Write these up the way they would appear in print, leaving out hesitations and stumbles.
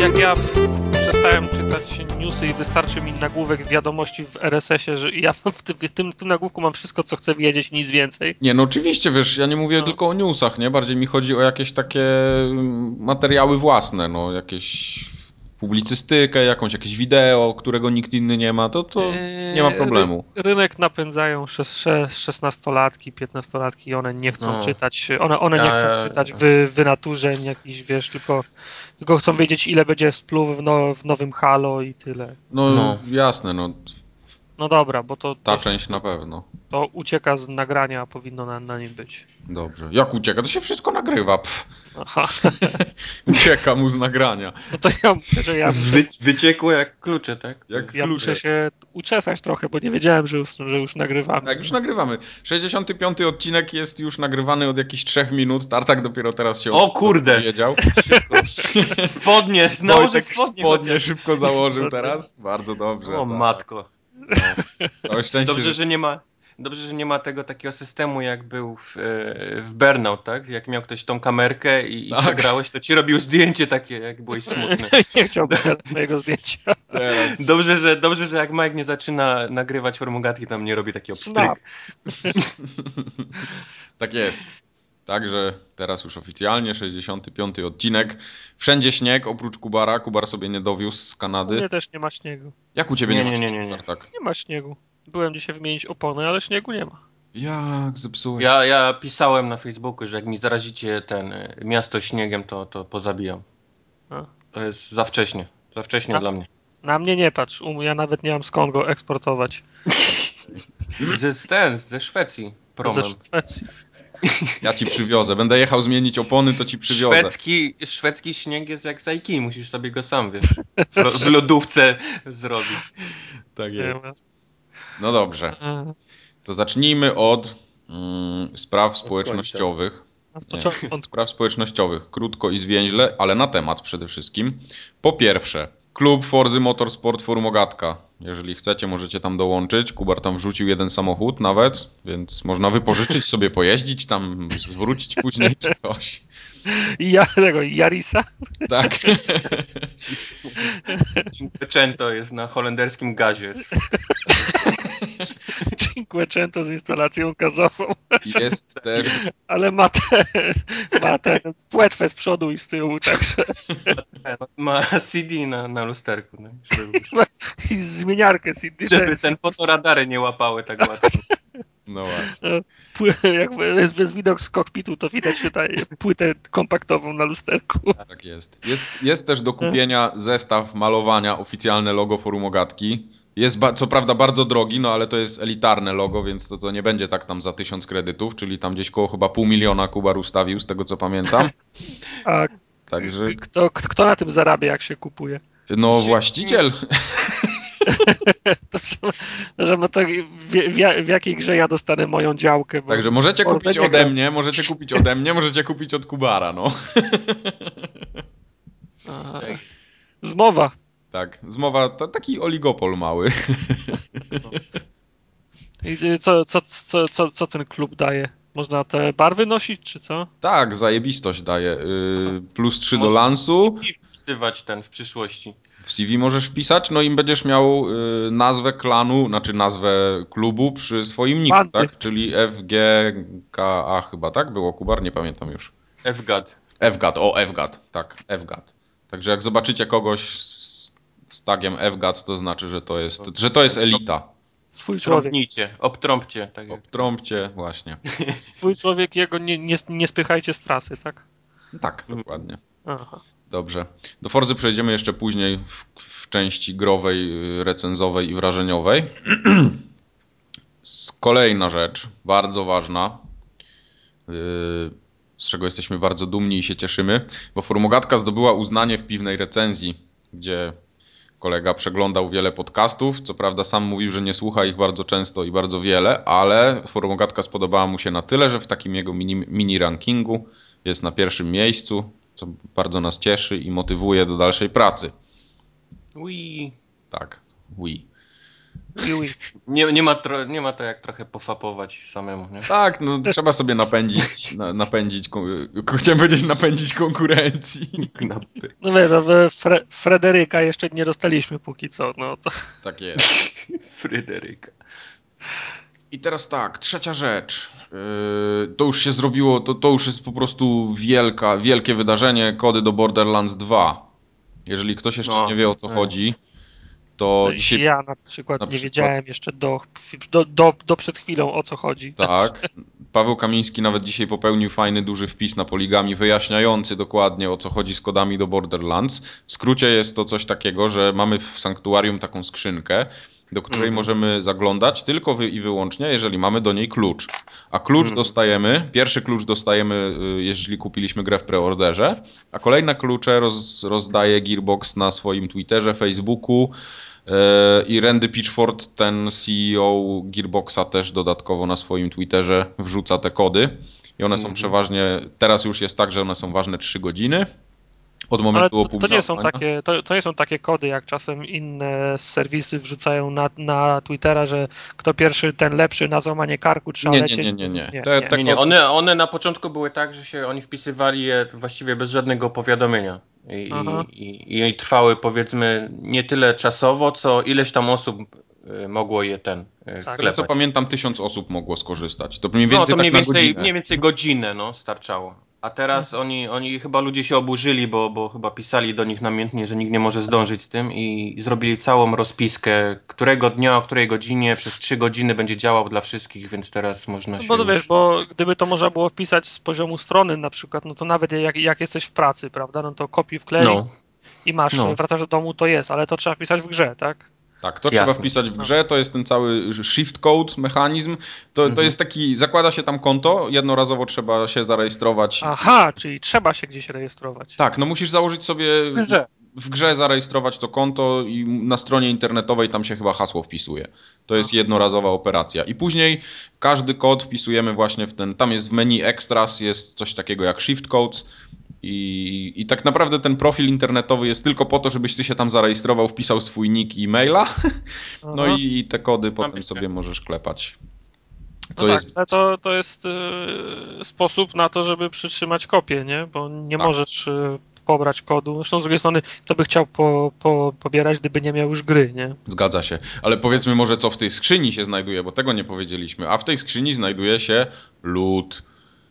jak ja przestałem czytać newsy i wystarczy mi nagłówek wiadomości w RSS-ie, że ja w tym nagłówku mam wszystko, co chcę wiedzieć, nic więcej. Nie, no oczywiście, wiesz, ja nie mówię tylko o newsach, nie? Bardziej mi chodzi o jakieś takie materiały własne, no, jakieś publicystykę, jakieś wideo, którego nikt inny nie ma, to nie ma problemu. Rynek napędzają 16-latki, 15-latki i one nie chcą czytać, one nie chcą czytać wynaturzeń jakichś, wiesz, tylko chcą wiedzieć, ile będzie spluw w nowym Halo i tyle. No, jasne, no. No dobra, bo Ta część na pewno. To ucieka z nagrania, a powinno na nim być. Dobrze. Jak ucieka? To się wszystko nagrywa. Aha. Ucieka mu z nagrania. No to ja mówię, że ja muszę... Wyciekło jak klucze, tak? Ja muszę się uczesać trochę, bo nie wiedziałem, że już nagrywamy. Tak, już nagrywamy. 65. odcinek jest już nagrywany od jakichś 3 minut. Tartak dopiero teraz się o kurde! Wiedział. Szybko. Spodnie, nałożę spodnie szybko założył teraz. Bardzo dobrze. O tak. matko. No. Całe szczęście, Dobrze, że nie ma tego takiego systemu, jak był w Burnout, tak? Jak miał ktoś tą kamerkę i przegrałeś, to ci robił zdjęcie takie, jak byłeś smutny. Nie chciałbym mojego zdjęcia. Teraz. Dobrze, że jak Mike nie zaczyna nagrywać formogatki, tam nie robi takiego pstryk. Tak jest. Także teraz już oficjalnie 65. odcinek. Wszędzie śnieg, oprócz Kubara. Kubar sobie nie dowiózł z Kanady. U mnie też nie ma śniegu. Jak u ciebie nie ma śniegu? Nie. Tak. Nie ma śniegu. Byłem dzisiaj wymienić opony, ale śniegu nie ma. Jak zepsułeś? Ja pisałem na Facebooku, że jak mi zarazicie miasto śniegiem, to pozabijam. A. To jest za wcześnie. Za wcześnie dla mnie. Na mnie nie patrz. Ja nawet nie mam skąd go eksportować. Ze Szwecji. Promem. Ze Szwecji. Ja ci przywiozę. Będę jechał zmienić opony, to ci przywiozę. Szwedzki śnieg jest jak z Ikei. Musisz sobie go sam, wiesz, w lodówce zrobić. Tak jest. No dobrze. To zacznijmy od spraw społecznościowych. Spraw społecznościowych. Krótko i zwięźle, ale na temat przede wszystkim. Po pierwsze, klub Forzy Motorsport Forum Ogatka. Jeżeli chcecie, możecie tam dołączyć. Kubar tam wrzucił jeden samochód nawet, więc można wypożyczyć sobie, pojeździć tam, zwrócić później czy coś. Jarisa? Tak. Cinquecento jest na holenderskim gazie. Cinquecento z instalacją gazową. Jest też... Ale ma ten płetwę z przodu i z tyłu, także... Ma CD na lusterku. No, i zmieniarkę CD. Żeby ten fotoradary nie łapały tak łatwo. No właśnie. Jak jest widok z kokpitu, to widać tutaj płytę kompaktową na lusterku. Tak jest. Jest też do kupienia zestaw malowania, oficjalne logo Forum Ogatki. Jest co prawda bardzo drogi, no ale to jest elitarne logo, więc to nie będzie tak tam za 1000 kredytów, czyli tam gdzieś koło chyba 500 000 Kubar ustawił, z tego co pamiętam. A także... kto na tym zarabia, jak się kupuje? No właściciel. W jakiej grze ja dostanę moją działkę? Także możecie kupić ode mnie, możecie kupić od Kubara, no. Zmowa. Tak, zmowa, taki oligopol mały. I co ten klub daje? Można te barwy nosić, czy co? Tak, zajebistość daje. Plus 3 do lansu. I wpisywać w przyszłości. W CV możesz wpisać, no i będziesz miał nazwę klanu, znaczy nazwę klubu przy swoim niku, tak? Czyli FGKA chyba, tak? Było, Kubar? Nie pamiętam już. FGAD. FGAD, tak, FGAD. Także jak zobaczycie kogoś z tagiem FGAD, to znaczy, że to jest elita. Swój człowiek. Obtrąbcie. Tak obtrąbcie, właśnie. Swój człowiek, jego nie spychajcie z trasy, tak? Tak, dokładnie. Aha. Dobrze. Do Forzy przejdziemy jeszcze później w części growej, recenzowej i wrażeniowej. Kolejna rzecz, bardzo ważna, z czego jesteśmy bardzo dumni i się cieszymy, bo Forum Ogatka zdobyła uznanie w piwnej recenzji, gdzie kolega przeglądał wiele podcastów. Co prawda sam mówił, że nie słucha ich bardzo często i bardzo wiele, ale Forum Ogatka spodobała mu się na tyle, że w takim jego mini rankingu jest na pierwszym miejscu, co bardzo nas cieszy i motywuje do dalszej pracy. Oui. Tak, oui. Nie ma to jak trochę pofapować samemu, nie? Tak, no trzeba sobie chciałem powiedzieć napędzić konkurencji. No wie, no, Fryderyka jeszcze nie dostaliśmy póki co, no to... Tak jest. Fryderyka. I teraz tak, trzecia rzecz. To już się zrobiło, to już jest po prostu wielkie wydarzenie, kody do Borderlands 2. Jeżeli ktoś jeszcze nie wie, o co chodzi, to dzisiaj... Ja na przykład nie wiedziałem jeszcze do przed chwilą, o co chodzi. Tak. Paweł Kamiński nawet dzisiaj popełnił fajny, duży wpis na Poligami wyjaśniający dokładnie, o co chodzi z kodami do Borderlands. W skrócie jest to coś takiego, że mamy w Sanktuarium taką skrzynkę, do której możemy zaglądać tylko i wyłącznie, jeżeli mamy do niej klucz. A klucz pierwszy klucz dostajemy, jeżeli kupiliśmy grę w preorderze, a kolejne klucze rozdaje Gearbox na swoim Twitterze, Facebooku, i Randy Pitchford, ten CEO Gearboxa, też dodatkowo na swoim Twitterze wrzuca te kody. I one są przeważnie, teraz już jest tak, że one są ważne 3 godziny. Od momentu opublikowania. To nie są takie kody, jak czasem inne serwisy wrzucają na Twittera, że kto pierwszy, ten lepszy, na złamanie karku trzeba lecieć. Nie. One na początku były tak, że się oni wpisywali je właściwie bez żadnego powiadomienia. I trwały, powiedzmy, nie tyle czasowo, co ileś tam osób mogło je wklepać. Co pamiętam, 1000 osób mogło skorzystać. To mniej więcej na godzinę. Mniej więcej godzinę starczało. A teraz oni chyba ludzie się oburzyli, bo chyba pisali do nich namiętnie, że nikt nie może zdążyć z tym i zrobili całą rozpiskę, którego dnia, o której godzinie, przez 3 godziny będzie działał dla wszystkich, więc teraz można się bo gdyby to można było wpisać z poziomu strony na przykład, no to nawet jak jesteś w pracy, prawda, no to kopiuj wklej i masz, wracasz do domu, to jest, ale to trzeba wpisać w grze, tak? Tak, to trzeba wpisać w grze, to jest ten cały shift code mechanizm, to jest taki, zakłada się tam konto, jednorazowo trzeba się zarejestrować. Aha, czyli trzeba się gdzieś rejestrować. Tak, no musisz założyć sobie w grze zarejestrować to konto i na stronie internetowej tam się chyba hasło wpisuje. To jest jednorazowa operacja. I później każdy kod wpisujemy właśnie w tam jest w menu extras, jest coś takiego jak shift codes. I tak naprawdę ten profil internetowy jest tylko po to, żebyś ty się tam zarejestrował, wpisał swój nick i maila, no i te kody potem sobie możesz klepać. To jest sposób na to, żeby przytrzymać kopię, nie? Bo nie możesz pobrać kodu. Zresztą z drugiej strony, kto by chciał pobierać, gdyby nie miał już gry, nie? Zgadza się. Ale powiedzmy może, co w tej skrzyni się znajduje, bo tego nie powiedzieliśmy. A w tej skrzyni znajduje się loot.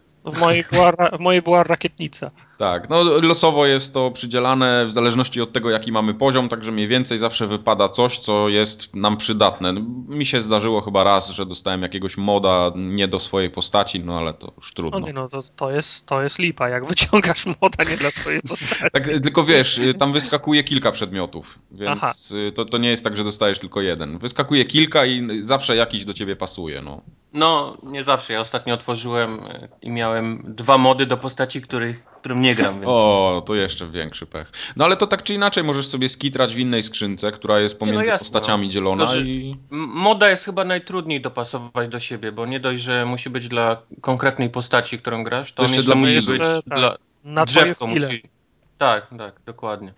W mojej była rakietnica. Tak, no losowo jest to przydzielane w zależności od tego, jaki mamy poziom, także mniej więcej zawsze wypada coś, co jest nam przydatne. Mi się zdarzyło chyba raz, że dostałem jakiegoś moda nie do swojej postaci, no ale to już trudno. To jest lipa, jak wyciągasz moda nie dla swojej postaci. Tak, tylko wiesz, tam wyskakuje kilka przedmiotów, więc to nie jest tak, że dostajesz tylko jeden. Wyskakuje kilka i zawsze jakiś do ciebie pasuje, no. No, nie zawsze. Ja ostatnio otworzyłem i miałem 2 mody do postaci, którym nie gram. Więc... O, to jeszcze większy pech. No ale to tak czy inaczej możesz sobie skitrać w innej skrzynce, która jest pomiędzy postaciami dzielona. Moda jest chyba najtrudniej dopasować do siebie, bo nie dość, że musi być dla konkretnej postaci, którą grasz, to on jeszcze musi być dla drzewko musi... Tak, dokładnie.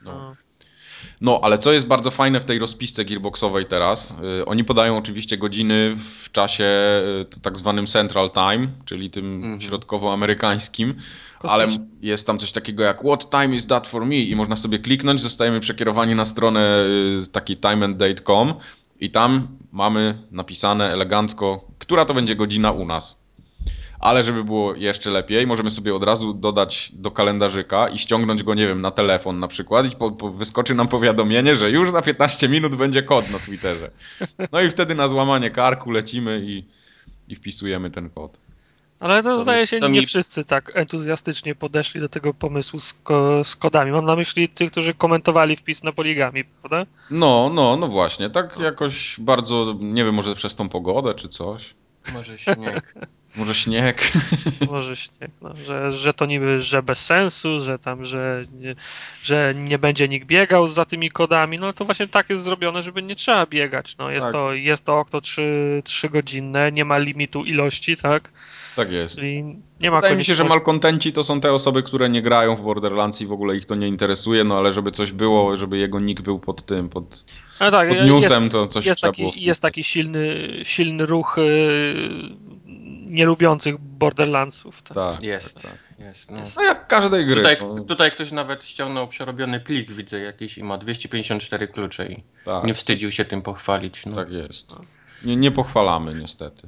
No, ale co jest bardzo fajne w tej rozpisce gearboxowej teraz, oni podają oczywiście godziny w czasie tak zwanym Central Time, czyli tym środkowoamerykańskim, ale jest tam coś takiego jak What time is that for me? I można sobie kliknąć, zostajemy przekierowani na stronę taki timeanddate.com i tam mamy napisane elegancko, która to będzie godzina u nas. Ale żeby było jeszcze lepiej, możemy sobie od razu dodać do kalendarzyka i ściągnąć go, nie wiem, na telefon na przykład i wyskoczy nam powiadomienie, że już za 15 minut będzie kod na Twitterze. No i wtedy na złamanie karku lecimy i wpisujemy ten kod. Ale to zdaje się, nie wszyscy tak entuzjastycznie podeszli do tego pomysłu z kodami. Mam na myśli tych, którzy komentowali wpis na Poligami, prawda? No właśnie. Tak jakoś bardzo, nie wiem, może przez tą pogodę czy coś. Może śnieg. Może śnieg. Może śnieg, no, że to niby, że bez sensu, że tam, że nie będzie nikt biegał za tymi kodami, no to właśnie tak jest zrobione, żeby nie trzeba biegać, no jest to okno 3-godzinne, nie ma limitu ilości, tak? Tak jest. Czyli nie ma Wydaje mi się, że malkontenci to są te osoby, które nie grają w Borderlands i w ogóle ich to nie interesuje, no ale żeby coś było, żeby jego nick był pod newsem, to coś trzeba było wpisać. Jest taki silny ruch nielubiących Borderlandsów. Tak. Jest. No jak każdej gry. Tutaj ktoś nawet ściągnął przerobiony plik, widzę jakiś i ma 254 klucze i nie wstydził się tym pochwalić. No. Tak jest. Nie pochwalamy niestety.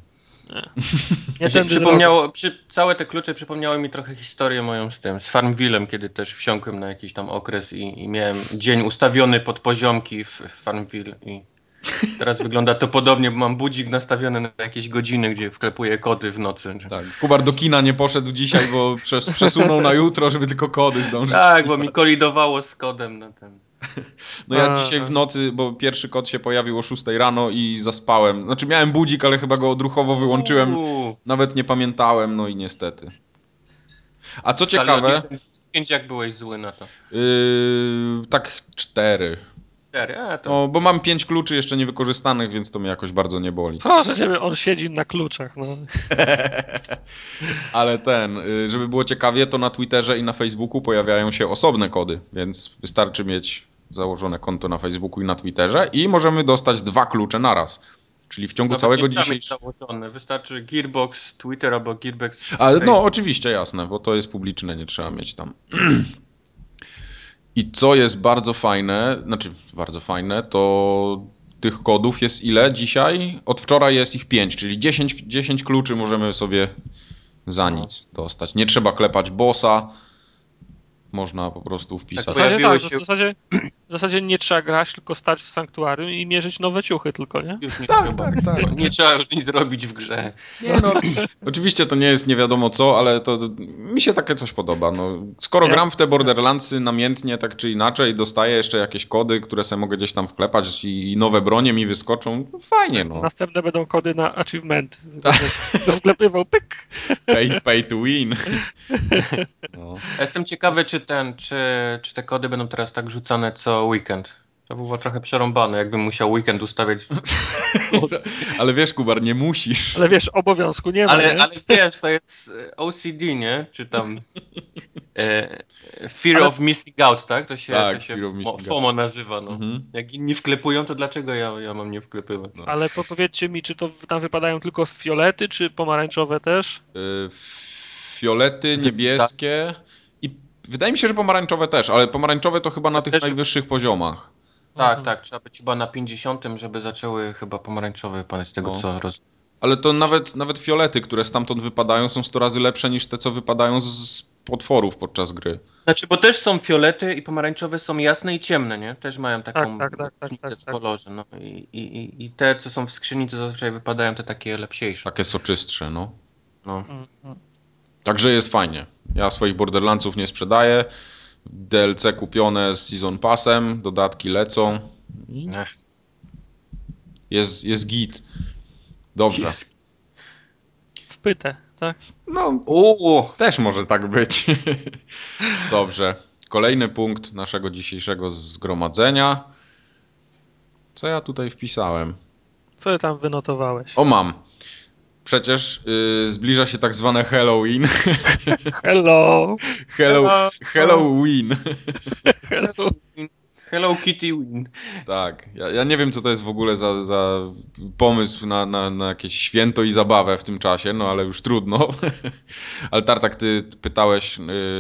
Całe te klucze przypomniały mi trochę historię moją z Farmville'em, kiedy też wsiąkłem na jakiś tam okres i miałem dzień ustawiony pod poziomki w Farmville i teraz wygląda to podobnie, bo mam budzik nastawiony na jakieś godziny, gdzie wklepuję kody w nocy. Tak, Kubar do kina nie poszedł dzisiaj, bo przesunął na jutro, żeby tylko kody zdążyć. Tak, bo mi kolidowało z kodem na ten. No ja dzisiaj w nocy, bo pierwszy kod się pojawił o 6 rano i zaspałem. Znaczy miałem budzik, ale chyba go odruchowo wyłączyłem. Nawet nie pamiętałem, no i niestety. A co ciekawe... 5 jak byłeś zły na to? Tak 4. 4, No, bo mam 5 kluczy jeszcze niewykorzystanych, więc to mnie jakoś bardzo nie boli. Proszę ciebie, on siedzi na kluczach. No. Ale żeby było ciekawie, to na Twitterze i na Facebooku pojawiają się osobne kody, więc wystarczy mieć założone konto na Facebooku i na Twitterze i możemy dostać 2 klucze naraz. Czyli w ciągu całego dzisiejszego... Wystarczy Gearbox Twitter albo Gearbox... No oczywiście, jasne, bo to jest publiczne, nie trzeba mieć tam... I co jest bardzo fajne, to tych kodów jest ile dzisiaj? Od wczoraj jest ich 5, czyli 10 kluczy możemy sobie za nic dostać. Nie trzeba klepać bossa, można po prostu wpisać. W zasadzie nie trzeba grać, tylko stać w sanktuarium i mierzyć nowe ciuchy tylko, nie? Już nie trzeba. Tak. Nie trzeba już nic robić w grze. Nie, no, oczywiście to nie jest nie wiadomo co, ale to mi się takie coś podoba. No, skoro gram w te Borderlandsy namiętnie, tak czy inaczej, dostaję jeszcze jakieś kody, które sobie mogę gdzieś tam wklepać i nowe bronie mi wyskoczą, no, fajnie. No. Następne będą kody na achievement. Wklepywał, pyk. Pay to win. No. Jestem ciekawy, czy te kody będą teraz tak rzucane co weekend. To było trochę przerąbane, jakbym musiał weekend ustawiać. Ale wiesz, Kubar, nie musisz. Ale wiesz, obowiązku nie ma. Ale wiesz, to jest OCD, nie? Czy tam Fear of Missing Out, tak? To się FOMO nazywa. No. Jak inni wklepują, to dlaczego ja mam nie wklepywać? No. Ale powiedzcie mi, czy to tam wypadają tylko fiolety, czy pomarańczowe też? Fiolety, niebieskie i wydaje mi się, że pomarańczowe też, ale pomarańczowe to chyba na tych najwyższych poziomach. Tak, trzeba być chyba na 50, żeby zaczęły chyba pomarańczowe padać z tego co Ale to nawet fiolety, które stamtąd wypadają, są 100 razy lepsze niż te, co wypadają z potworów podczas gry. Znaczy, bo też są fiolety i pomarańczowe są jasne i ciemne, nie? Też mają taką różnicę w kolorze. No. I te, co są w skrzyni, to zazwyczaj wypadają te takie lepsiejsze. Takie soczystsze, no. Także jest fajnie. Ja swoich Borderlandsów nie sprzedaję. DLC kupione z Season Passem, dodatki lecą. Jest git. Dobrze. Wpytę, tak? No, też może tak być. Dobrze. Kolejny punkt naszego dzisiejszego zgromadzenia. Co ja tutaj wpisałem? Co tam wynotowałeś? Mam. Przecież zbliża się tak zwane Halloween. Halloween. Hello Kitty Win. Tak. Ja nie wiem, co to jest w ogóle za pomysł na jakieś święto i zabawę w tym czasie, no ale już trudno. Ale Tartak, ty pytałeś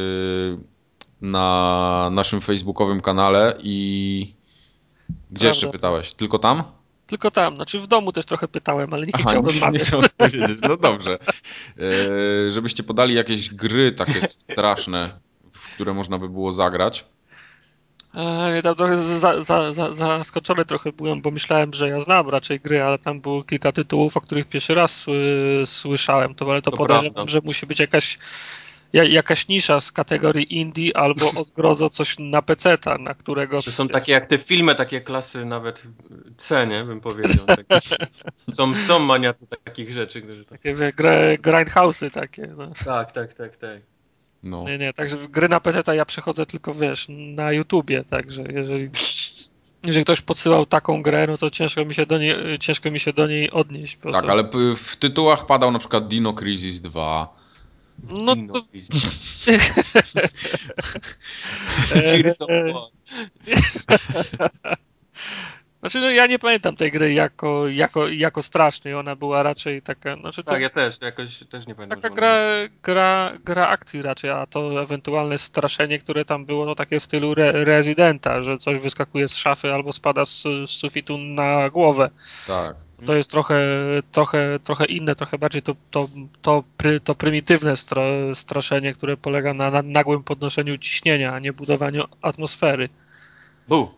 na naszym facebookowym kanale i gdzie jeszcze pytałeś? Tylko tam? Tylko tam, znaczy w domu też trochę pytałem, ale nie chciałbym nie chciałem powiedzieć. No dobrze. Żebyście podali jakieś gry takie straszne, w które można by było zagrać. Ja tam trochę zaskoczony trochę byłem, bo myślałem, że ja znam raczej gry, ale tam było kilka tytułów, o których pierwszy raz słyszałem, ale to podejrzewam, że musi być jakaś nisza z kategorii indie albo o zgrozo coś na peceta, na którego... To są takie jak te filmy, takie klasy nawet C, nie? Bym powiedział. Są maniacy takich rzeczy. Takie grindhouse'y takie. No. Tak. No. Nie, także gry na peceta ja przechodzę tylko, wiesz, na YouTubie, także jeżeli ktoś podsyłał taką grę, no to ciężko mi się do niej odnieść. Tak, ale w tytułach padał na przykład Dino Crisis 2. No to... Znaczy, no ja nie pamiętam tej gry jako strasznej, ona była raczej taka... Znaczy, tak, ja też, jakoś też nie pamiętam. Taka gra akcji raczej, a to ewentualne straszenie, które tam było, no takie w stylu Residenta, że coś wyskakuje z szafy albo spada z sufitu na głowę. Tak. To jest trochę inne, trochę bardziej to prymitywne straszenie, które polega na nagłym podnoszeniu ciśnienia, a nie budowaniu atmosfery. Bu.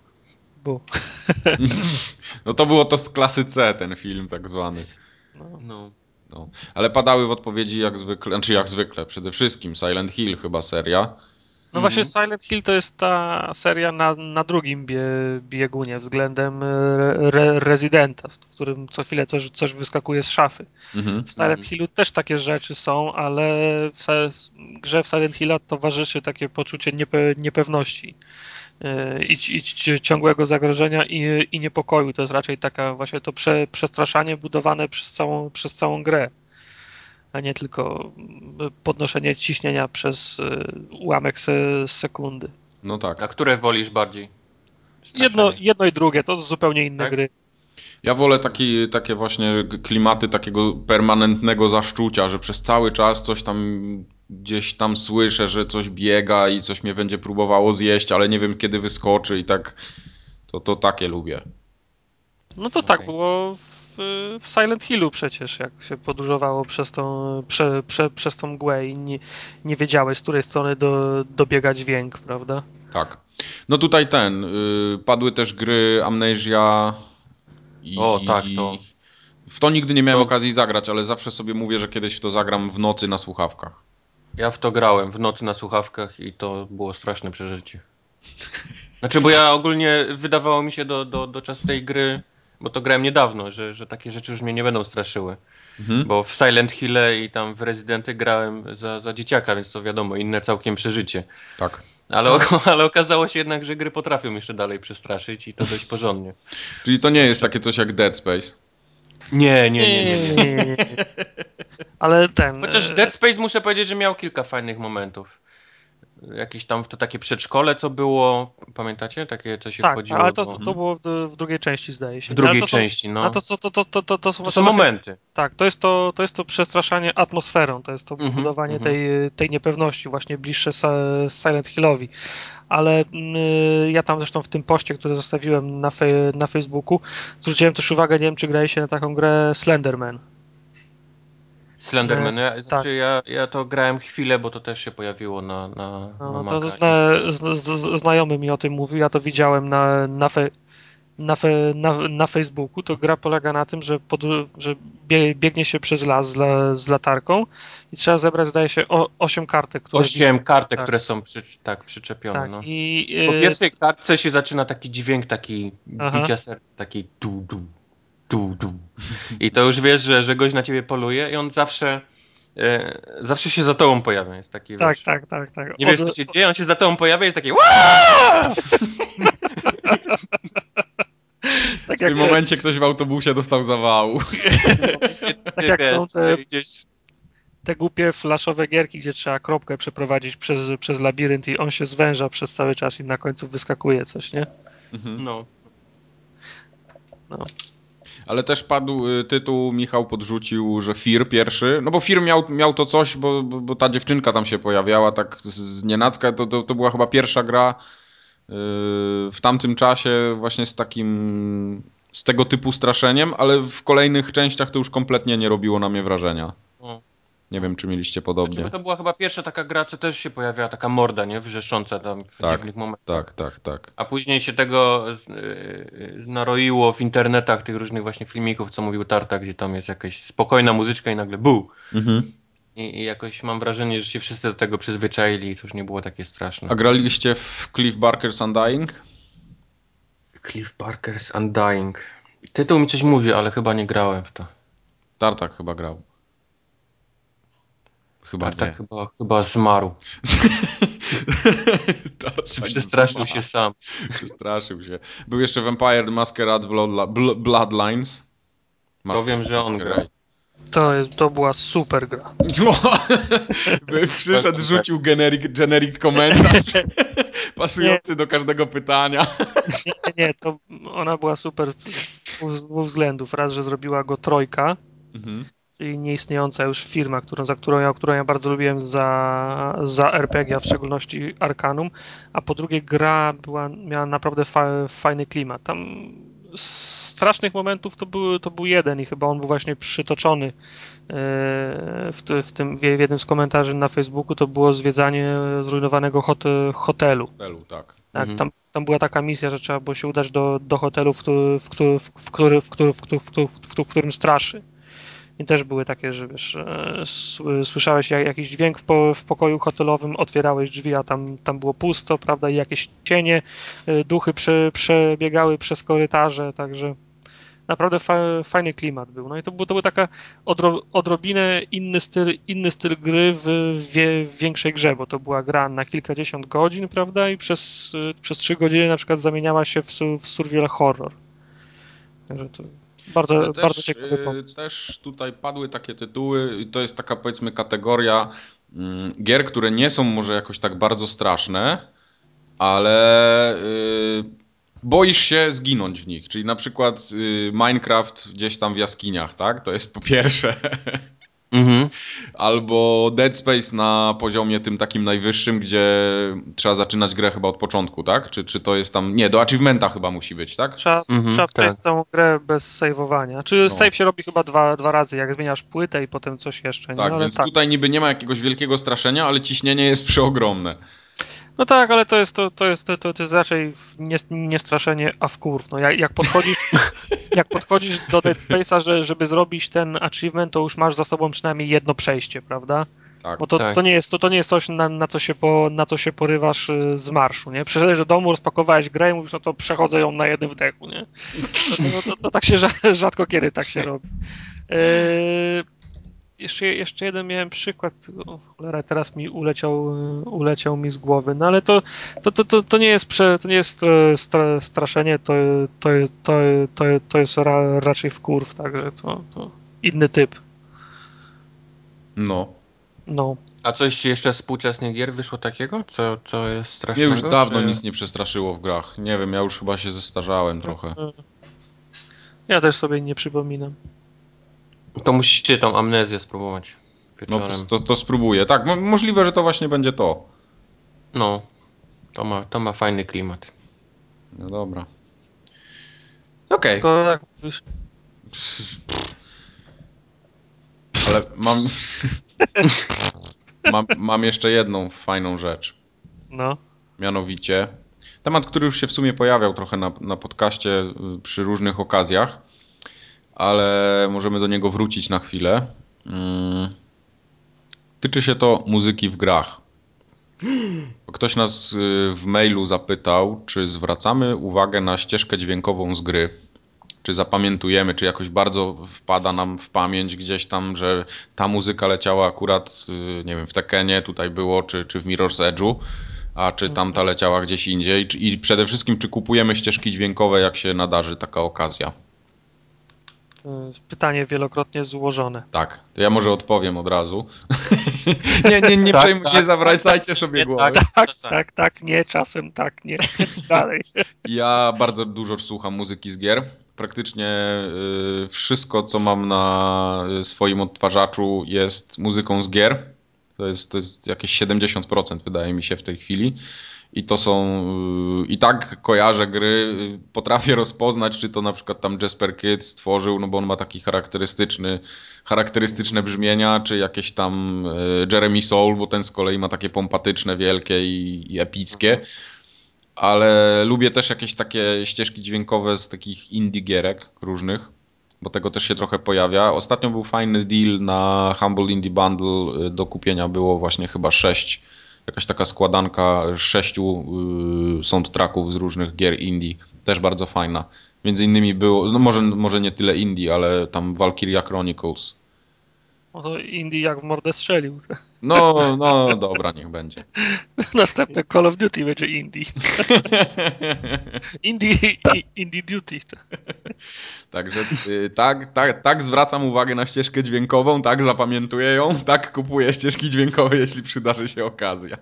No to było to z klasy C, ten film tak zwany. No. Ale padały w odpowiedzi jak zwykle, przede wszystkim Silent Hill chyba seria. No właśnie Silent Hill to jest ta seria na drugim biegunie względem Residenta, w którym co chwilę coś wyskakuje z szafy. W Silent Hillu też takie rzeczy są, ale w grze w Silent Hilla towarzyszy takie poczucie niepewności i ciągłego zagrożenia i niepokoju. To jest raczej taka właśnie to przestraszanie budowane przez całą grę, a nie tylko podnoszenie ciśnienia przez ułamek sekundy. No tak. A które wolisz bardziej? Jedno i drugie, to zupełnie inne gry. Ja wolę takie właśnie klimaty takiego permanentnego zaszczucia, że przez cały czas coś tam gdzieś tam słyszę, że coś biega i coś mnie będzie próbowało zjeść, ale nie wiem kiedy wyskoczy i tak to takie lubię. No to tak było w Silent Hillu przecież, jak się podróżowało przez tą mgłę i nie wiedziałeś, z której strony dobiega dźwięk, prawda? Tak. No tutaj padły też gry Amnesia tak, to. W to nigdy nie miałem okazji zagrać, ale zawsze sobie mówię, że kiedyś w to zagram w nocy na słuchawkach. Ja w to grałem w nocy na słuchawkach i to było straszne przeżycie. Znaczy, bo ja ogólnie wydawało mi się do czasu tej gry, bo to grałem niedawno, że takie rzeczy już mnie nie będą straszyły. Bo w Silent Hill'e i tam w Residenty grałem za dzieciaka, więc to wiadomo, inne całkiem przeżycie. Tak. Ale okazało się jednak, że gry potrafią jeszcze dalej przestraszyć i to dość porządnie. Czyli to nie jest takie coś jak Dead Space? Nie. Ale Chociaż Dead Space muszę powiedzieć, że miał kilka fajnych momentów. Jakieś tam to takie przedszkole, co było, pamiętacie? Takie, co się wchodziło. Ale to było w drugiej części, zdaje się. W drugiej części, no. To są momenty. Tak, to jest to przestraszanie atmosferą, to jest to budowanie tej niepewności, właśnie bliższe Silent Hillowi. Ale ja tam zresztą w tym poście, który zostawiłem na Facebooku, zwróciłem też uwagę, nie wiem, czy graliście na taką grę Slenderman. Slenderman, ja to grałem chwilę, bo to też się pojawiło na to znajomy mi o tym mówił, ja to widziałem na Facebooku. To gra polega na tym, że biegnie się przez las z latarką i trzeba zebrać, zdaje się, 8 kartek. 8 kartek, które są przyczepione. Tak, no. Po pierwszej kartce się zaczyna taki dźwięk, taki bicia serca, taki du. I to już wiesz, że gość na ciebie poluje i on zawsze się za tobą pojawia. Jest taki, tak. Nie wiesz, co się dzieje, on się za tobą pojawia i jest taki w tym momencie ktoś w autobusie dostał zawału. Tak jak są te głupie flashowe gierki, gdzie trzeba kropkę przeprowadzić przez labirynt i on się zwęża przez cały czas i na końcu wyskakuje coś, nie? No. Ale też padł tytuł, Michał podrzucił, że Fear pierwszy. No bo Fear miał to coś, bo ta dziewczynka tam się pojawiała tak znienacka. To była chyba pierwsza gra w tamtym czasie właśnie z tego typu straszeniem, ale w kolejnych częściach to już kompletnie nie robiło na mnie wrażenia. Nie wiem, czy mieliście podobnie. Znaczy, to była chyba pierwsza taka gra, co też się pojawiała, taka morda, nie? Wrzeszcząca tam w dziwnych momentach. Tak. A później się tego naroiło w internetach tych różnych właśnie filmików, co mówił Tartak, gdzie tam jest jakaś spokojna muzyczka i nagle bu. I jakoś mam wrażenie, że się wszyscy do tego przyzwyczaili i to już nie było takie straszne. A graliście w Cliff Barker's Undying? Cliff Barker's Undying. Tytuł mi coś mówi, ale chyba nie grałem w to. Tartak chyba grał. Chyba Tartak nie. chyba zmarł. Tartak Przestraszył się sam. Przestraszył się. Był jeszcze Vampire Masquerade Bloodlines. To wiem, że on gra. To była super gra. Przyszedł, rzucił generic komentarz pasujący do każdego pytania. Nie, to ona była super z dwóch względów. Raz, że zrobiła go Trojka, czyli nieistniejąca już firma, którą ja bardzo lubiłem za RPG, a w szczególności Arcanum, a po drugie gra miała naprawdę fajny klimat. Tam strasznych momentów to był jeden i chyba on był właśnie przytoczony w jednym z komentarzy na Facebooku. To było zwiedzanie zrujnowanego hotelu. Tak. Tak, tam była taka misja, że trzeba było się udać do hotelu, w którym straszy. I też były takie, że wiesz, słyszałeś jakiś dźwięk w pokoju hotelowym, otwierałeś drzwi, a tam było pusto, prawda, i jakieś cienie, duchy przebiegały przez korytarze, także naprawdę fajny klimat był. No i to był taka odrobinę inny styl gry w większej grze, bo to była gra na kilkadziesiąt godzin, prawda, i przez 3 godziny na przykład zamieniała się w survival horror. Także to bardzo ciekawy pomysł. Też tutaj padły takie tytuły i to jest taka, powiedzmy, kategoria gier, które nie są może jakoś tak bardzo straszne, ale boisz się zginąć w nich. Czyli na przykład Minecraft gdzieś tam w jaskiniach, tak? To jest po pierwsze. Albo Dead Space na poziomie tym takim najwyższym, gdzie trzeba zaczynać grę chyba od początku, tak? Czy to jest tam... Nie, do achievementa chyba musi być, tak? Trzeba przejść całą grę bez save'owania. Czy save się robi chyba dwa razy, jak zmieniasz płytę i potem coś jeszcze, nie? Tak, Ale więc tutaj niby nie ma jakiegoś wielkiego straszenia, ale ciśnienie jest przeogromne. No tak, ale to jest raczej nie straszenie, a wkurw. No, jak podchodzisz do Dead Space'a, żeby zrobić ten achievement, to już masz za sobą przynajmniej jedno przejście, prawda? Tak. Bo to nie jest coś, na co się porywasz z marszu, nie? Przyszedłeś do domu, rozpakowałeś grę i mówisz, no to przechodzę ją na jednym wdechu, nie? To tak się rzadko kiedy tak się robi. Jeszcze jeden miałem przykład, cholera, teraz mi uleciał mi z głowy, no ale to nie jest straszenie, to jest raczej wkurw, także to inny typ. No. A coś jeszcze z współczesnych gier wyszło takiego, co jest strasznego? Mnie już dawno nic nie przestraszyło w grach. Nie wiem, ja już chyba się zestarzałem trochę. Ja też sobie nie przypominam. To musicie tą amnezję spróbować wieczorem. No to spróbuję. Tak, możliwe, że to właśnie będzie to. No, to ma fajny klimat. No dobra. Okej. Ale mam jeszcze jedną fajną rzecz. No. Mianowicie temat, który już się w sumie pojawiał trochę na podcaście przy różnych okazjach, ale możemy do niego wrócić na chwilę. Tyczy się to muzyki w grach. Ktoś nas w mailu zapytał, czy zwracamy uwagę na ścieżkę dźwiękową z gry. Czy zapamiętujemy, czy jakoś bardzo wpada nam w pamięć gdzieś tam, że ta muzyka leciała akurat, nie wiem, w Tekkenie tutaj było, czy w Mirror's Edge'u, a czy tamta leciała gdzieś indziej. I przede wszystkim, czy kupujemy ścieżki dźwiękowe, jak się nadarzy taka okazja. Pytanie wielokrotnie złożone. Tak, to ja może odpowiem od razu. Nie zawracajcie sobie głowy. Tak, nie, czasem tak, nie. Dalej. Ja bardzo dużo słucham muzyki z gier. Praktycznie wszystko, co mam na swoim odtwarzaczu, jest muzyką z gier. To jest jakieś 70%, wydaje mi się, w tej chwili. I to są... I tak kojarzę gry, potrafię rozpoznać, czy to na przykład tam Jesper Kyd stworzył, no bo on ma taki charakterystyczne brzmienia, czy jakieś tam Jeremy Soule, bo ten z kolei ma takie pompatyczne, wielkie i epickie. Ale lubię też jakieś takie ścieżki dźwiękowe z takich indie gierek różnych. bo tego też się trochę pojawia. Ostatnio był fajny deal na Humble Indie Bundle, do kupienia było właśnie chyba 6, jakaś taka składanka 6 soundtracków z różnych gier indie, też bardzo fajna. Między innymi było, no może nie tyle indie, ale tam Valkyria Chronicles. No to Indie jak w mordę strzelił. No, dobra, niech będzie. Następne Call of Duty będzie Indie. Indie Duty. Także tak zwracam uwagę na ścieżkę dźwiękową, tak zapamiętuję ją, tak kupuję ścieżki dźwiękowe, jeśli przydarzy się okazja.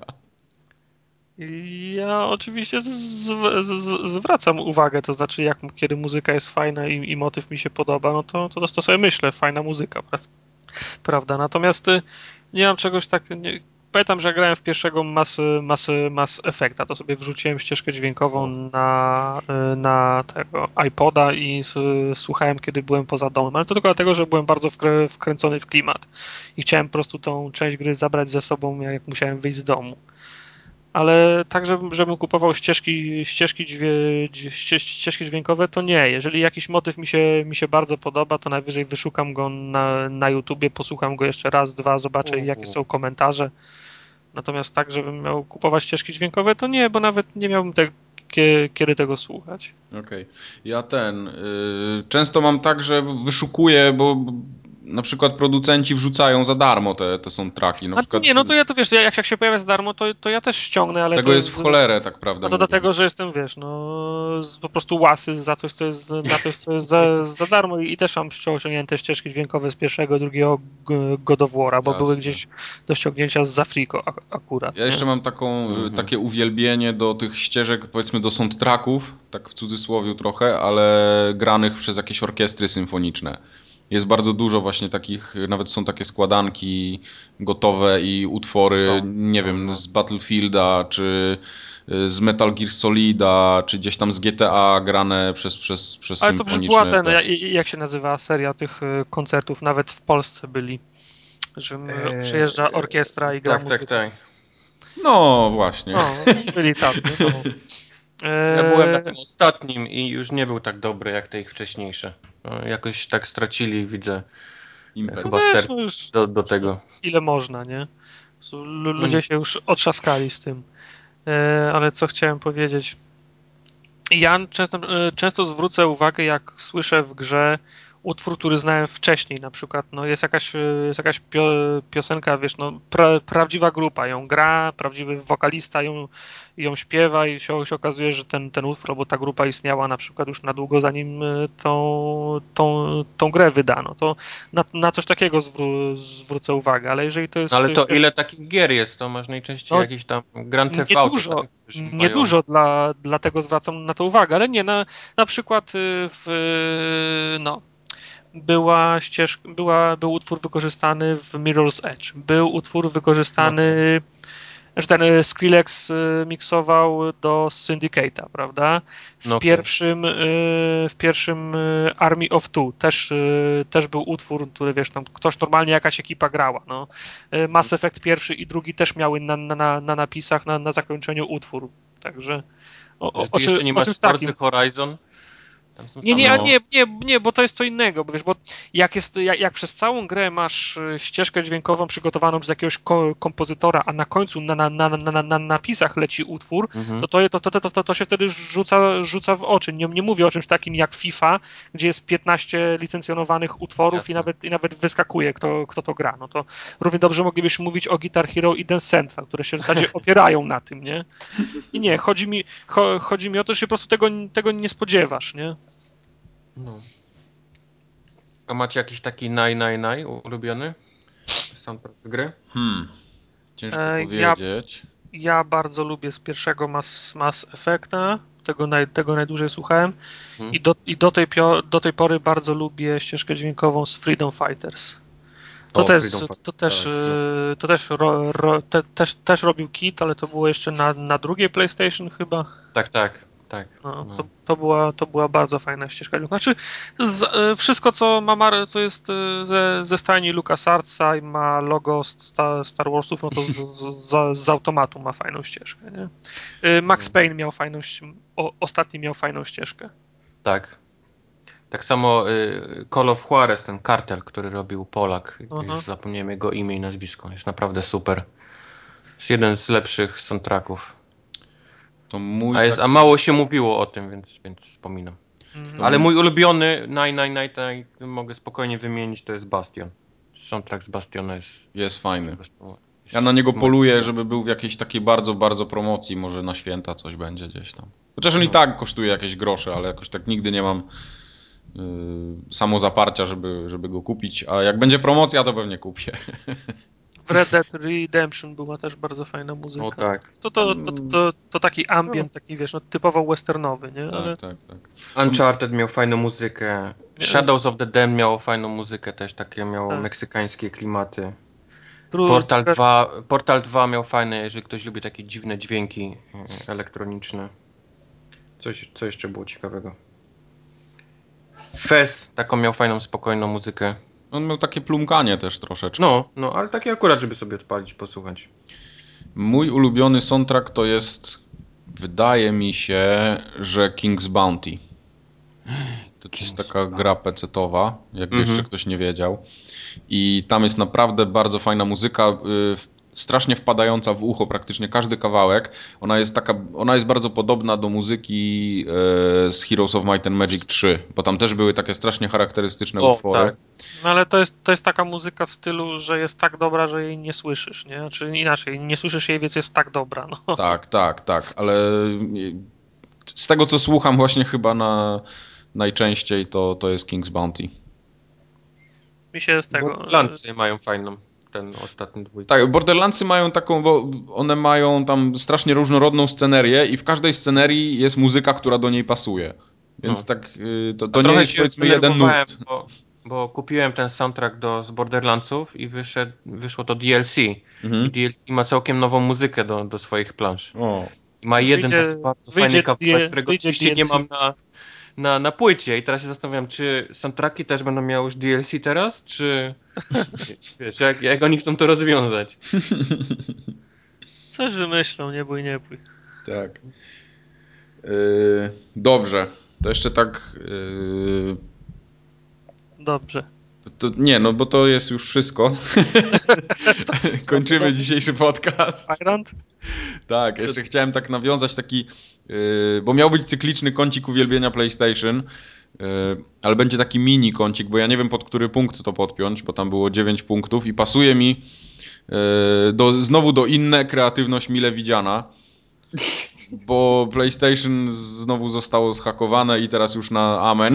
Ja oczywiście zwracam uwagę, to znaczy kiedy muzyka jest fajna i motyw mi się podoba, no to sobie myślę, fajna muzyka, prawda? Natomiast nie mam czegoś tak... Pamiętam, że grałem w pierwszego Mass Effecta, to sobie wrzuciłem ścieżkę dźwiękową na tego iPoda i słuchałem, kiedy byłem poza domem, ale to tylko dlatego, że byłem bardzo wkręcony w klimat i chciałem po prostu tą część gry zabrać ze sobą, jak musiałem wyjść z domu. Ale tak, żebym kupował ścieżki dźwiękowe, to nie. Jeżeli jakiś motyw mi się bardzo podoba, to najwyżej wyszukam go na YouTubie, posłucham go jeszcze raz, dwa, zobaczę jakie są komentarze. Natomiast tak, żebym miał kupować ścieżki dźwiękowe, to nie, bo nawet nie miałbym kiedy tego słuchać. Okej. Ja często mam tak, że wyszukuję, bo na przykład producenci wrzucają za darmo te soundtracki. Na przykład, Nie, no to ja to wiesz, jak się pojawia za darmo, to ja też ściągnę, ale tego jest w cholerę, tak prawdę no to mówiąc. dlatego, że jestem, wiesz, po prostu łasy za coś, co jest, na coś, co jest za darmo i też mam ściągnięte ścieżki dźwiękowe z pierwszego, drugiego God of War'a, bo były gdzieś do ściągnięcia z Zafriko akurat. Ja jeszcze mam takie uwielbienie do tych ścieżek, powiedzmy do soundtracków, tak w cudzysłowie trochę, ale granych przez jakieś orkiestry symfoniczne. Jest bardzo dużo właśnie takich, nawet są takie składanki gotowe i utwory, nie wiem, z Battlefielda, czy z Metal Gear Solida, czy gdzieś tam z GTA grane przez Ale to przecież była symfoniczne. jak się nazywa seria tych koncertów, nawet w Polsce byli, że przyjeżdża orkiestra i gra muzykę. Tak. No właśnie. No, byli tacy, no. Ja byłem na tym ostatnim i już nie był tak dobry jak te ich wcześniejsze. No, jakoś tak stracili, widzę, chyba serce do tego. Ile można, nie? Ludzie się już otrzaskali z tym. Ale co chciałem powiedzieć? Ja często zwrócę uwagę, jak słyszę w grze utwór, który znałem wcześniej, na przykład no jest jakaś piosenka, wiesz, no prawdziwa grupa ją gra, prawdziwy wokalista ją śpiewa i się okazuje, że ten utwór, albo ta grupa istniała na przykład już na długo, zanim tą grę wydano. To na coś takiego zwrócę uwagę, ale jeżeli to jest... Ale to wiesz, ile takich gier jest? To masz najczęściej jakiś tam Grand Theft Auto. Tak? Niedużo, dlatego zwracam na to uwagę, ale nie, na przykład był utwór wykorzystany w Mirror's Edge, był utwór wykorzystany, że ten Skrillex miksował do Syndicate'a, prawda? W pierwszym Army of Two też był utwór, który wiesz, tam ktoś normalnie jakaś ekipa grała, no. Mass Effect pierwszy i drugi też miały na napisach, na zakończeniu utwór, także że ty jeszcze nie masz Forza Horizon? Nie, bo to jest co innego, bo wiesz, bo jak przez całą grę masz ścieżkę dźwiękową przygotowaną przez jakiegoś kompozytora, a na końcu na napisach leci utwór, to się wtedy rzuca w oczy. Nie mówię o czymś takim jak FIFA, gdzie jest 15 licencjonowanych utworów i nawet wyskakuje, kto to gra. No to równie dobrze moglibyśmy mówić o Guitar Hero i Dance Central, które się w zasadzie opierają na tym, nie? I nie, chodzi mi o to, że się po prostu tego nie spodziewasz, nie? No. A macie jakiś taki ulubiony soundtrack gry? Ciężko powiedzieć. Ja bardzo lubię z pierwszego Mass Effecta, tego najdłużej słuchałem i do tej pory bardzo lubię ścieżkę dźwiękową z Freedom Fighters. Też robił Kit, ale to było jeszcze na drugiej PlayStation chyba. Tak. No. To była bardzo fajna ścieżka. Znaczy, wszystko, co jest ze stajni LucasArtsa i ma logo Star Warsów, no to z automatu ma fajną ścieżkę. Nie? Max Payne miał ostatni miał fajną ścieżkę. Tak. Tak samo Call of Juarez, ten kartel, który robił Polak. Już zapomniałem jego imię i nazwisko. Jest naprawdę super. Jest jeden z lepszych soundtracków. A mało się mówiło o tym, więc wspominam. Ale mój ulubiony, mogę spokojnie wymienić, to jest Bastion. Soundtrack z Bastiona jest fajny. Ja na niego poluję, żeby był w jakiejś takiej bardzo, bardzo promocji. Może na święta coś będzie gdzieś tam. Chociaż on i tak kosztuje jakieś grosze, ale jakoś tak nigdy nie mam samozaparcia, żeby go kupić. A jak będzie promocja, to pewnie kupię. W Red Dead Redemption była też bardzo fajna muzyka. O tak. To taki ambient, taki wiesz, no, typowo westernowy, nie? Ale... Tak. Uncharted miał fajną muzykę. Shadows of the Dam miało fajną muzykę też, takie miało meksykańskie klimaty. Portal 2 miał fajne, jeżeli ktoś lubi takie dziwne dźwięki elektroniczne. Co jeszcze było ciekawego? Fez, taką miał fajną, spokojną muzykę. On miał takie plumkanie też troszeczkę. No, ale takie akurat, żeby sobie odpalić, posłuchać. Mój ulubiony soundtrack to jest, wydaje mi się, że King's Bounty. To jest taka gra pecetowa, jakby jeszcze ktoś nie wiedział. I tam jest naprawdę bardzo fajna muzyka, strasznie wpadająca w ucho praktycznie każdy kawałek. Ona jest bardzo podobna do muzyki z Heroes of Might and Magic 3, bo tam też były takie strasznie charakterystyczne utwory. Tak. No ale to jest taka muzyka w stylu, że jest tak dobra, że jej nie słyszysz, nie? Czy inaczej, nie słyszysz jej, więc jest tak dobra. No. Tak, ale z tego co słucham właśnie chyba najczęściej to jest King's Bounty. Mi się z tego... Borderlandsy mają fajną, ten ostatni dwójkę. Tak, Borderlandsy mają taką, bo one mają tam strasznie różnorodną scenerię i w każdej scenerii jest muzyka, która do niej pasuje. Więc tak, to nie jest powiedzmy jeden nut. Bo kupiłem ten soundtrack z Borderlandsów i wyszło to DLC. I DLC ma całkiem nową muzykę do swoich plansz. I ma jeden taki bardzo fajny kawałek, którego oczywiście nie mam na płycie i teraz się zastanawiam, czy soundtracki też będą miały już DLC teraz, czy wiesz, jak oni chcą to rozwiązać. Coś wymyślą, nie bój. Tak. Dobrze. To jeszcze tak... Dobrze. No bo to jest już wszystko. Kończymy dzisiejszy podcast. Tyrant? Tak, jeszcze chciałem tak nawiązać taki, bo miał być cykliczny kącik uwielbienia PlayStation, ale będzie taki mini kącik, bo ja nie wiem pod który punkt to podpiąć, bo tam było 9 punktów i pasuje mi znowu do inne kreatywność mile widziana, bo PlayStation znowu zostało zhakowane i teraz już na amen.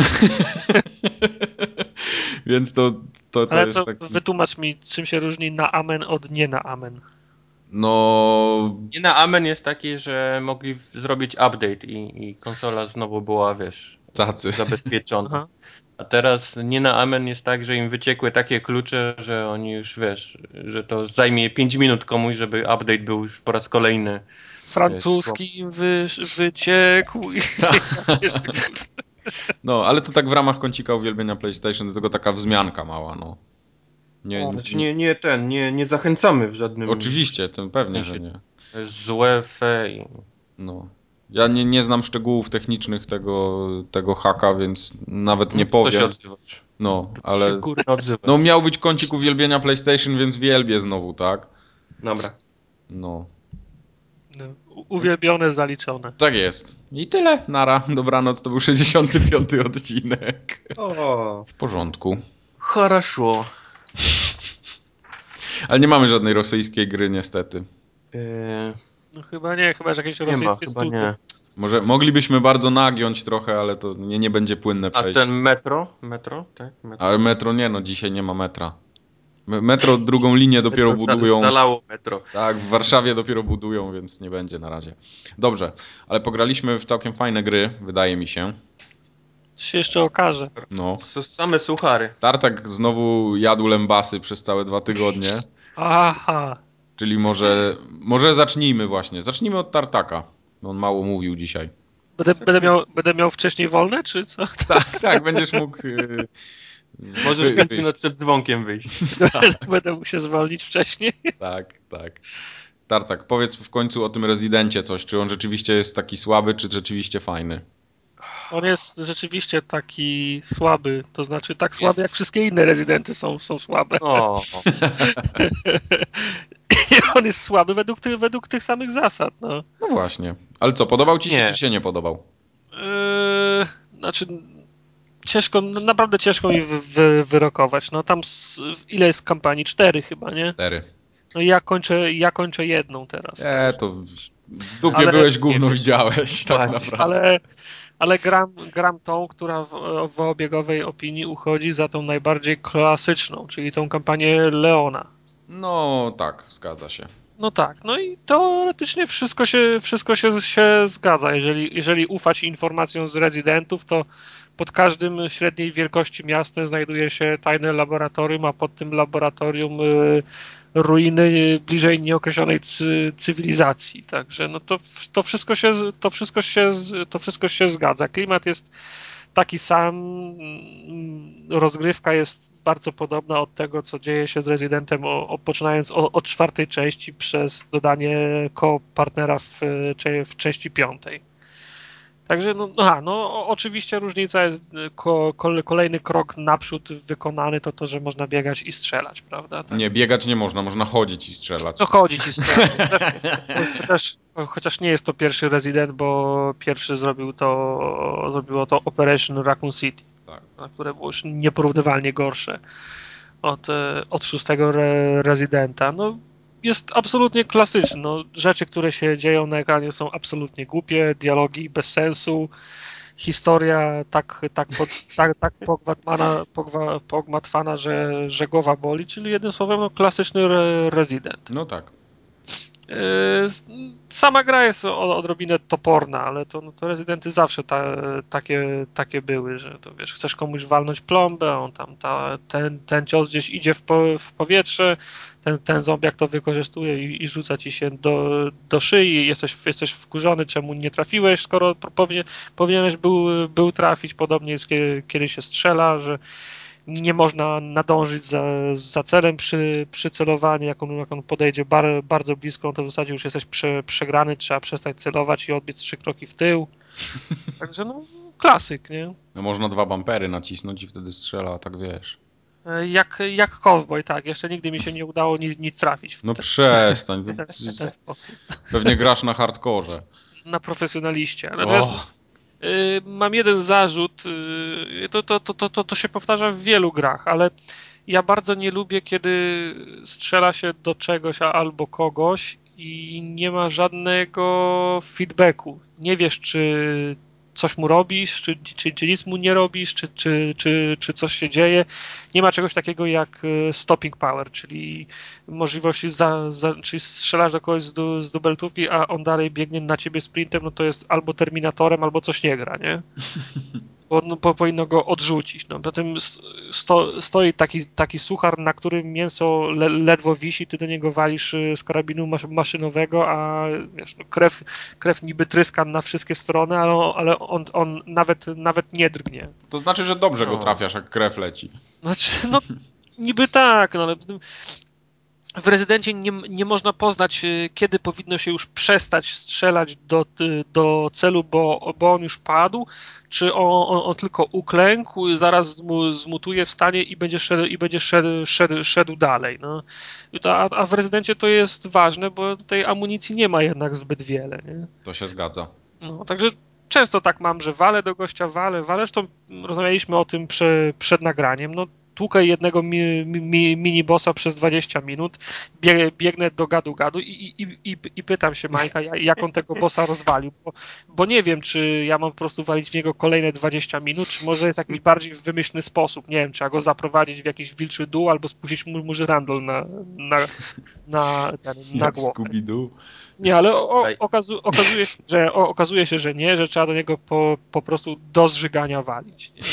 Więc to ale jest taki... Wytłumacz mi, czym się różni na amen od nie na amen. No... Nie na amen jest taki, że mogli zrobić update i konsola znowu była, wiesz, zabezpieczona. A teraz nie na amen jest tak, że im wyciekły takie klucze, że oni już, wiesz, że to zajmie 5 minut komuś, żeby update był już po raz kolejny. Francuski wyciekł i... No, ale to tak w ramach kącika uwielbienia PlayStation, do tego taka wzmianka mała, no. Nie zachęcamy w żadnym... Oczywiście, to pewnie, że nie. To jest złe, No. Ja nie znam szczegółów technicznych tego haka, więc nawet nie powiem. Co się odzywasz? No, ale... Się górno odzywasz. No, miał być kącik uwielbienia PlayStation, więc wielbię znowu, tak? Dobra. No. Uwielbione, zaliczone. Tak jest. I tyle. Nara. Dobranoc. To był 65. odcinek. W porządku. Хорошо. Ale nie mamy żadnej rosyjskiej gry, niestety. No chyba nie, chyba że jakieś rosyjskie studia. Może moglibyśmy bardzo nagiąć trochę, ale to nie będzie płynne przejście. A ten metro? Metro, tak? Ale metro nie, no dzisiaj nie ma metra. Metro drugą linię dopiero budują. Zalało metro. Tak, w Warszawie dopiero budują, więc nie będzie na razie. Dobrze, ale pograliśmy w całkiem fajne gry, wydaje mi się. Się jeszcze okaże. No. Same suchary. Tartak znowu jadł lębasy przez całe 2 tygodnie. Aha. Czyli może zacznijmy właśnie. Zacznijmy od Tartaka. On mało mówił dzisiaj. Będę miał wcześniej wolne, czy co? Tak, będziesz mógł... Możesz 5 minut przed dzwonkiem wyjść. Tak. Będę mógł się zwolnić wcześniej. Tak. Tartak, powiedz w końcu o tym Rezydencie coś. Czy on rzeczywiście jest taki słaby, czy rzeczywiście fajny? On jest rzeczywiście taki słaby, to znaczy tak słaby, jak wszystkie inne Rezydenty są słabe. O. On jest słaby według tych samych zasad. No właśnie. Ale co, podobał ci się, czy się nie podobał? Znaczy, naprawdę ciężko mi wyrokować. No tam ile jest kampanii? 4 chyba, nie? 4. No i ja kończę jedną teraz. To w dupie byłeś, gówno widziałeś, tak naprawdę. Ale gram tą, która w obiegowej opinii uchodzi za tą najbardziej klasyczną, czyli tą kampanię Leona. No tak, zgadza się. No tak, no i teoretycznie wszystko się zgadza. Jeżeli ufać informacjom z rezydentów, to pod każdym średniej wielkości miastem znajduje się tajne laboratorium, a pod tym laboratorium ruiny bliżej nieokreślonej cywilizacji. Także no to wszystko się zgadza. Klimat jest taki sam, rozgrywka jest bardzo podobna od tego, co dzieje się z Rezydentem, poczynając od 4. części przez dodanie partnera w części 5. Także oczywiście różnica jest, kolejny krok naprzód wykonany to, że można biegać i strzelać, prawda? Tak. Nie, biegać nie można chodzić i strzelać. No chodzić i strzelać. Chociaż nie jest to pierwszy Resident, bo pierwszy zrobiło to Operation Raccoon City, tak. Które było już nieporównywalnie gorsze od 6. Residenta. No, jest absolutnie klasyczny. No, rzeczy, które się dzieją na ekranie są absolutnie głupie, dialogi bez sensu, historia tak pogmatwana, że głowa boli, czyli jednym słowem klasyczny Resident. No tak. Sama gra jest odrobinę toporna, ale to Rezydenty zawsze takie były, że to wiesz, chcesz komuś walnąć plombę, on tam ten cios gdzieś idzie w powietrze, ten zombiak to wykorzystuje i rzuca ci się do szyi, jesteś wkurzony, czemu nie trafiłeś, skoro powinieneś był trafić. Podobnie jest, kiedy się strzela, że nie można nadążyć za celem przy celowaniu, jak on podejdzie bardzo blisko, to w zasadzie już jesteś przegrany, trzeba przestać celować i odbiec 3 kroki w tył. Także klasyk, nie? No można 2 bumpery nacisnąć i wtedy strzela, tak wiesz. Jak cowboy, tak. Jeszcze nigdy mi się nie udało nic trafić. No przestań. W ten sposób. Pewnie grasz na hardkorze. Na profesjonaliście. Natomiast mam jeden zarzut, to się powtarza w wielu grach, ale ja bardzo nie lubię, kiedy strzela się do czegoś albo kogoś i nie ma żadnego feedbacku. Nie wiesz, czy coś mu robisz, czy nic mu nie robisz, czy coś się dzieje. Nie ma czegoś takiego jak stopping power, czyli możliwości, czyli strzelasz do kogoś z dubeltówki, a on dalej biegnie na ciebie sprintem, no to jest albo Terminatorem, albo coś nie gra, nie? Bo powinno go odrzucić. No, potem stoi taki suchar, na którym mięso ledwo wisi, ty do niego walisz z karabinu maszynowego, a wiesz, krew niby tryska na wszystkie strony, ale on nawet nie drgnie. To znaczy, że dobrze go trafiasz, jak krew leci. Znaczy, niby tak, ale w Rezydencie nie można poznać, kiedy powinno się już przestać strzelać do celu, bo on już padł, czy on tylko uklękł, zaraz zmutuje, wstanie i będzie szedł dalej. No. A w Rezydencie to jest ważne, bo tej amunicji nie ma jednak zbyt wiele. Nie? To się zgadza. No, także często tak mam, że walę do gościa, walę. Zresztą rozmawialiśmy o tym przed nagraniem. No, tłukę jednego mini-bossa przez 20 minut, biegnę do gadu i pytam się Majka, jak on tego bossa rozwalił, bo nie wiem, czy ja mam po prostu walić w niego kolejne 20 minut, czy może jest jakiś bardziej wymyślny sposób, nie wiem, trzeba go zaprowadzić w jakiś wilczy dół, albo spuścić mu żyrandol na głowę. Scooby-Doo. Nie, ale okazuje się, że nie, że trzeba do niego po prostu do zżygania walić. Nie?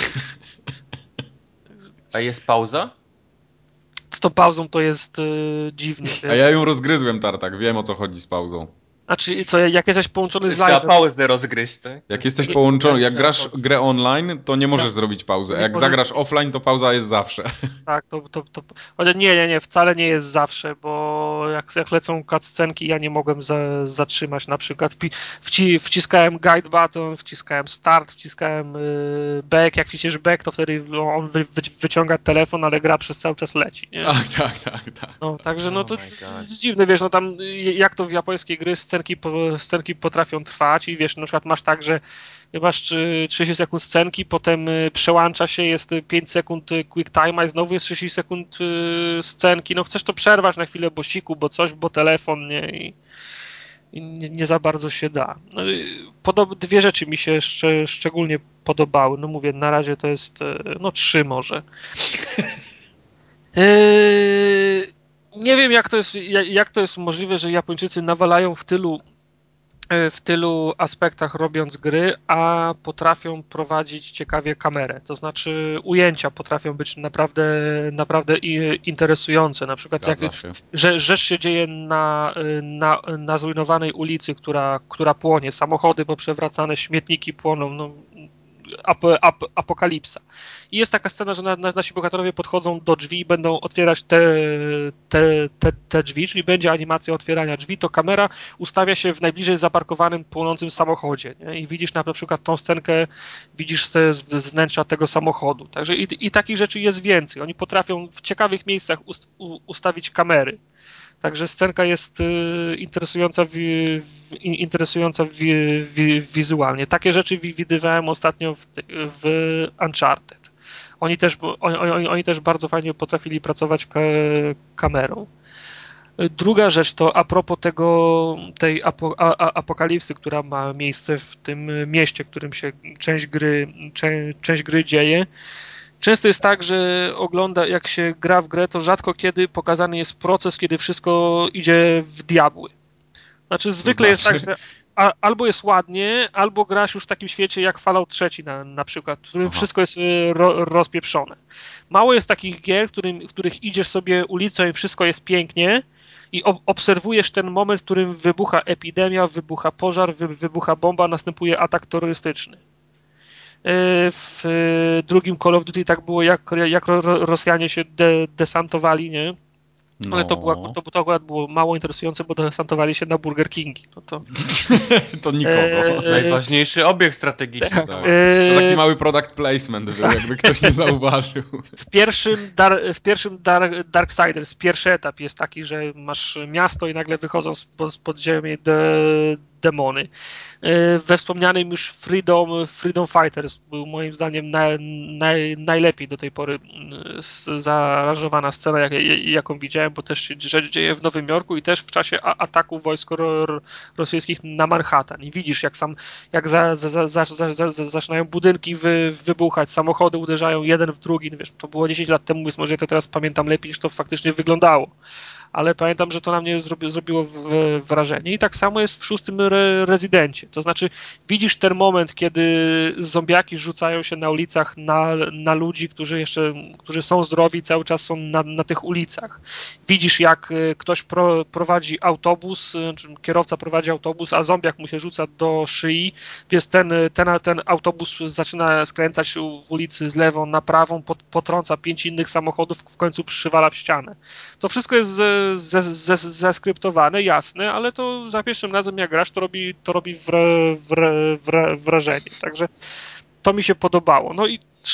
A jest pauza? Z tą pauzą to jest dziwnie. A ja ją rozgryzłem, Tartak, wiem o co chodzi z pauzą. Znaczy, jak jesteś połączony z live'em... Trzeba pauzę rozgryźć, tak? Jak jesteś połączony, jak grasz grę online, to nie możesz zrobić pauzy. A jak zagrasz offline, to pauza jest zawsze. Tak, nie, wcale nie jest zawsze, bo bo jak lecą cutscenki, ja nie mogłem zatrzymać na przykład. Wciskałem guide button, wciskałem start, wciskałem back. Jak wciśniesz back, to wtedy on wyciąga telefon, ale gra przez cały czas leci. Nie? Tak. No, także no to dziwne, wiesz, no tam jak to w japońskiej gry scenki potrafią trwać i wiesz, na przykład masz tak, że masz 30 sekund scenki, potem przełącza się, jest 5 sekund quick time, i znowu jest 30 sekund scenki, no chcesz to przerwać na chwilę, bo siku, bo coś, bo telefon, nie? I nie za bardzo się da. No, dwie rzeczy mi się szczególnie podobały, no mówię, na razie to jest, no 3 może. Nie wiem, jak to jest możliwe, że Japończycy nawalają w tylu aspektach robiąc gry, a potrafią prowadzić ciekawie kamerę. To znaczy ujęcia potrafią być naprawdę interesujące. Na przykład że rzecz się dzieje na zrujnowanej ulicy, która płonie, samochody poprzewracane, śmietniki płoną, no, apokalipsa. I jest taka scena, że nasi bohaterowie podchodzą do drzwi i będą otwierać te drzwi, czyli będzie animacja otwierania drzwi, to kamera ustawia się w najbliżej zaparkowanym, płonącym samochodzie. Nie? I widzisz na przykład tą scenkę, widzisz z wnętrza tego samochodu. Także i takich rzeczy jest więcej. Oni potrafią w ciekawych miejscach ustawić kamery. Także scenka jest interesująca wizualnie. Takie rzeczy widywałem ostatnio w Uncharted. Oni też bardzo fajnie potrafili pracować kamerą. Druga rzecz to a propos tej apokalipsy, która ma miejsce w tym mieście, w którym się część gry dzieje. Często jest tak, że jak się gra w grę, to rzadko kiedy pokazany jest proces, kiedy wszystko idzie w diabły. Znaczy zwykle jest tak, że albo jest ładnie, albo grasz już w takim świecie jak Fallout 3 na przykład, w którym wszystko jest rozpieprzone. Mało jest takich gier, w których idziesz sobie ulicą i wszystko jest pięknie i obserwujesz ten moment, w którym wybucha epidemia, wybucha pożar, wybucha bomba, następuje atak terrorystyczny. W drugim Call of Duty tak było, jak Rosjanie się desantowali, nie? No. Ale to akurat było mało interesujące, bo desantowali się na Burger Kingi. No to nikogo. Najważniejszy obiekt strategiczny. Tak. To taki mały product placement był, jakby ktoś nie zauważył. W pierwszym Darksiders pierwszy etap jest taki, że masz miasto i nagle wychodzą z podziemi demony. We wspomnianym już Freedom Fighters był moim zdaniem najlepiej do tej pory zaaranżowana scena, jaką widziałem, bo też się rzecz dzieje w Nowym Jorku i też w czasie ataku wojsk rosyjskich na Manhattan. I widzisz, jak zaczynają budynki wybuchać, samochody uderzają jeden w drugi. Wiesz, to było 10 lat temu, więc może ja to teraz pamiętam lepiej, niż to faktycznie wyglądało. Ale pamiętam, że to na mnie zrobiło wrażenie. I tak samo jest w 6. Rezydencie. To znaczy widzisz ten moment, kiedy zombiaki rzucają się na ulicach na ludzi, którzy są zdrowi, cały czas są na tych ulicach. Widzisz, jak ktoś prowadzi autobus, czy kierowca prowadzi autobus, a zombiak mu się rzuca do szyi, więc ten autobus zaczyna skręcać w ulicy z lewą na prawą, potrąca 5 innych samochodów, w końcu przywala w ścianę. To wszystko jest zeskryptowane, jasne, ale to za pierwszym razem jak grasz, to robi wrażenie. Także to mi się podobało. No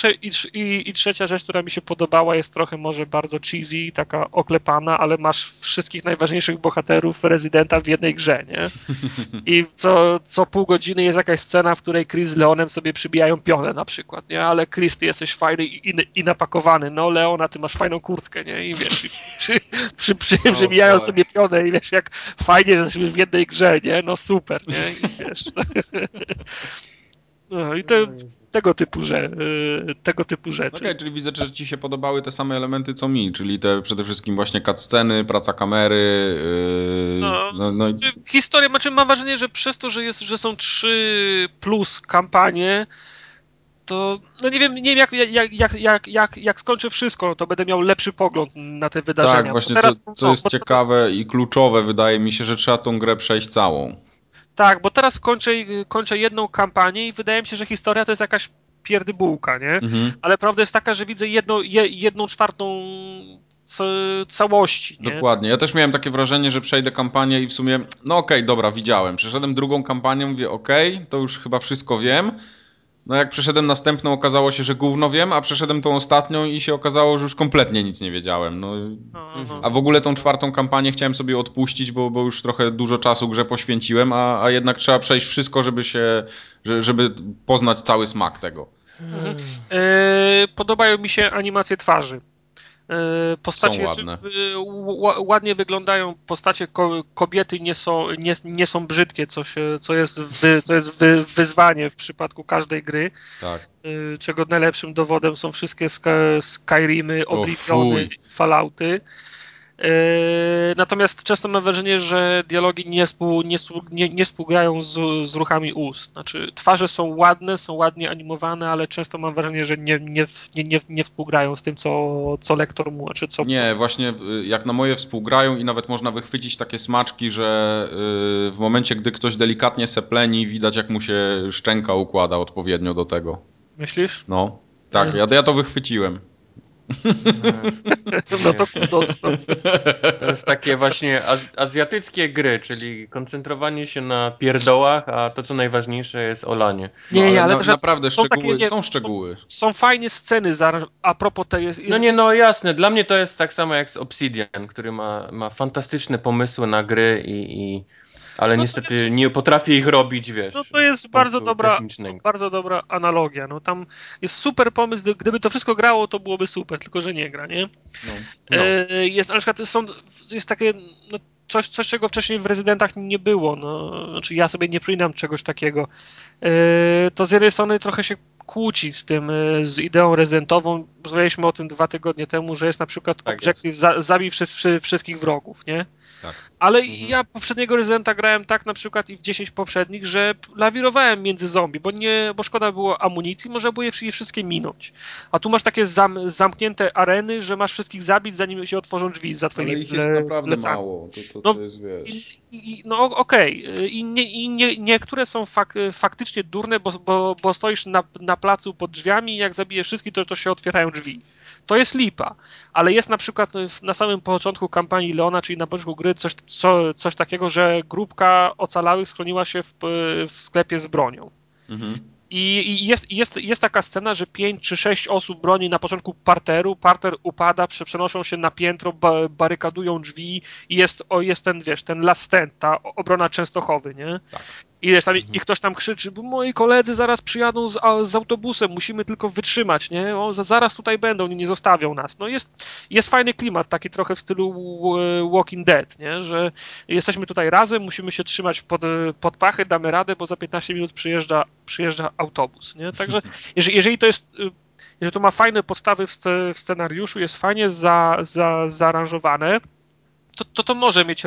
i trzecia rzecz, która mi się podobała, jest trochę może bardzo cheesy, taka oklepana, ale masz wszystkich najważniejszych bohaterów Rezydenta w jednej grze, nie? I co pół godziny jest jakaś scena, w której Chris z Leonem sobie przybijają pionę na przykład, nie? Ale Chris, ty jesteś fajny i napakowany. No Leona, ty masz fajną kurtkę, nie? I wiesz, przybijają sobie pionę i wiesz, jak fajnie, że jesteśmy w jednej grze, nie? No super, nie? I wiesz... No i tego typu rzeczy. Okej, czyli widzę, że ci się podobały te same elementy co mi, czyli te przede wszystkim właśnie cutsceny, praca kamery. Historia, mam wrażenie, że przez to, że są 3 plus kampanie, to no nie wiem jak skończę wszystko, to będę miał lepszy pogląd na te wydarzenia. Tak, właśnie co jest ciekawe i kluczowe, wydaje mi się, że trzeba tą grę przejść całą. Tak, bo teraz kończę jedną kampanię i wydaje mi się, że historia to jest jakaś pierdybułka, nie? Ale prawda jest taka, że widzę jedną czwartą całości. Nie? Dokładnie. Ja też miałem takie wrażenie, że przejdę kampanię i w sumie, no okej, dobra, widziałem. Przeszedłem drugą kampanię, mówię, okej, to już chyba wszystko wiem. No jak przeszedłem następną, okazało się, że gówno wiem, a przeszedłem tą ostatnią i się okazało, że już kompletnie nic nie wiedziałem. No. A w ogóle tą czwartą kampanię chciałem sobie odpuścić, bo już trochę dużo czasu grze poświęciłem, a jednak trzeba przejść wszystko, żeby poznać cały smak tego. Podobają mi się animacje twarzy. Postacie Są ładne. Ładnie wyglądają, postacie kobiety nie są brzydkie, co jest wyzwanie w przypadku każdej gry. Tak. Czego najlepszym dowodem są wszystkie Skyrimy, Obliviony, Fallouty. Natomiast często mam wrażenie, że dialogi nie współgrają z ruchami ust. Znaczy, twarze są ładnie animowane, ale często mam wrażenie, że nie współgrają z tym, co lektor mu, czy co... Nie, właśnie jak na moje współgrają i nawet można wychwycić takie smaczki, że w momencie, gdy ktoś delikatnie sepleni, widać jak mu się szczęka układa odpowiednio do tego. Myślisz? No, tak, ja to wychwyciłem. No to kudos. To jest takie właśnie azjatyckie gry, czyli koncentrowanie się na pierdołach, a to co najważniejsze jest olanie. Nie, ale naprawdę są szczegóły. Są fajne sceny, a propos tej jest... No jasne, dla mnie to jest tak samo jak z Obsidian, który ma fantastyczne pomysły na gry ale niestety nie potrafię ich robić, wiesz. No to jest bardzo dobra analogia. No tam jest super pomysł, gdyby to wszystko grało, to byłoby super, tylko że nie gra, nie? No. Jest na przykład jest takie coś, czego wcześniej w Rezydentach nie było. No, znaczy ja sobie nie przypominam czegoś takiego. To z jednej strony trochę się kłóci z ideą rezydentową. Rozmawialiśmy o tym 2 tygodnie temu, że jest na przykład objective zabij wszystkich wrogów, nie? Tak. Ale ja poprzedniego Rezydenta grałem tak na przykład i w 10 poprzednich, że lawirowałem między zombie, bo szkoda było amunicji, można było je wszystkie minąć. A tu masz takie zamknięte areny, że masz wszystkich zabić, zanim się otworzą drzwi za twoimi plecami. Ale ich jest naprawdę mało. To jest, wiesz... Okej. I niektóre są faktycznie durne, bo stoisz na placu pod drzwiami i jak zabijesz wszystkich, to się otwierają drzwi. To jest lipa, ale jest na przykład na samym początku kampanii Leona, czyli na początku gry, coś takiego, że grupka ocalałych schroniła się w sklepie z bronią. Mhm. I jest taka scena, że 5 czy 6 osób broni na początku parteru, parter upada, przenoszą się na piętro, barykadują drzwi i jest ten, wiesz, ten last stand, ta obrona Częstochowy, nie? Tak. I ktoś tam krzyczy, bo moi koledzy zaraz przyjadą z autobusem, musimy tylko wytrzymać, nie? Zaraz tutaj będą, nie zostawią nas. No jest fajny klimat, taki trochę w stylu Walking Dead, nie? Że jesteśmy tutaj razem, musimy się trzymać pod pachy, damy radę, bo za 15 minut przyjeżdża autobus, nie? Także jeżeli to ma fajne podstawy w scenariuszu, jest fajnie zaaranżowane, to może mieć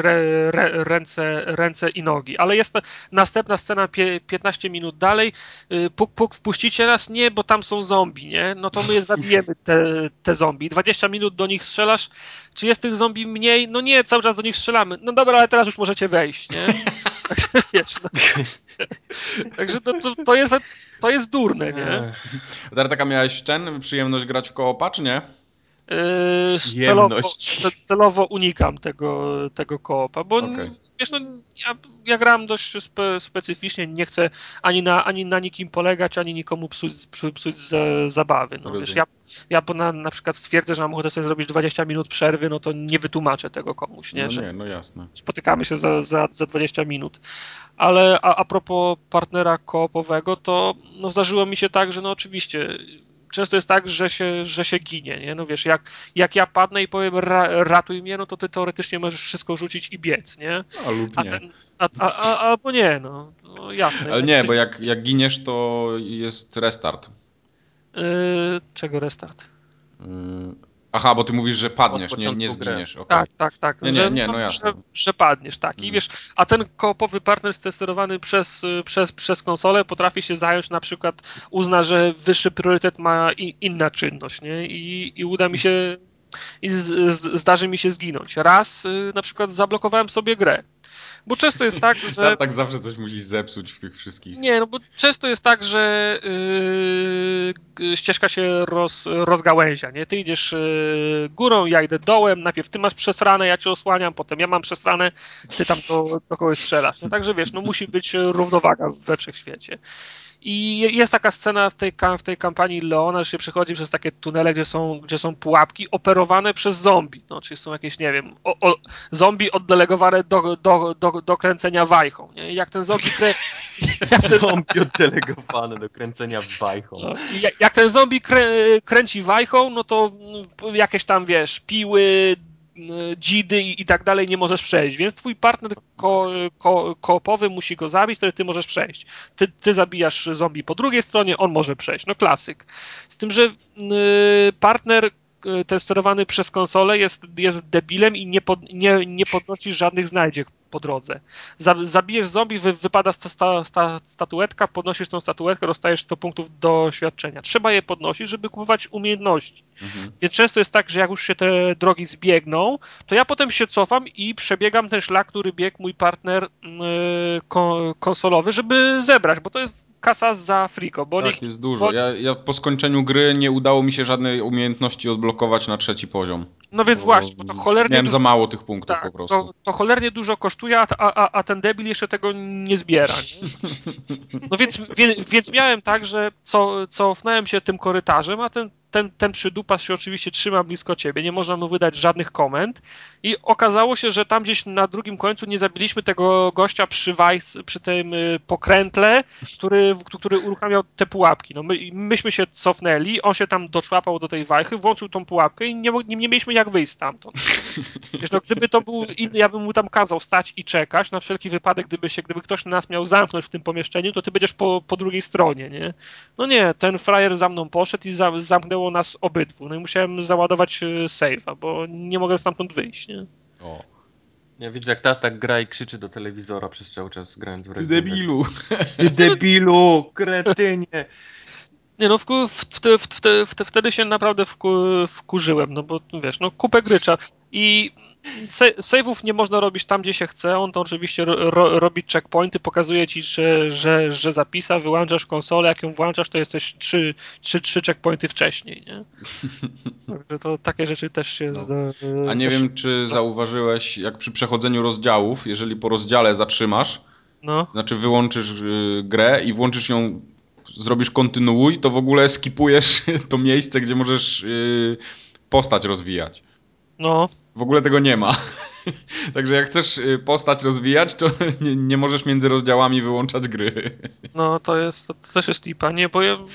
ręce i nogi, ale jest następna scena 15 minut dalej, puk, wpuścicie nas? Nie, bo tam są zombie, nie? No to my zabijemy te zombie. 20 minut do nich strzelasz, czy jest tych zombie mniej? No nie, cały czas do nich strzelamy. No dobra, ale teraz już możecie wejść, nie? Także wiesz, no. Także to jest durne, nie? Tartaka, miałeś przyjemność grać w koopa, czy nie? Celowo unikam tego koopa, bo wiesz, no, ja gram dość specyficznie, nie chcę ani na nikim polegać, ani nikomu psuć zabawy. No, wiesz, ja na przykład stwierdzę, że mam ochotę sobie zrobić 20 minut przerwy, no to nie wytłumaczę tego komuś, nie? No jasne. Spotykamy się za 20 minut. Ale a propos partnera koopowego, to no, zdarzyło mi się tak, że no oczywiście często jest tak, że się ginie, nie? No wiesz, jak ja padnę i powiem ratuj mnie, no to ty teoretycznie możesz wszystko rzucić i biec, nie? No lub nie. Albo nie, no jasne. Ale nie, bo jak giniesz, to jest restart. Czego restart? Aha, bo ty mówisz, że padniesz, nie zginiesz. Okay. Tak. Nie, no jasne. Że padniesz, tak. I wiesz, a ten koopowy partner sterowany przez konsolę potrafi się zająć, na przykład uzna, że wyższy priorytet ma inna czynność, nie? I uda mi się, zdarzy mi się zginąć. Raz na przykład zablokowałem sobie grę. Bo często jest tak, że... Tak zawsze coś musisz zepsuć w tych wszystkich. Nie, no bo często jest tak, że ścieżka się rozgałęzia, nie? Ty idziesz górą, ja idę dołem, najpierw ty masz przesrane, ja cię osłaniam, potem ja mam przesrane, ty tam do kogoś strzelasz. No także wiesz, no musi być równowaga we wszechświecie. I jest taka scena w tej kampanii Leona, że się przechodzi przez takie tunele, gdzie są pułapki operowane przez zombie. No, czyli są jakieś, nie wiem, zombie oddelegowane do kręcenia wajchą. Nie? Jak ten zombie Zombie oddelegowane do kręcenia wajchą. No, jak ten zombie kręci wajchą, no to jakieś tam, wiesz, piły, dzidy i tak dalej nie możesz przejść, więc twój partner koopowy musi go zabić, wtedy ty możesz przejść. Ty zabijasz zombie po drugiej stronie, on może przejść. No klasyk. Z tym, że partner ten sterowany przez konsolę jest debilem i nie podnosi żadnych znajdziek po drodze. Zabijesz zombie, wypada statuetka, podnosisz tą statuetkę, dostajesz 100 punktów doświadczenia. Trzeba je podnosić, żeby kupować umiejętności. Więc często jest tak, że jak już się te drogi zbiegną, to ja potem się cofam i przebiegam ten szlak, który biegł mój partner konsolowy, żeby zebrać, bo to jest kasa za friko. Bo tak, jest dużo. Ja po skończeniu gry nie udało mi się żadnej umiejętności odblokować na 3. poziom. No więc właśnie, bo to cholernie miałem za mało tych punktów po prostu. To cholernie dużo kosztuje, a ten debil jeszcze tego nie zbiera. Nie? No więc miałem tak, że cofnąłem się tym korytarzem, a ten przydupas się oczywiście trzyma blisko ciebie, nie można mu wydać żadnych komend i okazało się, że tam gdzieś na drugim końcu nie zabiliśmy tego gościa przy tym pokrętle, który uruchamiał te pułapki. No myśmy się cofnęli, on się tam doczłapał do tej wajchy, włączył tą pułapkę i nie mieliśmy jak wyjść stamtąd. Wiesz, no, gdyby to był inny, ja bym mu tam kazał stać i czekać, na wszelki wypadek, gdyby ktoś nas miał zamknąć w tym pomieszczeniu, to ty będziesz po drugiej stronie, nie? No nie, ten frajer za mną poszedł i zamknęło nas obydwu. No i musiałem załadować save'a, bo nie mogę stamtąd wyjść, nie? O. Ja widzę, jak tata gra i krzyczy do telewizora przez cały czas, grając w Ty debilu! Ty debilu, kretynie! Nie no, wtedy się naprawdę wkurzyłem, no bo wiesz, no kupę grycza i save'ów nie można robić tam, gdzie się chce, on to oczywiście robi checkpointy, pokazuje ci, że zapisa, wyłączasz konsolę, jak ją włączasz, to jesteś trzy checkpointy wcześniej, nie? Także to takie rzeczy też się... A nie wiem, czy zauważyłeś, jak przy przechodzeniu rozdziałów, jeżeli po rozdziale zatrzymasz, znaczy wyłączysz grę i włączysz ją, zrobisz kontynuuj, to w ogóle skipujesz to miejsce, gdzie możesz postać rozwijać. No. W ogóle tego nie ma. Także jak chcesz postać rozwijać, to nie możesz między rozdziałami wyłączać gry. No to też jest lipa, nie, bo ja...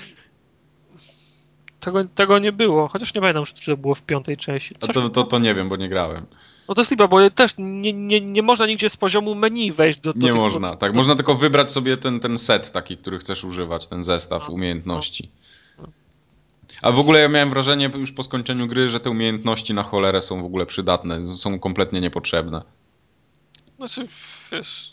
Tego nie było, chociaż nie pamiętam, czy to było w 5. części. To nie wiem, bo nie grałem. No to jest lipa, bo też nie można nigdzie z poziomu menu wejść do nie można, tak. Można tylko wybrać sobie ten set taki, który chcesz używać, ten zestaw umiejętności. A w ogóle ja miałem wrażenie już po skończeniu gry, że te umiejętności na cholerę są w ogóle przydatne, są kompletnie niepotrzebne. Znaczy, wiesz...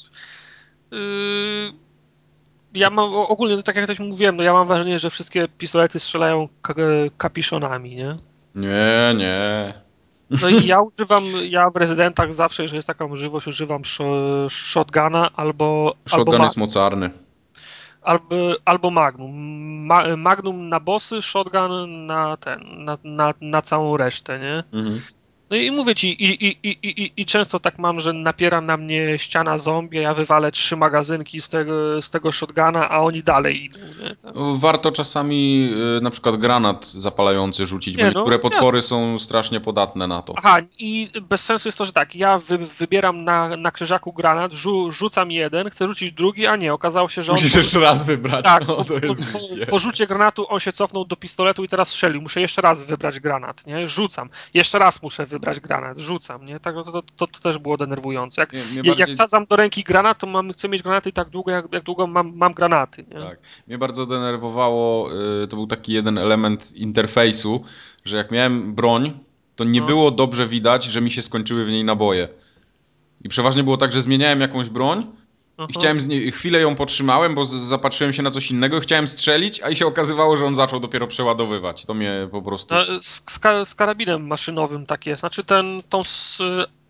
Ja mam ogólnie, tak jak też mówiłem, no ja mam wrażenie, że wszystkie pistolety strzelają kapiszonami, nie? Nie. No i ja w rezydentach zawsze, jeżeli jest taka możliwość, używam shotguna albo Shotgun jest mocarny. Albo Magnum. Magnum na bossy, shotgun na całą resztę, nie? Mhm. No i mówię ci, i często tak mam, że napiera na mnie ściana zombie, ja wywalę 3 magazynki z tego shotguna, a oni dalej idą. Nie? Tak. Warto czasami na przykład granat zapalający rzucić, bo niektóre potwory są strasznie podatne na to. Aha, i bez sensu jest to, że tak, ja wybieram na krzyżaku granat, rzucam jeden, chcę rzucić drugi, a nie, okazało się, że on... Musisz jeszcze raz wybrać, tak, no, to jest po rzucie granatu on się cofnął do pistoletu i teraz strzelił. Muszę jeszcze raz wybrać granat, nie? Rzucam. Jeszcze raz muszę wybrać granat, rzucam, nie? Tak, to też było denerwujące. Jak wsadzam do ręki granat, to chcę mieć granaty tak długo, jak długo mam granaty, nie? Tak. Mnie bardzo denerwowało, to był taki jeden element interfejsu, że jak miałem broń, to nie było dobrze widać, że mi się skończyły w niej naboje. I przeważnie było tak, że zmieniałem jakąś broń i chwilę ją potrzymałem, bo zapatrzyłem się na coś innego, chciałem strzelić, a i się okazywało, że on zaczął dopiero przeładowywać. To mnie po prostu... Z karabinem maszynowym tak jest. Znaczy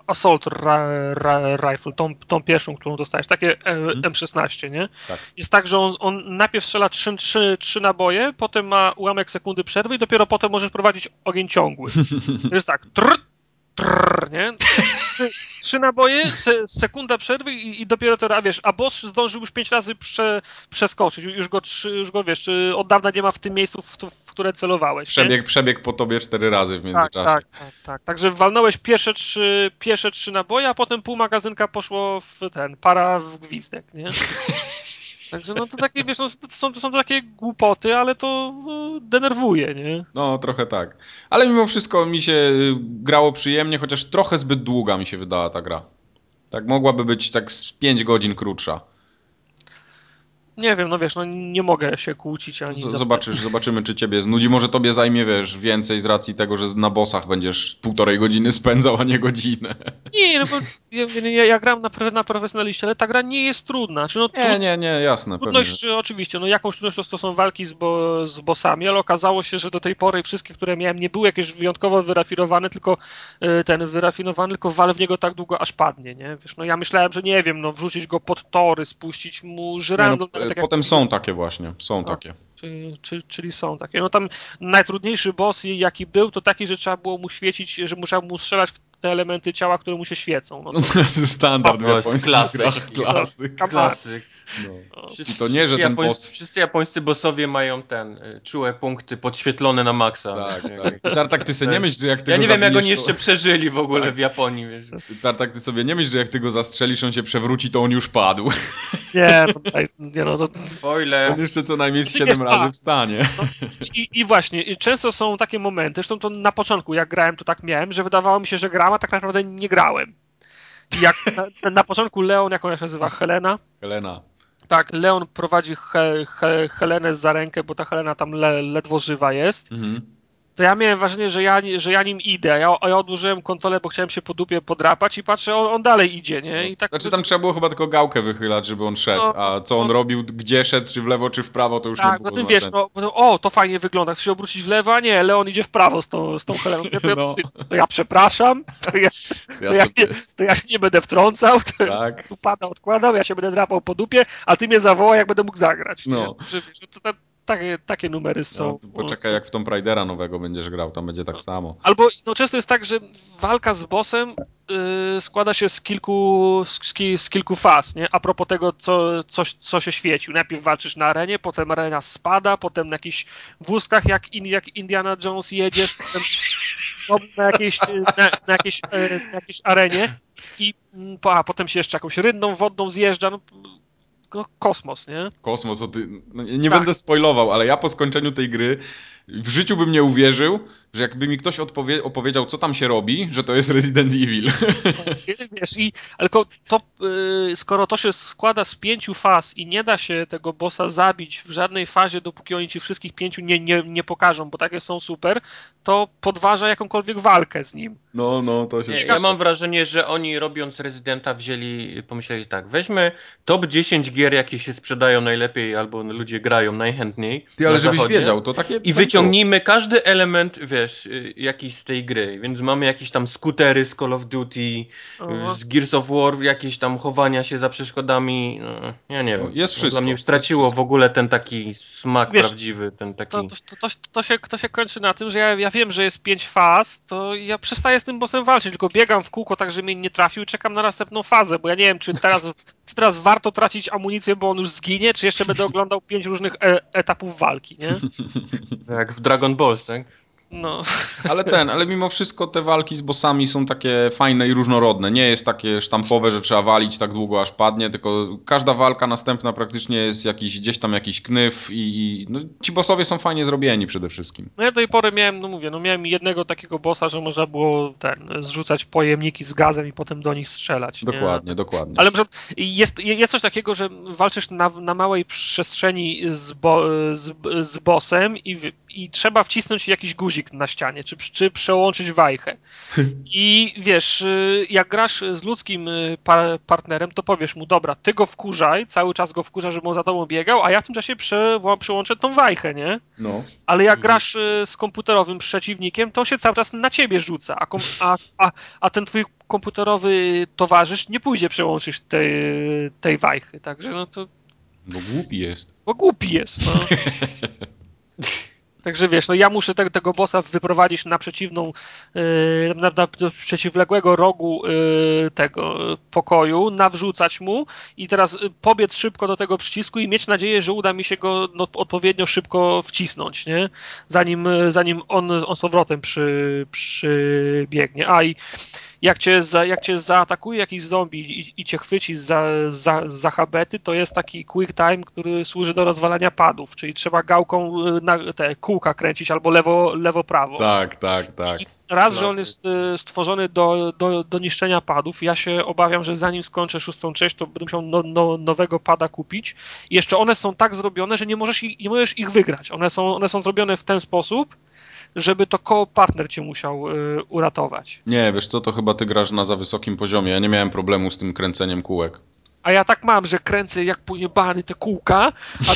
Assault Rifle, tą pierwszą, którą dostajesz, takie M16, nie? Tak. Jest tak, że on najpierw strzela 3 naboje, potem ma ułamek sekundy przerwy i dopiero potem możesz prowadzić ogień ciągły. To jest tak, nie? 3 naboje, sekunda przerwy i dopiero to, wiesz, a boss zdążył już 5 razy przeskoczyć, już go, wiesz, od dawna nie ma w tym miejscu, w które celowałeś. Przebieg po tobie 4 razy w międzyczasie. Tak. Także walnąłeś pierwsze trzy naboje, a potem pół magazynka poszło w para w gwizdek, nie? Także no to takie, wiesz, no, to są takie głupoty, ale to denerwuje, nie? No, trochę tak. Ale mimo wszystko mi się grało przyjemnie, chociaż trochę zbyt długa mi się wydała ta gra. Tak mogłaby być tak z 5 godzin krótsza. Nie wiem, no wiesz, no nie mogę się kłócić ani... Zobaczymy, czy ciebie znudzi. Może tobie zajmie, wiesz, więcej z racji tego, że na bossach będziesz 1,5 godziny spędzał, a nie godzinę. Nie, no bo ja gram na profesjonaliście, ale ta gra nie jest trudna. Znaczy, no, nie, jasne. Trudność, oczywiście, no jakąś trudność to są walki z bossami, ale okazało się, że do tej pory wszystkie, które miałem, nie były jakieś wyjątkowo wyrafinowane, tylko tylko wal w niego tak długo, aż padnie, nie? Wiesz, no ja myślałem, że nie wiem, no wrzucić go pod tory, spuścić mu żyrandol. Tak potem są takie właśnie, takie. Czyli są takie. No tam najtrudniejszy boss, jaki był, to taki, że trzeba było mu świecić, że musiał mu strzelać w te elementy ciała, które mu się świecą. No to standard w japońskich grach. Klasyk. No. I to nie, że ten boss... Wszyscy japońscy bossowie mają czułe punkty podświetlone na maksa. Tak. Tartak, ty sobie nie myśl, że jak ty ja go nie wiem, jak oni to... jeszcze przeżyli w ogóle w Japonii. Wiesz. Tartak, ty sobie nie myśl, że jak ty go zastrzelisz, on się przewróci, to on już padł. Nie, no to... Spoiler. On jeszcze co najmniej 7 razy wstanie. No, i właśnie, często są takie momenty, zresztą to na początku, jak grałem, to tak miałem, że wydawało mi się, że gram, a tak naprawdę nie grałem. I jak na początku Leon, jak ona się nazywa? Helena. Tak, Leon prowadzi Helenę za rękę, bo ta Helena tam ledwo żywa jest. To ja miałem wrażenie, że ja nim idę, a ja odłożyłem konsolę, bo chciałem się po dupie podrapać i patrzę, on dalej idzie, nie? I tak, znaczy tam trzeba było chyba tylko gałkę wychylać, żeby on szedł, a co on robił, gdzie szedł, czy w lewo, czy w prawo, to już nie było. Tak, no tym wiesz, to fajnie wygląda, chce się obrócić w lewo, a nie, Leon idzie w prawo z tą Heleną. To ja przepraszam, to ja się nie będę wtrącał, tu pada, odkładał, ja się będę drapał po dupie, a ty mnie zawołaj, jak będę mógł zagrać. No. Że, wiesz, takie numery są. Poczekaj, jak w Tomb Raidera nowego będziesz grał, tam będzie tak samo. Albo często jest tak, że walka z bossem składa się z kilku faz, nie? A propos tego, co się świecił. Najpierw walczysz na arenie, potem arena spada, potem na jakichś wózkach, jak Indiana Jones jedziesz, na jakiejś arenie i potem się jeszcze jakąś rynną wodną zjeżdża. Kosmos, nie? Kosmos, nie będę spoilował, ale ja po skończeniu tej gry w życiu bym nie uwierzył, że jakby mi ktoś opowiedział, co tam się robi, że to jest Resident Evil. Wiesz, skoro to się składa z 5 faz i nie da się tego bossa zabić w żadnej fazie, dopóki oni ci wszystkich 5 nie pokażą, bo takie są super, to podważa jakąkolwiek walkę z nim. No, to się... Ja mam wrażenie, że oni robiąc Residenta pomyśleli tak, weźmy top 10 gier, jakie się sprzedają najlepiej albo ludzie grają najchętniej. Ale żebyś wiedział, to takie... I wyciągnijmy każdy element, wiesz, jakiś z tej gry, więc mamy jakieś tam skutery z Call of Duty, z Gears of War, jakieś tam chowania się za przeszkodami, ja nie wiem. Jest wszystko. Dla mnie straciło w ogóle ten taki smak prawdziwy, ten taki... To się kończy na tym, że ja wiem, że jest 5 faz, to ja przestaję z tym bossem walczyć, tylko biegam w kółko tak, że mnie nie trafił i czekam na następną fazę, bo ja nie wiem, czy teraz warto tracić amunicję, bo on już zginie, czy jeszcze będę oglądał 5 różnych etapów walki, nie? Jak w Dragon Ball, tak? No. Ale mimo wszystko te walki z bossami są takie fajne i różnorodne. Nie jest takie sztampowe, że trzeba walić tak długo aż padnie, tylko każda walka następna praktycznie jest gdzieś tam jakiś knyf i ci bossowie są fajnie zrobieni przede wszystkim. No ja do tej pory miałem jednego takiego bossa, że można było zrzucać pojemniki z gazem i potem do nich strzelać. Dokładnie. Ale na przykład jest coś takiego, że walczysz na małej przestrzeni z bossem i i trzeba wcisnąć jakiś guzik na ścianie, czy przełączyć wajchę. I wiesz, jak grasz z ludzkim partnerem, to powiesz mu, dobra, ty go wkurzaj, cały czas go wkurzaj, żeby on za tobą biegał, a ja w tym czasie przełączę tą wajchę, nie? No. Ale jak grasz z komputerowym przeciwnikiem, to on się cały czas na ciebie rzuca, a ten twój komputerowy towarzysz nie pójdzie przełączyć tej wajchy, także no to... Bo głupi jest. Bo głupi jest, no. Także wiesz, no ja muszę tego bossa wyprowadzić na przeciwną, do przeciwległego rogu tego pokoju, nawrzucać mu i teraz pobiec szybko do tego przycisku i mieć nadzieję, że uda mi się go odpowiednio szybko wcisnąć, nie? Zanim on z powrotem przybiegnie. I jak cię zaatakuje jakiś zombie i cię chwyci za habety, to jest taki quick time, który służy do rozwalania padów, czyli trzeba gałką te kółka kręcić albo lewo, prawo. Tak. Raz, że on jest stworzony do niszczenia padów, ja się obawiam, że zanim skończę 6. część, to będę musiał nowego pada kupić. I jeszcze one są tak zrobione, że nie możesz ich wygrać. One są zrobione w ten sposób, żeby to partner cię musiał uratować. Nie, wiesz co, to chyba ty grasz na za wysokim poziomie. Ja nie miałem problemu z tym kręceniem kółek. A ja tak mam, że kręcę jak pojebany te kółka,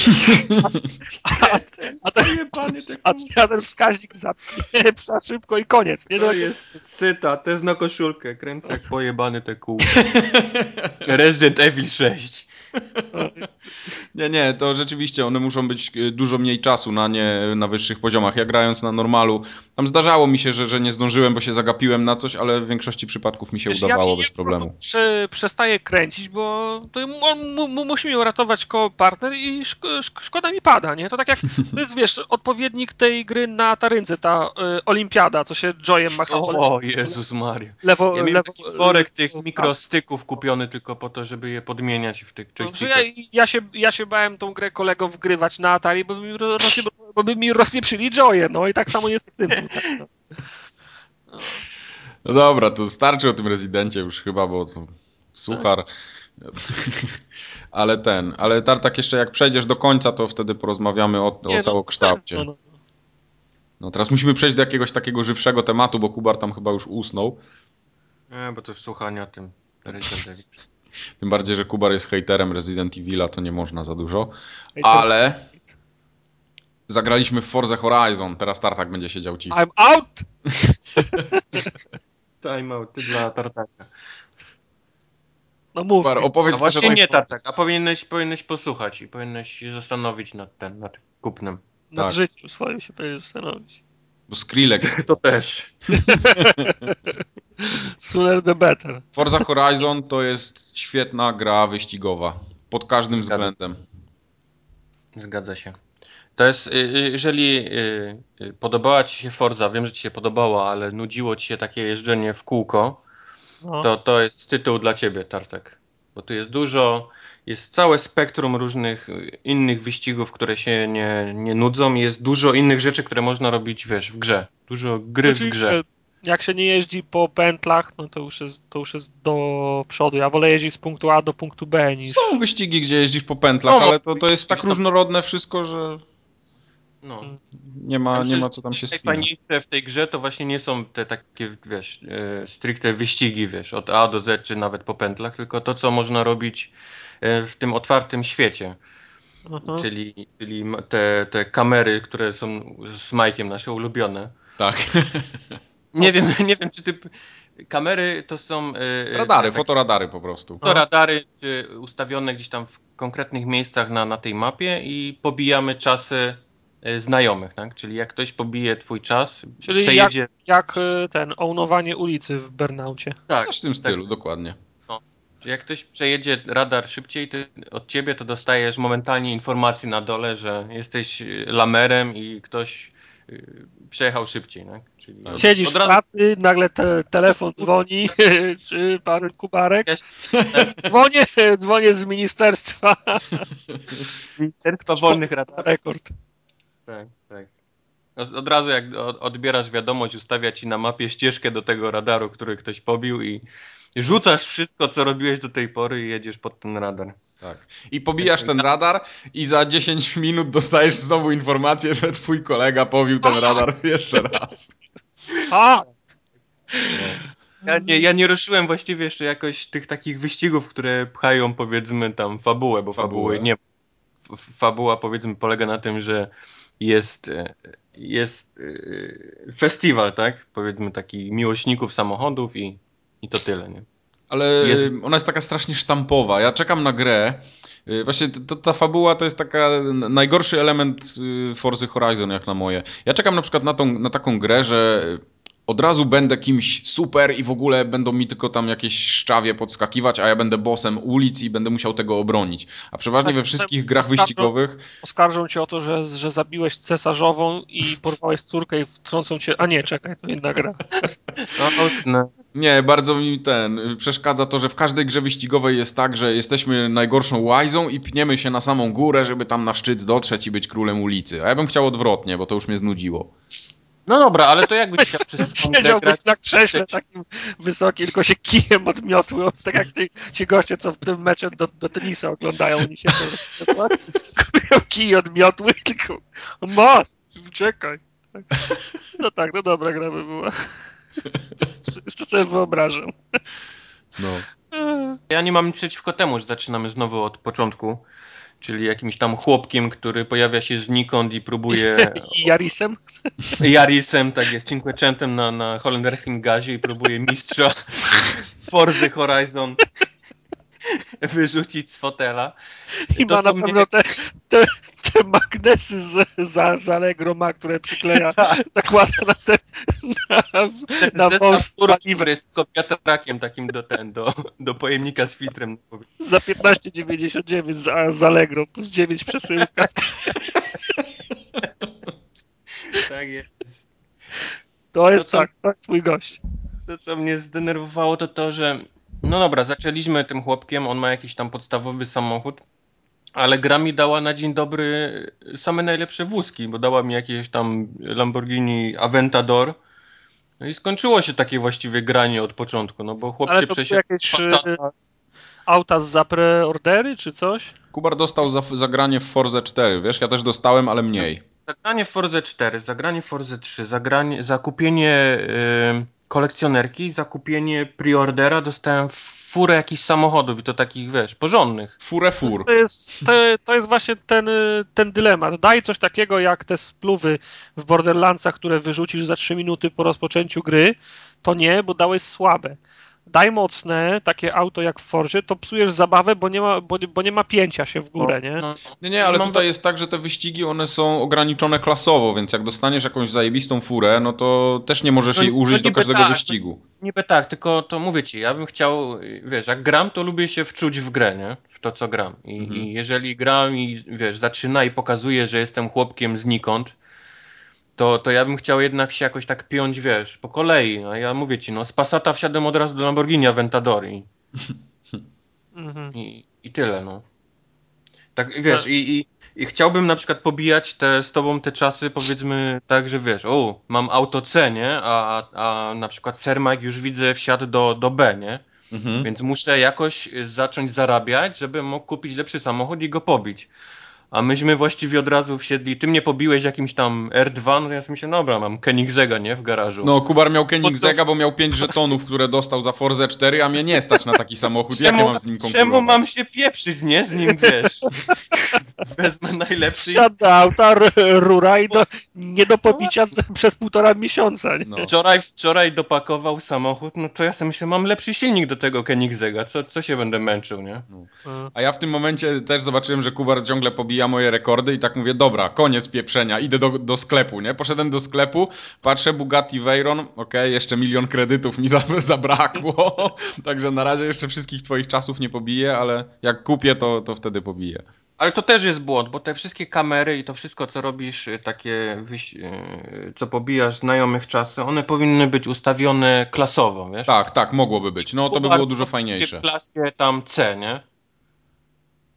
a ten wskaźnik zapieprza szybko i koniec. Nie? To jest cytat, to jest na koszulkę. Kręcę jak pojebany te kółka. Resident Evil 6. Nie, to rzeczywiście one muszą być dużo mniej czasu na wyższych poziomach. Ja grając na normalu, tam zdarzało mi się, że nie zdążyłem, bo się zagapiłem na coś, ale w większości przypadków mi się udawało bez problemu. Przestaję kręcić, bo to musi mnie uratować partner i szkoda mi pada, nie? To tak jak, to jest, wiesz, odpowiednik tej gry na Atarynce, ta Olimpiada, co się Joyem macha. O, Jezus Maria. Ja miałem taki worek tych mikrostyków kupiony tylko po to, żeby je podmieniać w tych joystickach. Ja się bałem tą grę kolegom wgrywać na Atari, bo by mi rozpieprzyli Joye, no i tak samo jest z tym tutaj. No. No dobra, to starczy o tym Rezydencie już chyba, bo to suchar. Ale Tartak jeszcze jak przejdziesz do końca, to wtedy porozmawiamy o całokształcie. No teraz musimy przejść do jakiegoś takiego żywszego tematu, bo Kubar tam chyba już usnął. Nie, bo to jest słuchanie o tym Resident Evil. Tym bardziej, że Kubar jest hejterem Resident Evila, to nie można za dużo. Ale zagraliśmy w Forza Horizon, teraz Tartak będzie siedział cicho. I'm out! Time out, ty dla Tartaka. No mów. Opowiedz a właśnie nie Tartak, a powinieneś posłuchać i powinieneś się zastanowić nad kupnem. Nad życiem swoim się powinien zastanowić. Bo Skrillex... To też. Sooner the better. Forza Horizon to jest świetna gra wyścigowa. Pod każdym względem. Zgadza się. To jest, jeżeli podobała ci się Forza, wiem, że ci się podobała, ale nudziło ci się takie jeżdżenie w kółko, to jest tytuł dla ciebie, Tartek. Bo tu jest całe spektrum różnych innych wyścigów, które się nie nudzą i jest dużo innych rzeczy, które można robić, wiesz, w grze. Dużo gry w grze. Jak się nie jeździ po pętlach, no to już jest do przodu. Ja wolę jeździć z punktu A do punktu B niż... Są wyścigi, gdzie jeździsz po pętlach, ale to jest tak różnorodne wszystko, że... No. Nie ma co tam się spinać. Najfajniejsze w tej grze to właśnie nie są te takie, wiesz, stricte wyścigi, wiesz, od A do Z, czy nawet po pętlach, tylko to, co można robić w tym otwartym świecie. Czyli te kamery, które są z Majkiem nasze ulubione. Tak. Nie wiem, czy ty... Kamery to są... radary, fotoradary po prostu. Fotoradary ustawione gdzieś tam w konkretnych miejscach na tej mapie i pobijamy czasy znajomych, tak? Czyli jak ktoś pobije twój czas, czyli przejedzie... jak ownowanie ulicy w Burnoucie. Tak. Coś w tym stylu, dokładnie. No. Jak ktoś przejedzie radar szybciej od ciebie, to dostajesz momentalnie informację na dole, że jesteś lamerem i ktoś przejechał szybciej, tak? Czyli siedzisz w pracy, nagle telefon dzwoni, czy pan Kubarek? Dzwonię z ministerstwa. Ministerstwa wolnych radarów. Rekord. Tak. Od razu jak odbierasz wiadomość, ustawia ci na mapie ścieżkę do tego radaru, który ktoś pobił i Rzucasz wszystko, co robiłeś do tej pory i jedziesz pod ten radar. Tak. I pobijasz ten radar i za 10 minut dostajesz znowu informację, że twój kolega pobił ten radar jeszcze raz. A! Ja nie ruszyłem właściwie jeszcze jakoś tych takich wyścigów, które pchają powiedzmy tam fabułę, bo fabuły nie. Fabuła powiedzmy polega na tym, że jest festiwal, tak? Powiedzmy taki miłośników samochodów i to tyle, nie? Ale ona jest taka strasznie sztampowa. Ja czekam na grę. Właśnie ta fabuła to jest taka najgorszy element Forzy Horizon jak na moje. Ja czekam na przykład na taką grę, że od razu będę kimś super i w ogóle będą mi tylko tam jakieś szczawie podskakiwać, a ja będę bossem ulic i będę musiał tego obronić. A przeważnie we wszystkich grach wyścigowych... Oskarżą cię o to, że zabiłeś cesarzową i porwałeś córkę i wtrącą cię... A nie, czekaj, to inna gra. No. Nie, bardzo mi przeszkadza to, że w każdej grze wyścigowej jest tak, że jesteśmy najgorszą łajzą i pniemy się na samą górę, żeby tam na szczyt dotrzeć i być królem ulicy. A ja bym chciał odwrotnie, bo to już mnie znudziło. No dobra, ale to jakbyś chciał przez siedziałbyś na krześle takim wysokim, tylko się kijem odmiotły, tak jak ci goście, co w tym meczu do tenisa oglądają, oni się kij odmiotły, tylko masz, czekaj. No tak, no dobra gra by była. Jeszcze sobie wyobrażam. No. Ja nie mam nic przeciwko temu, że zaczynamy znowu od początku, czyli jakimś tam chłopkiem, który pojawia się znikąd i próbuje... I Yarisem? Yarisem, tak jest, Cinquecentem na holenderskim gazie i próbuje mistrza Forzy Horizon wyrzucić z fotela. I ma na pewno te magnesy z Allegro ma, które przykleja, zakłada na wąż z paliwem. Który jest tylko wiatrakiem takim do pojemnika z filtrem. Za 15,99 z Allegro, plus 9 przesyłka. Tak jest. To jest mój gość. To, co mnie zdenerwowało, to, że no dobra, zaczęliśmy tym chłopkiem, on ma jakiś tam podstawowy samochód, ale gra mi dała na dzień dobry same najlepsze wózki, bo dała mi jakieś tam Lamborghini Aventador. No i skończyło się takie właściwie granie od początku, no bo chłop ale się to przesiadł jakieś auta za preordery, czy coś? Kubar dostał za granie w Forze 4, wiesz? Ja też dostałem, ale mniej. Zagranie w Forze 4, zagranie w Forze 3, zakupienie kolekcjonerki, zakupienie preordera, dostałem furę jakichś samochodów i to takich, wiesz, porządnych. Fur. To jest właśnie ten dylemat. Daj coś takiego jak te spluwy w Borderlandsach, które wyrzucisz za 3 minuty po rozpoczęciu gry, to nie, bo dałeś słabe. Daj mocne, takie auto jak w Forzie, to psujesz zabawę, bo nie ma pięcia się w górę, nie? Nie, ale tutaj jest tak, że te wyścigi, one są ograniczone klasowo, więc jak dostaniesz jakąś zajebistą furę, no to też nie możesz jej użyć do każdego wyścigu. Niby tak, tylko to mówię ci, ja bym chciał, wiesz, jak gram, to lubię się wczuć w grę, nie? W to, co gram. I jeżeli gram i, wiesz, zaczyna i pokazuje, że jestem chłopkiem znikąd, to ja bym chciał jednak się jakoś tak piąć, wiesz, po kolei. A ja mówię ci, no z Passata wsiadłem od razu do Lamborghini Aventador i tyle, no. Tak, wiesz, i chciałbym na przykład pobijać z tobą te czasy, powiedzmy tak, że wiesz, mam auto C, nie? A na przykład Sir Mike już widzę wsiadł do B, nie? Więc muszę jakoś zacząć zarabiać, żeby mógł kupić lepszy samochód i go pobić. A myśmy właściwie od razu wsiedli. Ty mnie pobiłeś jakimś tam R2, no ja sobie myślę, dobra, mam Koenigsegga, nie? W garażu. No, Kubar miał Koenigsegga, bo miał 5 żetonów, które dostał za Forzę 4, a mnie nie stać na taki samochód. Jak ja mam z nim konkurować? Czemu mam się pieprzyć, nie? Z nim, wiesz. Wezmę najlepszy. Wsiadł do auta, rura i nie do pobicia przez 1,5 miesiąca. Nie? No. Wczoraj dopakował samochód, no to ja sobie myślę, mam lepszy silnik do tego Koenigsegga, co się będę męczył, nie? No. A ja w tym momencie też zobaczyłem, że Kubar ciągle pobija moje rekordy i tak mówię, dobra, koniec pieprzenia, idę do sklepu, nie? Poszedłem do sklepu, patrzę, Bugatti Veyron, okej, jeszcze 1 000 000 kredytów mi zabrakło, także na razie jeszcze wszystkich twoich czasów nie pobiję, ale jak kupię, to wtedy pobiję. Ale to też jest błąd, bo te wszystkie kamery i to wszystko, co robisz, takie, co pobijasz znajomych czasy, one powinny być ustawione klasowo, wiesz? Tak, mogłoby być. No to by było dużo fajniejsze. W klasie tam C, nie?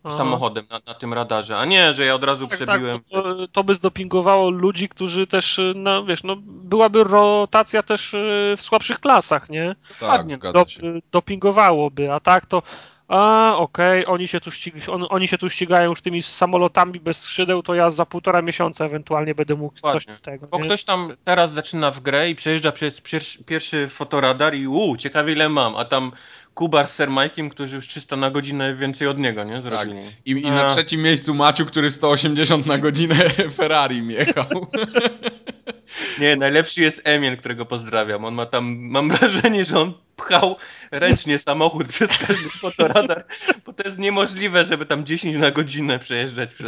samochodem na tym radarze, a nie, że ja od razu przebiłem. Tak, to by zdopingowało ludzi, którzy też, byłaby rotacja też w słabszych klasach, nie? Tak, zgadza się. Dopingowałoby, a tak to okej, oni się tu ścigają już tymi samolotami bez skrzydeł, to ja za 1,5 miesiąca ewentualnie będę mógł coś tego. Bo ktoś tam teraz zaczyna w grę i przejeżdża przez pierwszy fotoradar i ciekawie ile mam, a tam Kubar z Sir Mike'iem, którzy już 300 na godzinę więcej od niego, nie? Zrobili. Tak. I na trzecim miejscu Maciu, który 180 na godzinę Ferrari jechał. Nie, najlepszy jest Emil, którego pozdrawiam. On ma tam, mam wrażenie, że on pchał ręcznie samochód przez każdy fotoradar, bo to jest niemożliwe, żeby tam 10 na godzinę przejeżdżać przez...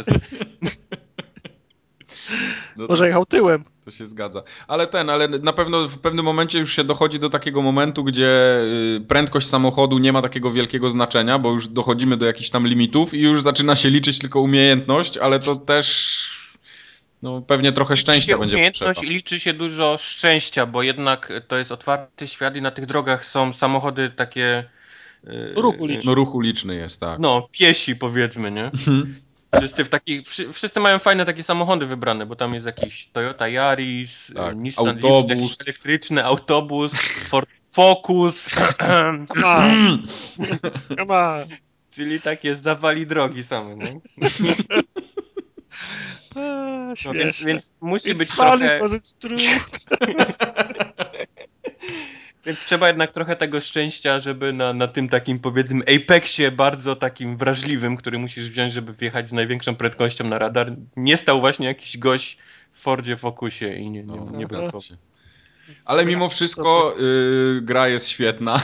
Może jechał tyłem. To się zgadza. Ale na pewno w pewnym momencie już się dochodzi do takiego momentu, gdzie prędkość samochodu nie ma takiego wielkiego znaczenia, bo już dochodzimy do jakichś tam limitów i już zaczyna się liczyć tylko umiejętność, ale to też pewnie trochę szczęścia będzie potrzeba. I liczy się dużo szczęścia, bo jednak to jest otwarty świat i na tych drogach są samochody takie... Ruch uliczny. Ruch uliczny jest, tak. Piesi powiedzmy, nie? Wszyscy mają fajne takie samochody wybrane, bo tam jest jakiś Toyota Yaris, Nissan Leaf, jakiś elektryczny autobus, Ford Focus. Czyli takie zawali drogi same, nie? Więc musi być trochę... Więc trzeba jednak trochę tego szczęścia, żeby na tym takim, powiedzmy, Apexie bardzo takim wrażliwym, który musisz wziąć, żeby wjechać z największą prędkością na radar, nie stał właśnie jakiś gość w Fordzie Focusie i nie był. Ale mimo wszystko gra jest świetna,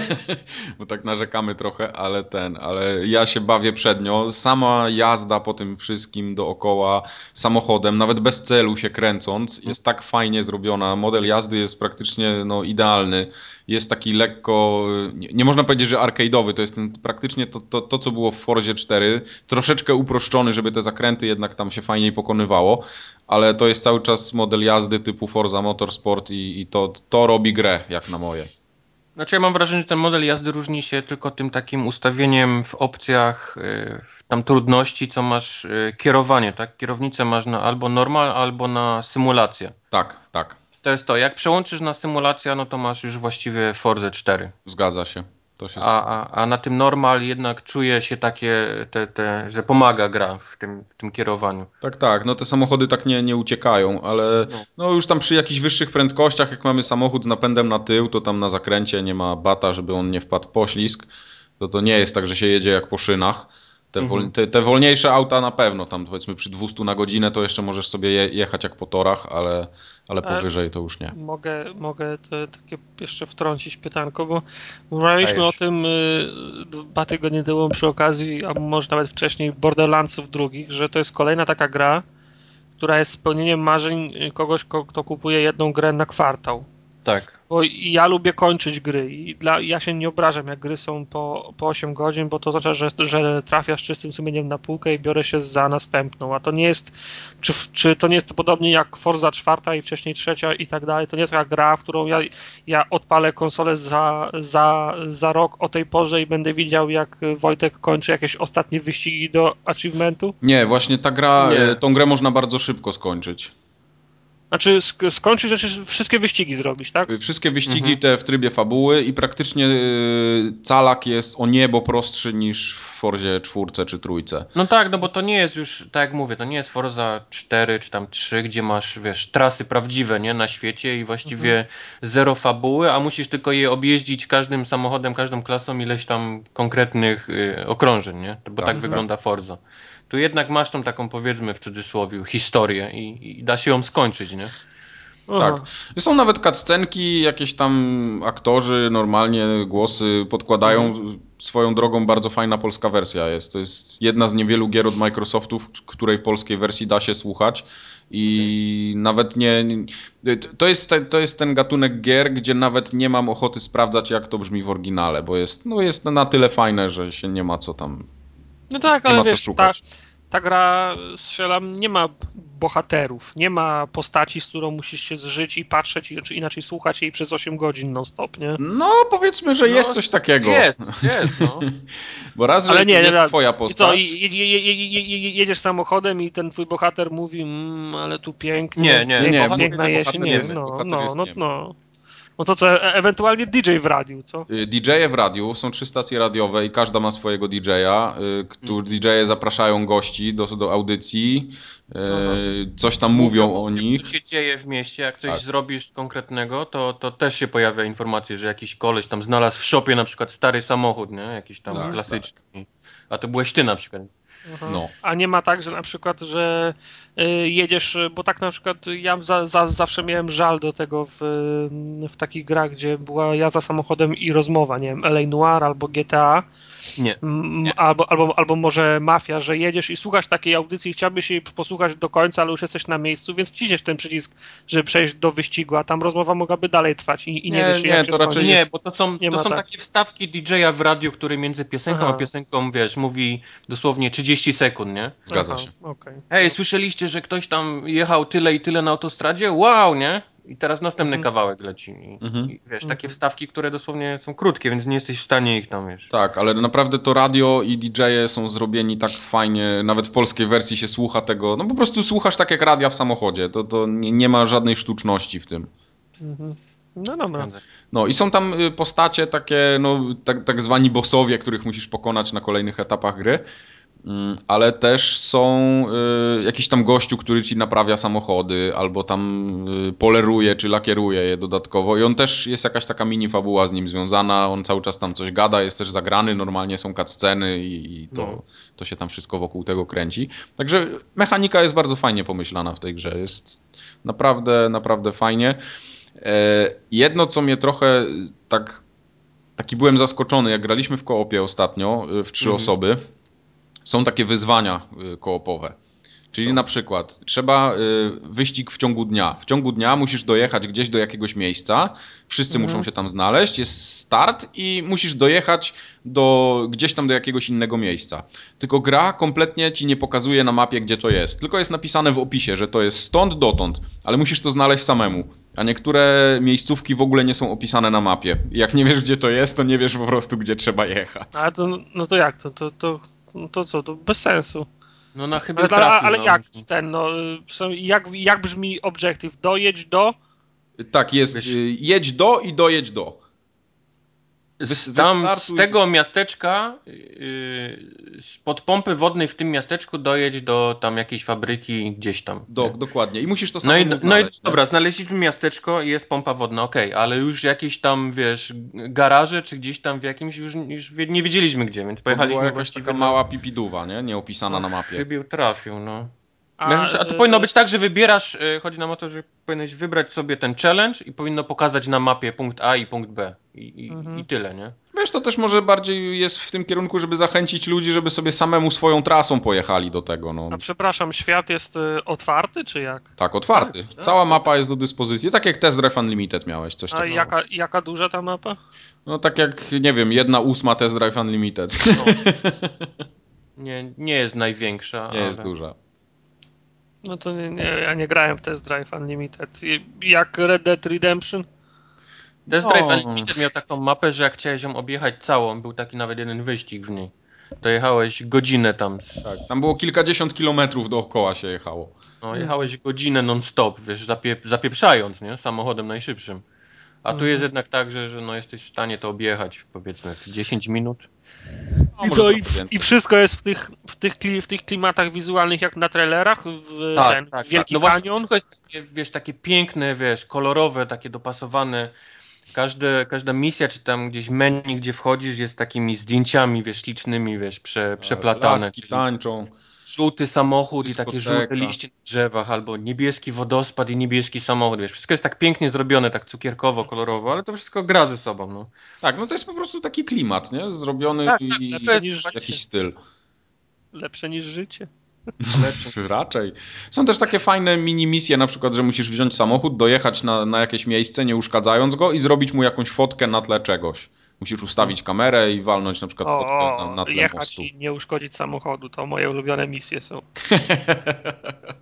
bo tak narzekamy trochę, ale ja się bawię przed nią. Sama jazda po tym wszystkim dookoła samochodem, nawet bez celu się kręcąc, jest tak fajnie zrobiona. Model jazdy jest praktycznie idealny. Jest taki lekko, nie można powiedzieć, że arcade'owy, to jest praktycznie to, co było w Forzie 4, troszeczkę uproszczony, żeby te zakręty jednak tam się fajniej pokonywało, ale to jest cały czas model jazdy typu Forza Motorsport i to robi grę, jak na moje. Znaczy ja mam wrażenie, że ten model jazdy różni się tylko tym takim ustawieniem w opcjach tam trudności, co masz kierowanie, tak? Kierownicę masz albo normal, albo na symulację. Tak. To jest to. Jak przełączysz na symulację, no to masz już właściwie Forza 4. Zgadza się. A na tym normal jednak czuje się takie, że pomaga gra w tym kierowaniu. Tak. Te samochody tak nie uciekają, ale już tam przy jakichś wyższych prędkościach, jak mamy samochód z napędem na tył, to tam na zakręcie nie ma bata, żeby on nie wpadł w poślizg. To nie jest tak, że się jedzie jak po szynach. Te wolniejsze auta na pewno, tam powiedzmy przy 200 na godzinę to jeszcze możesz sobie jechać jak po torach, ale powyżej to już nie. Mogę takie jeszcze wtrącić pytanko, bo mówiliśmy o tym 2 tygodnie temu przy okazji, a może nawet wcześniej, Borderlandsów drugich, że to jest kolejna taka gra, która jest spełnieniem marzeń kogoś, kto kupuje jedną grę na kwartał. Tak. Bo ja lubię kończyć gry i ja się nie obrażam, jak gry są po 8 godzin, bo to oznacza, że trafiasz czystym sumieniem na półkę i biorę się za następną, a to nie jest, czy to nie jest to podobnie jak Forza 4 i wcześniej 3 i tak dalej, to nie jest taka gra, w którą ja odpalę konsolę za rok o tej porze i będę widział, jak Wojtek kończy jakieś ostatnie wyścigi do achievementu? Nie, właśnie tą grę można bardzo szybko skończyć. Znaczy skończyć, znaczy wszystkie wyścigi zrobić, tak? Wszystkie wyścigi te w trybie fabuły i praktycznie calak jest o niebo prostszy niż w Forzie 4 czy 3. No tak, bo to nie jest już, tak jak mówię, to nie jest Forza 4 czy tam 3, gdzie masz, trasy prawdziwe, nie, na świecie i właściwie zero fabuły, a musisz tylko je objeździć każdym samochodem, każdą klasą ileś tam konkretnych okrążeń, nie? Bo tak wygląda Forza. Tu jednak masz tą taką, powiedzmy w cudzysłowie, historię i da się ją skończyć, nie? Tak. Są nawet cutscenki, jakieś tam aktorzy normalnie głosy podkładają. Swoją drogą bardzo fajna polska wersja jest. To jest jedna z niewielu gier od Microsoftu, w której polskiej wersji da się słuchać. I nawet nie... To jest ten gatunek gier, gdzie nawet nie mam ochoty sprawdzać, jak to brzmi w oryginale, bo jest na tyle fajne, że się nie ma co tam... No tak, ale wiesz, ta gra, strzelam, nie ma bohaterów. Nie ma postaci, z którą musisz się zżyć i patrzeć, czy inaczej słuchać jej przez 8 godzin non-stop, nie? No, powiedzmy, że jest coś takiego. Jest, no. Bo raz, że jest twoja postać. I co, jedziesz samochodem i ten twój bohater mówi, ale tu pięknie. Nie, piękna jesień. No to co, ewentualnie DJ w radiu, co? DJ-e w radiu, są 3 stacje radiowe i każda ma swojego DJ-a. DJ-e zapraszają gości do audycji, coś tam mówią o nich. Co się dzieje w mieście, jak coś zrobisz konkretnego, to też się pojawia informacja, że jakiś koleś tam znalazł w shopie na przykład stary samochód, nie? Jakiś tam klasyczny. Tak. A to byłeś ty na przykład. No. A nie ma tak, że na przykład, że jedziesz, bo tak na przykład ja zawsze miałem żal do tego w takich grach, gdzie była jazda samochodem i rozmowa, nie wiem, LA Noire albo GTA. Nie. Albo może Mafia, że jedziesz i słuchasz takiej audycji i chciałbyś jej posłuchać do końca, ale już jesteś na miejscu, więc wciśniesz ten przycisk, żeby przejść do wyścigu, a tam rozmowa mogłaby dalej trwać i nie wiesz, jak się to raczej nie, bo to są takie wstawki DJ-a w radiu, który między piosenką a piosenką, wiesz, mówi dosłownie 30 sekund, nie? Zgadza się. Okay. Hej, słyszeliście, że ktoś tam jechał tyle i tyle na autostradzie? Wow, nie? I teraz następny kawałek leci. I wiesz, takie wstawki, które dosłownie są krótkie, więc nie jesteś w stanie ich tam, wiesz. Tak, ale naprawdę to radio i DJ-e są zrobieni tak fajnie, nawet w polskiej wersji się słucha tego, no po prostu słuchasz tak jak radia w samochodzie, to nie ma żadnej sztuczności w tym. No dobra. No i są tam postacie takie, no tak zwani bossowie, których musisz pokonać na kolejnych etapach gry. Ale też są jakiś tam gościu, który ci naprawia samochody, albo tam poleruje czy lakieruje je dodatkowo i on też jest jakaś taka mini fabuła z nim związana, on cały czas tam coś gada, jest też zagrany, normalnie są cutsceny i to się tam wszystko wokół tego kręci. Także mechanika jest bardzo fajnie pomyślana w tej grze, jest naprawdę fajnie. Jedno, co mnie trochę taki byłem zaskoczony, jak graliśmy w koopie ostatnio w 3 osoby, są takie wyzwania koopowe. Czyli na przykład trzeba wyścig w ciągu dnia. W ciągu dnia musisz dojechać gdzieś do jakiegoś miejsca, wszyscy muszą się tam znaleźć, jest start i musisz dojechać gdzieś tam do jakiegoś innego miejsca. Tylko gra kompletnie ci nie pokazuje na mapie, gdzie to jest. Tylko jest napisane w opisie, że to jest stąd dotąd, ale musisz to znaleźć samemu. A niektóre miejscówki w ogóle nie są opisane na mapie. Jak nie wiesz, gdzie to jest, to nie wiesz po prostu, gdzie trzeba jechać. A no to jak? To co? To bez sensu. No na chyba trafił. Ale jak jak brzmi objective? Dojedź do? Tak, jest jedź do i dojedź do. Z tego miasteczka, spod pompy wodnej w tym miasteczku dojedź do tam jakiejś fabryki gdzieś tam. Dokładnie. I musisz to samemu znaleźć. Dobra, znaleźliśmy miasteczko i jest pompa wodna, okej, ale już jakieś tam, wiesz, garaże czy gdzieś tam w jakimś już nie wiedzieliśmy gdzie, więc pojechaliśmy była jakaś taka mała pipiduwa, nie opisana na mapie. Chybił trafił, no. A to powinno być tak, że wybierasz, chodzi nam o to, że powinieneś wybrać sobie ten challenge i powinno pokazać na mapie punkt A i punkt B. I tyle, nie? Wiesz, to też może bardziej jest w tym kierunku, żeby zachęcić ludzi, żeby sobie samemu swoją trasą pojechali do tego. No. A przepraszam, świat jest otwarty, czy jak? Tak, otwarty. Tak, cała mapa jest do dyspozycji. Tak jak Test Drive Unlimited miałeś, coś takiego. A jaka duża ta mapa? No tak jak, nie wiem, 1/8 Test Drive Unlimited. No. Nie jest największa. Nie jest duża. No to ja nie grałem w Test Drive Unlimited. Jak Red Dead Redemption? Test Drive Unlimited miał taką mapę, że jak chciałeś ją objechać całą, był taki nawet jeden wyścig w niej. To jechałeś godzinę tam. Tak, tam było kilkadziesiąt kilometrów dookoła się jechało. No, jechałeś godzinę non-stop, wiesz, zapieprzając, nie? Samochodem najszybszym. A tu jest jednak tak, że no, jesteś w stanie to objechać, powiedzmy, w 10 minut. I wszystko jest w tych klimatach wizualnych jak na trailerach? Tak. Wielki no Kanion? Wszystko jest takie, wiesz, takie piękne, wiesz, kolorowe, takie dopasowane. Każda misja, czy tam gdzieś menu, gdzie wchodzisz, jest takimi zdjęciami, wiesz, licznymi, wiesz, przeplatane. Laski tańczą. Żółty samochód dyskoteka. I takie żółte liście na drzewach, albo niebieski wodospad i niebieski samochód, wiesz, wszystko jest tak pięknie zrobione, tak cukierkowo, kolorowo, ale to wszystko gra ze sobą, no. Tak, no to jest po prostu taki klimat, nie? Zrobiony i to jest jakiś styl. Lepsze niż życie. Raczej. Są też takie fajne mini misje, na przykład, że musisz wziąć samochód, dojechać na jakieś miejsce, nie uszkadzając go i zrobić mu jakąś fotkę na tle czegoś. Musisz ustawić kamerę i walnąć na przykład fotkę na tle jechać mostu. I nie uszkodzić samochodu, to moje ulubione misje są.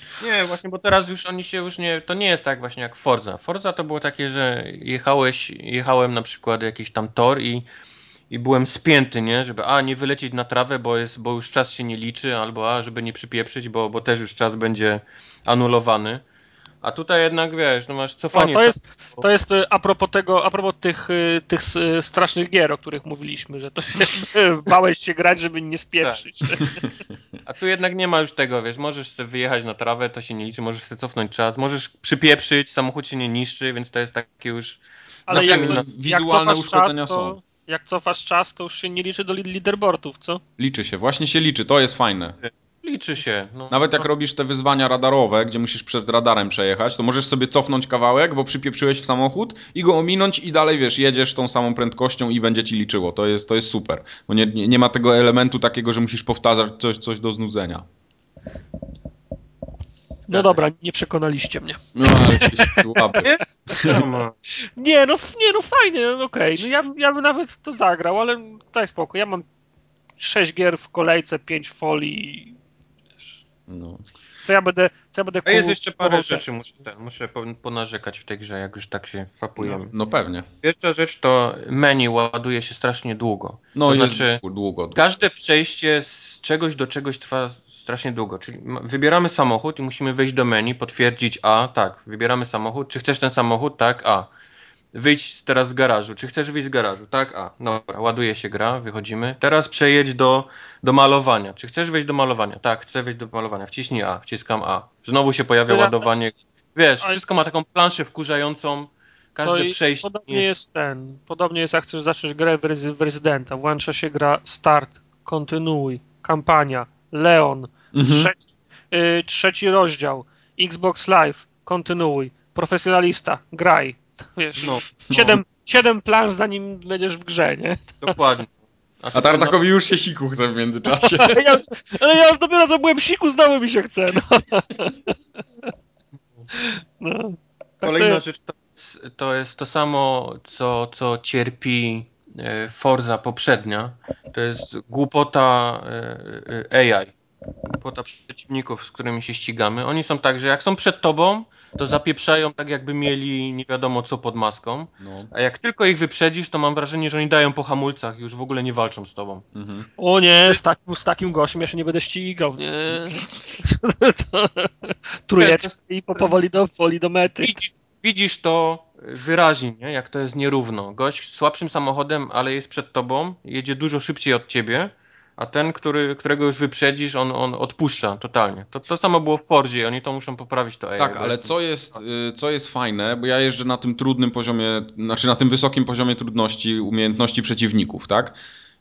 Nie, właśnie, bo teraz już oni się już nie... To nie jest tak właśnie jak Forza. Forza to było takie, że jechałem na przykład jakiś tam tor i byłem spięty, nie? Żeby nie wylecieć na trawę, bo już czas się nie liczy, albo żeby nie przypieprzyć, bo też już czas będzie anulowany. A tutaj jednak, wiesz, no masz cofanie czasu. To jest a propos tego, a propos tych strasznych gier, o których mówiliśmy, że to bałeś się grać, żeby nie spieprzyć. Tak. A tu jednak nie ma już tego, wiesz, możesz sobie wyjechać na trawę, to się nie liczy, możesz sobie cofnąć czas, możesz przypieprzyć, samochód się nie niszczy, więc to jest takie już... Ale wizualne uszkodzenia są. Jak cofasz czas, to już się nie liczy do leaderboardów, co? Liczy się, właśnie się liczy, to jest fajne. Liczy się. Nawet jak robisz te wyzwania radarowe, gdzie musisz przed radarem przejechać, to możesz sobie cofnąć kawałek, bo przypieprzyłeś w samochód i go ominąć i dalej, wiesz, jedziesz tą samą prędkością i będzie ci liczyło. To jest super. Bo nie ma tego elementu takiego, że musisz powtarzać coś do znudzenia. No dobra, nie przekonaliście mnie. No, ale jesteś słaby. Nie, fajnie, okej. No ja bym nawet to zagrał, ale daj spokój. Ja mam 6 gier w kolejce, 5 folii. No. Co ja będę A jest jeszcze parę rzeczy, muszę ponarzekać w tej grze, jak już tak się fapujemy. No pewnie. Pierwsza rzecz to menu ładuje się strasznie długo. No to jest znaczy, długo. Każde przejście z czegoś do czegoś trwa strasznie długo. Czyli wybieramy samochód i musimy wejść do menu, potwierdzić tak, wybieramy samochód. Czy chcesz ten samochód? Tak, Wyjdź teraz z garażu. Czy chcesz wyjść z garażu? Tak, Dobra, ładuje się gra, wychodzimy. Teraz przejedź do malowania. Czy chcesz wejść do malowania? Tak, chcę wejść do malowania. Wciśnij wciskam Znowu się pojawia ładowanie. Wiesz, wszystko ma taką planszę wkurzającą. Każde przejście Podobnie jest jak chcesz zacząć grę w Rezydenta. Włącza się gra Start, kontynuuj, kampania, Leon, trzeci rozdział, Xbox Live, kontynuuj, profesjonalista, graj. Wiesz, 7 plansz zanim będziesz w grze, nie? Dokładnie. A Tartakowi już się siku chce w międzyczasie. Ale ja już dopiero co byłem siku, znowu mi się chce. Kolejna rzecz to jest to samo, co cierpi Forza poprzednia. To jest głupota AI. Głupota przeciwników, z którymi się ścigamy. Oni są tak, że jak są przed tobą, to zapieprzają tak, jakby mieli nie wiadomo co pod maską. No. A jak tylko ich wyprzedzisz, to mam wrażenie, że oni dają po hamulcach i już w ogóle nie walczą z tobą. Mhm. O nie, z takim gościem ja się nie będę ścigał, nie. Trójeczkę i powoli do mety. Widzisz to wyraźnie, nie? Jak to jest nierówno. Gość z słabszym samochodem, ale jest przed tobą, jedzie dużo szybciej od ciebie, a ten, którego już wyprzedzisz, on odpuszcza totalnie. To samo było w Forzie, oni to muszą poprawić to AI. Tak, ale co jest fajne, bo ja jeżdżę na tym trudnym poziomie, znaczy na tym wysokim poziomie trudności, umiejętności przeciwników, tak?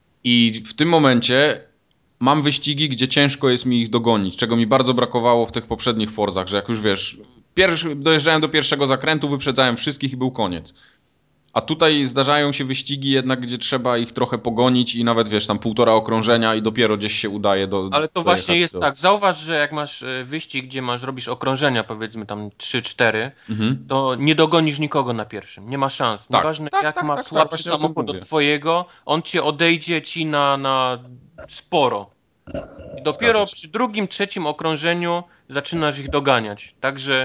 I w tym momencie mam wyścigi, gdzie ciężko jest mi ich dogonić, czego mi bardzo brakowało w tych poprzednich Forzach, że jak już wiesz, dojeżdżałem do pierwszego zakrętu, wyprzedzałem wszystkich i był koniec. A tutaj zdarzają się wyścigi jednak, gdzie trzeba ich trochę pogonić i nawet wiesz, tam 1,5 okrążenia i dopiero gdzieś się udaje Ale to właśnie jest tak, zauważ, że jak masz wyścig, gdzie robisz okrążenia, powiedzmy tam 3-4, to nie dogonisz nikogo na pierwszym, nie ma szans. Nieważne jak ma słabszy samochód od twojego, on cię odejdzie ci na sporo. I dopiero przy drugim, trzecim okrążeniu zaczynasz ich doganiać. Także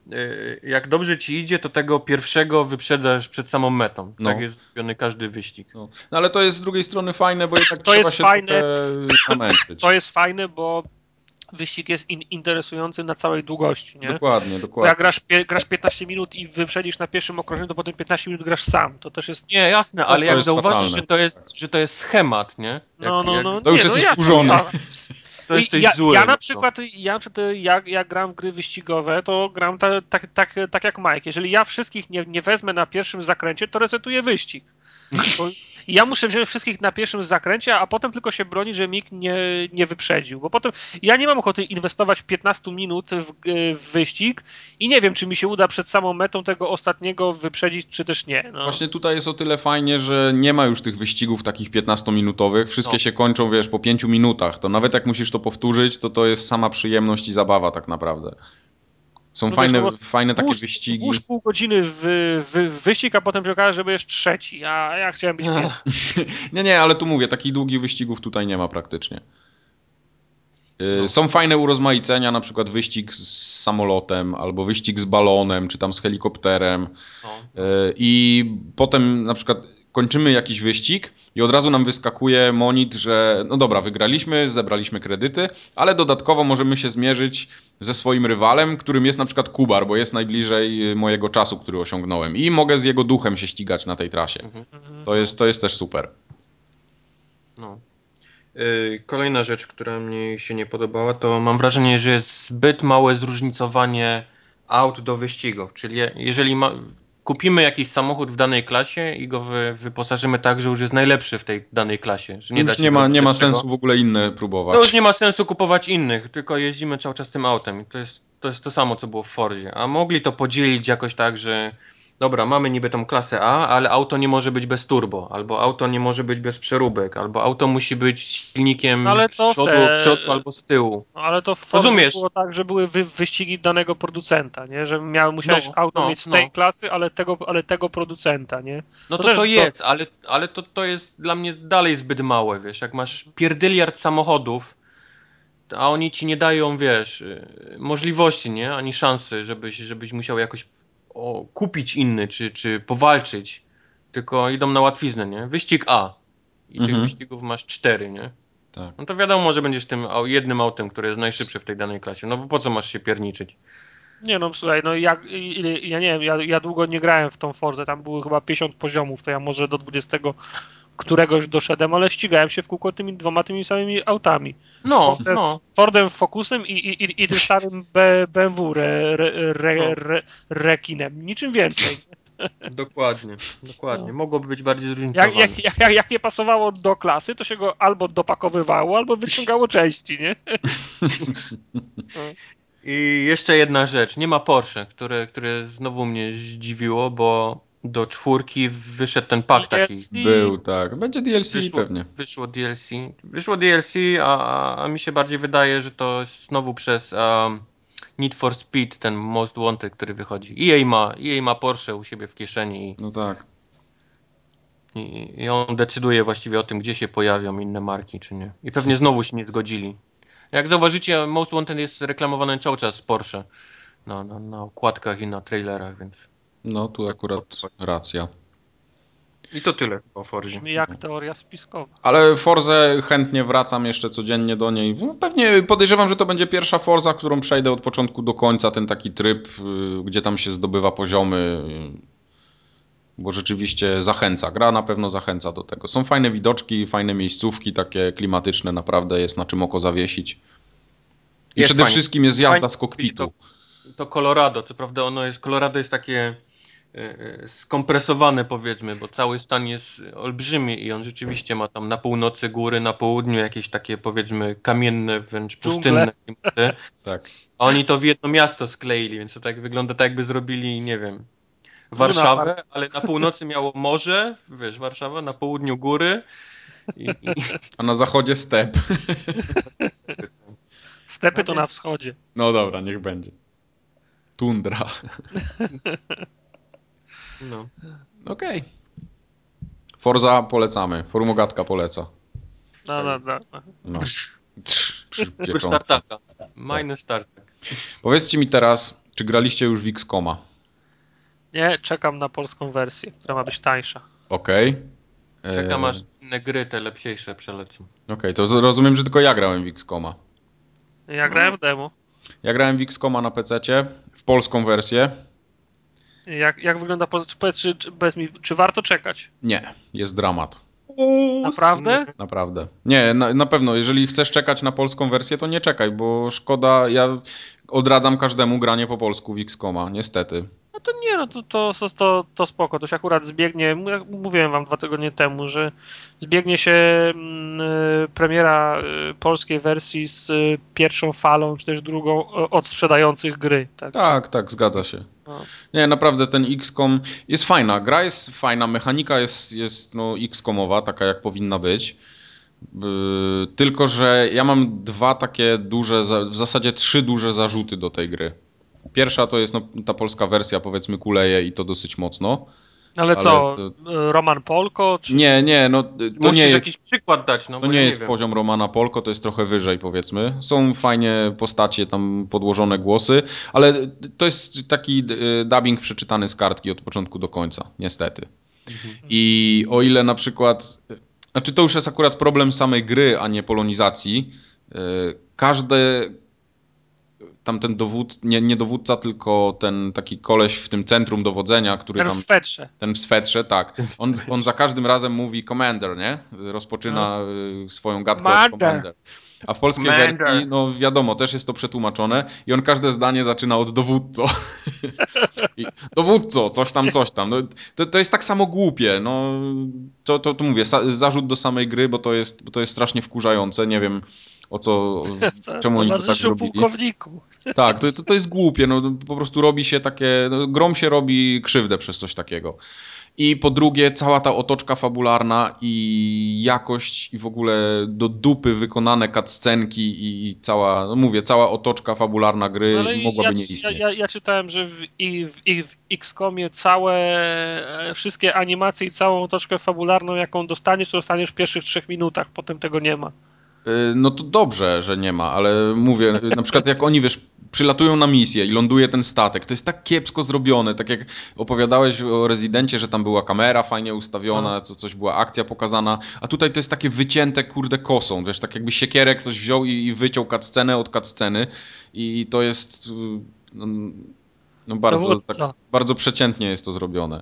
jak dobrze ci idzie, to tego pierwszego wyprzedzasz przed samą metą. No. Tak jest zrobiony każdy wyścig. No ale to jest z drugiej strony fajne, bo jednak trzeba się trochę namęczyć. To jest fajne, bo wyścig jest interesujący na całej długości, nie? Dokładnie. Bo jak grasz 15 minut i wyprzedzisz na pierwszym okrążeniu, to potem 15 minut grasz sam. To też jest... Nie, jasne, ale jak zauważysz, że to jest schemat, nie? To już jest wkurzony. To jesteś zły. Ja na przykład, jak gram w gry wyścigowe, to gram tak jak Mike. Jeżeli ja wszystkich nie wezmę na pierwszym zakręcie, to resetuję wyścig. I ja muszę wziąć wszystkich na pierwszym zakręcie, a potem tylko się bronić, że nikt nie wyprzedził. Bo potem ja nie mam ochoty inwestować w 15 minut w wyścig i nie wiem, czy mi się uda przed samą metą tego ostatniego wyprzedzić, czy też nie. No. Właśnie tutaj jest o tyle fajnie, że nie ma już tych wyścigów takich 15-minutowych. Wszystkie się kończą, wiesz, po 5 minutach. To nawet jak musisz to powtórzyć, to jest sama przyjemność i zabawa tak naprawdę. Są fajne takie wyścigi. Włóż pół godziny w wyścig, a potem się okaże, że będziesz trzeci, a ja chciałem być pierwszy. Nie, ale tu mówię, takich długich wyścigów tutaj nie ma praktycznie. Są fajne urozmaicenia, na przykład wyścig z samolotem, albo wyścig z balonem, czy tam z helikopterem. I potem na przykład kończymy jakiś wyścig i od razu nam wyskakuje monit, że no dobra, wygraliśmy, zebraliśmy kredyty, ale dodatkowo możemy się zmierzyć ze swoim rywalem, którym jest na przykład Kubar, bo jest najbliżej mojego czasu, który osiągnąłem. I mogę z jego duchem się ścigać na tej trasie. To jest też super. No. Kolejna rzecz, która mi się nie podobała, to mam wrażenie, że jest zbyt małe zróżnicowanie aut do wyścigów. Czyli jeżeli kupimy jakiś samochód w danej klasie i go wyposażymy tak, że już jest najlepszy w tej danej klasie, że nie da się nie ma sensu w ogóle inne próbować. To już nie ma sensu kupować innych, tylko jeździmy cały czas tym autem. I to jest to samo, co było w Fordzie. A mogli to podzielić jakoś tak, że dobra, mamy niby tą klasę A, ale auto nie może być bez turbo, albo auto nie może być bez przeróbek, albo auto musi być silnikiem z przodu albo z tyłu. No, ale to w Fordzie było tak, że były wyścigi danego producenta, nie? Że musiałeś auto mieć z tej klasy, ale tego producenta, nie? No to jest, ale to jest dla mnie dalej zbyt małe, wiesz, jak masz pierdyliard samochodów, a oni ci nie dają, wiesz, możliwości, nie? Ani szansy, żebyś musiał jakoś kupić inny, czy powalczyć. Tylko idą na łatwiznę, nie? Wyścig A. I tych wyścigów masz 4, nie? Tak. No to wiadomo, że będziesz tym jednym autem, które jest najszybsze w tej danej klasie. No bo po co masz się pierniczyć? Nie no, słuchaj, no ja nie wiem, ja długo nie grałem w tą Forzę, tam były chyba 50 poziomów, to ja może do 20 któregoś doszedłem, ale ścigałem się w kółko tymi samymi autami. Fordem Focusem i tym starym BMW Rekinem. Niczym więcej. Dokładnie. Mogłoby być bardziej zróżnicowane. Jak nie pasowało do klasy, to się go albo dopakowywało, albo wyciągało części, nie? I jeszcze jedna rzecz. Nie ma Porsche, które znowu mnie zdziwiło, bo do 4 wyszedł ten pak taki. Był, tak. Będzie DLC pewnie. Wyszło DLC, a mi się bardziej wydaje, że to jest znowu przez Need for Speed, ten Most Wanted, który wychodzi. EA ma Porsche u siebie w kieszeni. No tak. I on decyduje właściwie o tym, gdzie się pojawią inne marki, czy nie. I pewnie znowu się nie zgodzili. Jak zauważycie, Most Wanted jest reklamowany cały czas z Porsche. Na okładkach i na trailerach, więc... No, tu akurat racja. I to tyle o Forzie. Brzmi jak teoria spiskowa. Ale Forzę chętnie wracam jeszcze codziennie do niej. No, pewnie podejrzewam, że to będzie pierwsza Forza, którą przejdę od początku do końca, ten taki tryb, gdzie tam się zdobywa poziomy, bo rzeczywiście zachęca. Gra na pewno zachęca do tego. Są fajne widoczki, fajne miejscówki, takie klimatyczne, naprawdę jest na czym oko zawiesić. I przede wszystkim jest jazda z kokpitu. To Colorado, co prawda Colorado jest takie skompresowane, powiedzmy, bo cały stan jest olbrzymi i on rzeczywiście ma tam na północy góry, na południu jakieś takie, powiedzmy, kamienne, wręcz pustynne klimaty. Tak. A oni to w jedno miasto skleili, więc to tak wygląda, tak jakby zrobili, nie wiem, Warszawę, ale na północy miało morze, wiesz, Warszawa, na południu góry. A na zachodzie step. Stepy to na wschodzie. No dobra, niech będzie. Tundra. No. Okej. Forza polecamy. Formogatka poleca. No. Startaka. Minus startak. Powiedzcie mi teraz, czy graliście już w XCOMa? Nie, czekam na polską wersję, która ma być tańsza. Okej. Czekam aż inne gry, te lepsiejsze przelecą. Okej, to rozumiem, że tylko ja grałem w XCOMa. Ja grałem w demo. Ja grałem w XCOMa na PC-cie, w polską wersję. Jak wygląda czy warto czekać? Nie, jest dramat. Naprawdę? Naprawdę. Nie, na pewno, jeżeli chcesz czekać na polską wersję, to nie czekaj, bo szkoda, ja odradzam każdemu granie po polsku w XCOMa, niestety. No to nie, no to spoko. To się akurat zbiegnie, mówiłem wam 2 tygodnie temu, że zbiegnie się premiera polskiej wersji z pierwszą falą, czy też drugą od sprzedających gry. Tak, zgadza się. No. Nie, naprawdę ten XCOM jest fajna. Gra jest fajna, mechanika jest no, XCOMowa, taka jak powinna być. Tylko, że ja mam 2 takie duże, w zasadzie 3 duże zarzuty do tej gry. Pierwsza to jest no, ta polska wersja, powiedzmy, kuleje i to dosyć mocno. Ale co, Roman Polko? Czy... Nie, no to musisz nie jest... jakiś przykład dać, no to bo nie ja jest wiem. poziom Romana Polko, to jest trochę wyżej, powiedzmy. Są fajnie postacie, tam podłożone głosy, ale to jest taki dubbing przeczytany z kartki od początku do końca, niestety. I o ile na przykład... Znaczy to już jest akurat problem samej gry, a nie polonizacji. Każdy... Tamten nie dowódca, tylko ten taki koleś w tym centrum dowodzenia, który ten tam... w swetrze. Ten w swetrze, tak. On za każdym razem mówi Commander, nie? Rozpoczyna swoją gadkę od Commander. A w polskiej wersji, no wiadomo, też jest to przetłumaczone i on każde zdanie zaczyna od dowódco. I, dowódco, coś tam. No, to jest tak samo głupie. No, to mówię, zarzut do samej gry, bo to jest strasznie wkurzające. Nie wiem o co, czemu oni to tak zrobili. Pułkowniku. Tak, to jest głupie. No, po prostu robi się takie, grom się robi krzywdę przez coś takiego. I po drugie, cała ta otoczka fabularna i jakość i w ogóle do dupy wykonane cutscenki i cała, no mówię, cała otoczka fabularna gry mogłaby nie istnieć. Ja czytałem, że w XCOMie wszystkie animacje i całą otoczkę fabularną, jaką dostaniesz, to dostaniesz w pierwszych 3 minutach, potem tego nie ma. No to dobrze, że nie ma, ale mówię, na przykład jak oni, wiesz, przylatują na misję i ląduje ten statek, to jest tak kiepsko zrobione, tak jak opowiadałeś o Rezydencie, że tam była kamera fajnie ustawiona, coś była akcja pokazana, a tutaj to jest takie wycięte, kurde, kosą, wiesz, tak jakby siekierę ktoś wziął i wyciął cutscenę od cutsceny i to jest no bardzo przeciętnie jest to zrobione.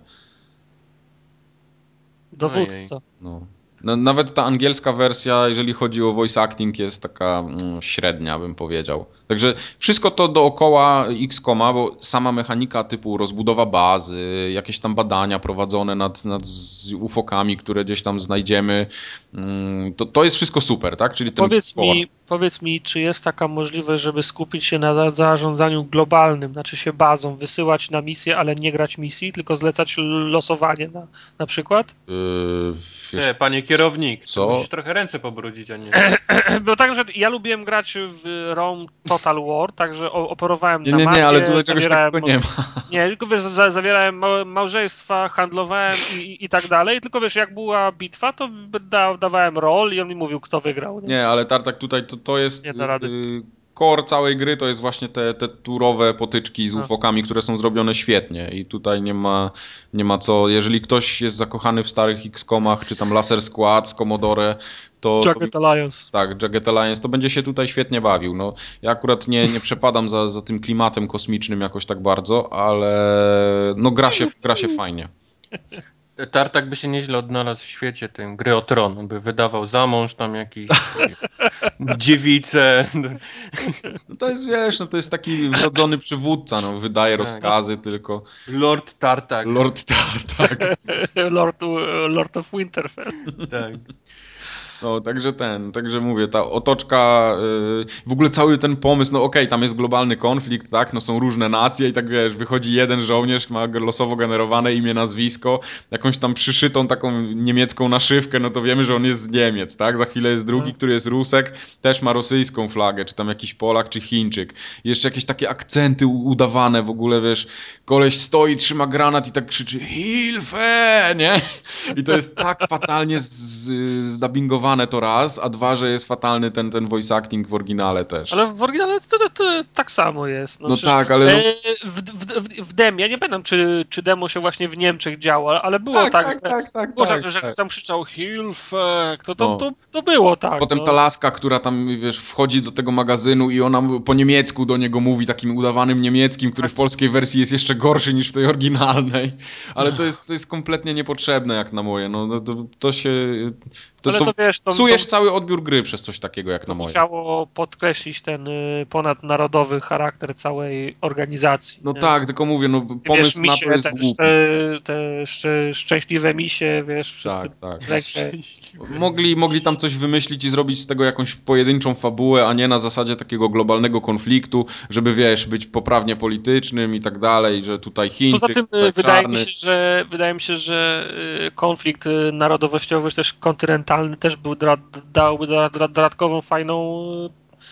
Dowódco. No. Nawet ta angielska wersja, jeżeli chodzi o voice acting, jest taka średnia, bym powiedział. Także wszystko to dookoła XCOMa, bo sama mechanika typu rozbudowa bazy, jakieś tam badania prowadzone nad ufokami, które gdzieś tam znajdziemy, to jest wszystko super, tak? Czyli Powiedz mi, czy jest taka możliwość, żeby skupić się na zarządzaniu globalnym, znaczy się bazą, wysyłać na misję, ale nie grać misji, tylko zlecać losowanie na przykład? Panie kierownik, co? to musisz trochę ręce pobrudzić, a nie... Bo tak, że ja lubiłem grać w Rome Total War, także operowałem na mapie, nie, ale tutaj czegoś takiego nie ma. Nie, tylko wiesz, zawierałem małżeństwa, handlowałem i tak dalej, tylko wiesz, jak była bitwa, to dawałem rol i on mi mówił, kto wygrał. Nie, ale Tartak tutaj to jest core całej gry, to jest właśnie te turowe potyczki z ufokami, które są zrobione świetnie i tutaj nie ma co, jeżeli ktoś jest zakochany w starych XCOMach, czy tam Laser Squad z Commodore, Jagged Alliance. Tak, Jagged Alliance, to będzie się tutaj świetnie bawił. No, ja akurat nie przepadam za tym klimatem kosmicznym jakoś tak bardzo, ale no gra się fajnie. Tartak by się nieźle odnalazł w świecie tym gry o tron. On by wydawał za mąż tam jakieś dziewice. No to jest, wiesz, no to jest taki wrodzony przywódca, no wydaje rozkazy tylko. Lord Tartak. Lord of Winterfell. Tak. No, także mówię, ta otoczka, w ogóle cały ten pomysł, no okej, tam jest globalny konflikt, tak, no są różne nacje i tak wiesz, wychodzi jeden żołnierz, ma losowo generowane imię, nazwisko, jakąś tam przyszytą taką niemiecką naszywkę, no to wiemy, że on jest z Niemiec, tak, za chwilę jest drugi, który jest Rusek, też ma rosyjską flagę, czy tam jakiś Polak, czy Chińczyk. I jeszcze jakieś takie akcenty udawane w ogóle, wiesz, koleś stoi, trzyma granat i tak krzyczy Hilfe, nie? I to jest tak fatalnie zdubbingowane to raz, a dwa, że jest fatalny ten voice acting w oryginale też. Ale w oryginale to tak samo jest. No tak, ale... W demie, ja nie pamiętam, czy demo się właśnie w Niemczech działo, ale było że ktoś tam krzyczał Hilfe, to było tak. Potem ta laska, która tam, wiesz, wchodzi do tego magazynu i ona po niemiecku do niego mówi, takim udawanym niemieckim, który w polskiej wersji jest jeszcze gorszy niż w tej oryginalnej. Ale to jest kompletnie niepotrzebne jak na moje. No to się... psujesz cały odbiór gry przez coś takiego jak na moje. Musiało podkreślić ten ponadnarodowy charakter całej organizacji. No nie? Tak, tylko mówię, no pomysł na to jest głupi. Te szczęśliwe misie, wiesz, wszyscy... Tak. Mogli tam coś wymyślić i zrobić z tego jakąś pojedynczą fabułę, a nie na zasadzie takiego globalnego konfliktu, żeby, wiesz, być poprawnie politycznym i tak dalej, że tutaj Chińczyk, poza tym tutaj wydaje mi się, że konflikt narodowościowy, też kontynentalny też dałby dodatkową fajną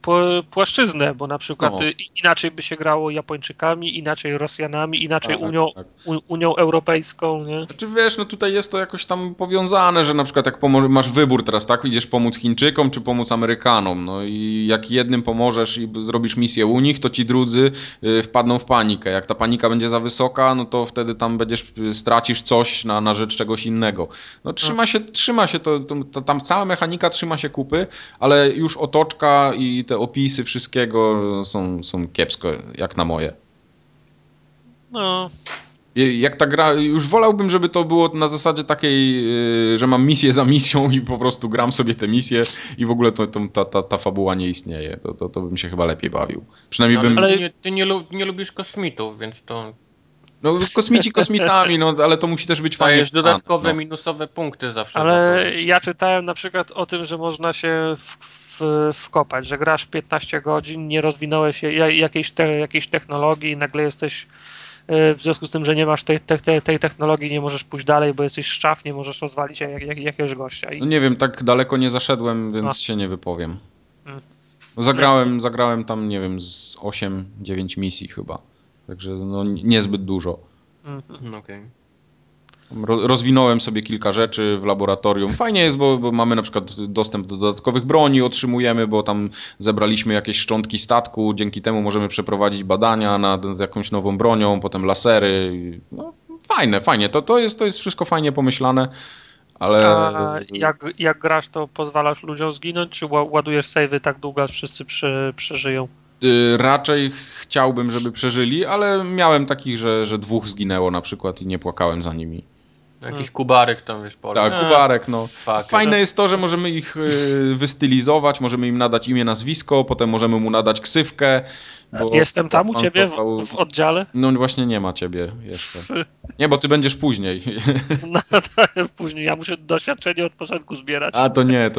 płaszczyznę, bo na przykład inaczej by się grało Japończykami, inaczej Rosjanami, inaczej Unią Europejską, nie? Znaczy wiesz, no tutaj jest to jakoś tam powiązane, że na przykład jak masz wybór teraz, tak? Idziesz pomóc Chińczykom czy pomóc Amerykanom, no i jak jednym pomożesz i zrobisz misję u nich, to ci drudzy wpadną w panikę. Jak ta panika będzie za wysoka, no to wtedy tam stracisz coś na rzecz czegoś innego. No trzyma się to tam cała mechanika trzyma się kupy, ale już otoczka i te opisy wszystkiego są kiepsko, jak na moje. No. Jak ta gra, już wolałbym, żeby to było na zasadzie takiej, że mam misję za misją i po prostu gram sobie te misje i w ogóle ta fabuła nie istnieje. To bym się chyba lepiej bawił. Przynajmniej bym... Ale ty nie lubisz kosmitów, więc to... No kosmici kosmitami, no ale to musi też być fajnie. Dajesz dodatkowe minusowe punkty zawsze. Ale ja czytałem na przykład o tym, że można się wkopać, że grasz 15 godzin, nie rozwinąłeś się jakiejś technologii i nagle jesteś w związku z tym, że nie masz tej technologii, nie możesz pójść dalej, bo jesteś szczaf, nie możesz rozwalić jakiegoś gościa. No nie wiem, tak daleko nie zaszedłem, więc się nie wypowiem. No zagrałem tam, nie wiem, z 8-9 misji chyba. Także no niezbyt dużo. Okej. Rozwinąłem sobie kilka rzeczy w laboratorium. Fajnie jest, bo mamy na przykład dostęp do dodatkowych broni, otrzymujemy, bo tam zebraliśmy jakieś szczątki statku, dzięki temu możemy przeprowadzić badania nad jakąś nową bronią, potem lasery. No, fajnie. To jest wszystko fajnie pomyślane, ale... A jak grasz, to pozwalasz ludziom zginąć, czy ładujesz save'y tak długo, aż wszyscy przeżyją? Raczej chciałbym, żeby przeżyli, ale miałem takich, że 2 zginęło na przykład i nie płakałem za nimi. Jakiś kubarek tam, wiesz, Tak, kubarek, no. Fajne jest to, że możemy ich wystylizować, możemy im nadać imię, nazwisko, potem możemy mu nadać ksywkę. Bo jestem tam u ciebie w oddziale? No właśnie nie ma ciebie jeszcze. Nie, bo ty będziesz później. No tak, później. Ja muszę doświadczenie od początku zbierać. A to nie.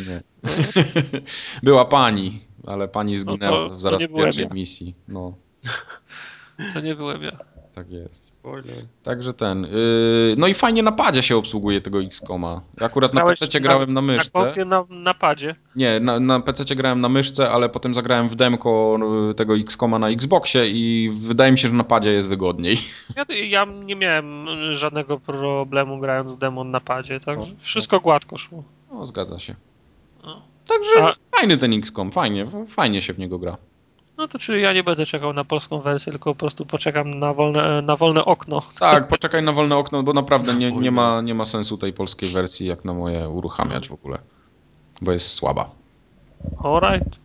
Była pani, ale pani zginęła zaraz w pierwszej misji. No. To nie byłem ja. Tak jest. Spoiler. Także no i fajnie na padzie się obsługuje tego XCOMa. Ja akurat na PC grałem na myszce. Na padzie? Nie, na PC grałem na myszce, ale potem zagrałem w demko tego XCOMa na Xboxie i wydaje mi się, że na padzie jest wygodniej. Ja nie miałem żadnego problemu grając w demo na padzie, tak? Wszystko gładko szło. No, zgadza się. Także fajny ten XCOM, fajnie się w niego gra. No to czyli ja nie będę czekał na polską wersję, tylko po prostu poczekam na wolne okno. Tak, poczekaj na wolne okno, bo naprawdę nie ma sensu tej polskiej wersji, jak na moje uruchamiać w ogóle. Bo jest słaba. Alright.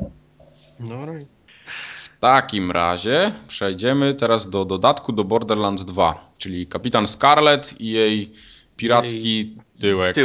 W takim razie przejdziemy teraz do dodatku do Borderlands 2, czyli Kapitan Scarlet i jej piracki tyłek.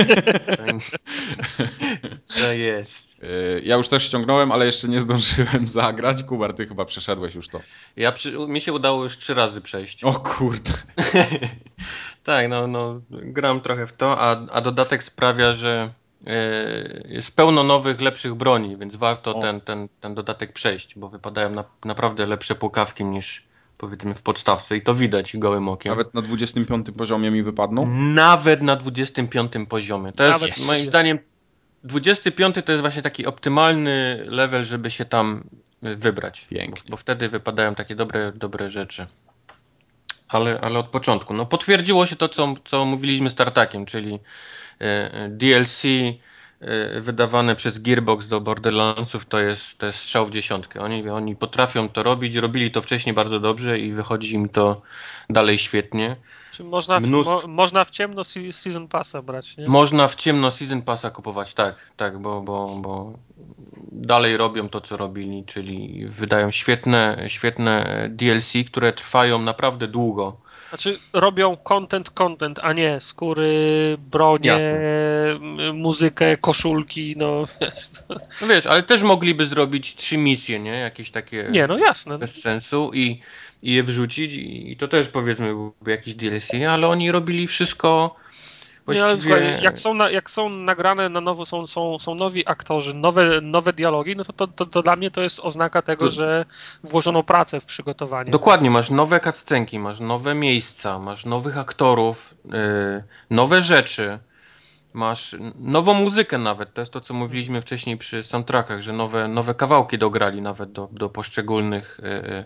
To jest. Ja już też ściągnąłem, ale jeszcze nie zdążyłem zagrać. Kubar, ty chyba przeszedłeś już to. Mi się udało już 3 razy przejść. O kurde. Tak, no gram trochę w to, a dodatek sprawia, że jest pełno nowych, lepszych broni, więc warto ten dodatek przejść, bo wypadają naprawdę lepsze pukawki niż powiedzmy w podstawce i to widać gołym okiem. Nawet na 25 poziomie mi wypadną? Nawet na 25 poziomie. To jest moim zdaniem 25 to jest właśnie taki optymalny level, żeby się tam wybrać. Pięknie. Bo wtedy wypadają takie dobre rzeczy. Ale od początku. No potwierdziło się to, co mówiliśmy z Tartakiem, czyli DLC wydawane przez Gearbox do Borderlandsów to jest strzał w dziesiątkę. Oni potrafią to robić, robili to wcześniej bardzo dobrze i wychodzi im to dalej świetnie. Czy można w ciemno Season Passa brać, nie? Można w ciemno Season Passa kupować, tak, bo dalej robią to, co robili, czyli wydają świetne DLC, które trwają naprawdę długo. Znaczy robią content, a nie skóry, bronie, Jasne. Muzykę, koszulki, no. No wiesz, ale też mogliby zrobić 3 misje, nie? Jakieś takie nie, no jasne. Bez sensu i je wrzucić i to też powiedzmy byłby jakiś DLC, ale oni robili wszystko właściwie... Nie, jak są nagrane na nowo, są nowi aktorzy, nowe dialogi, no to dla mnie to jest oznaka tego, że włożono pracę w przygotowanie. Dokładnie, masz nowe cutscenki, masz nowe miejsca, masz nowych aktorów, nowe rzeczy Masz nową muzykę nawet, to jest to, co mówiliśmy wcześniej przy soundtrackach, że nowe kawałki dograli nawet do poszczególnych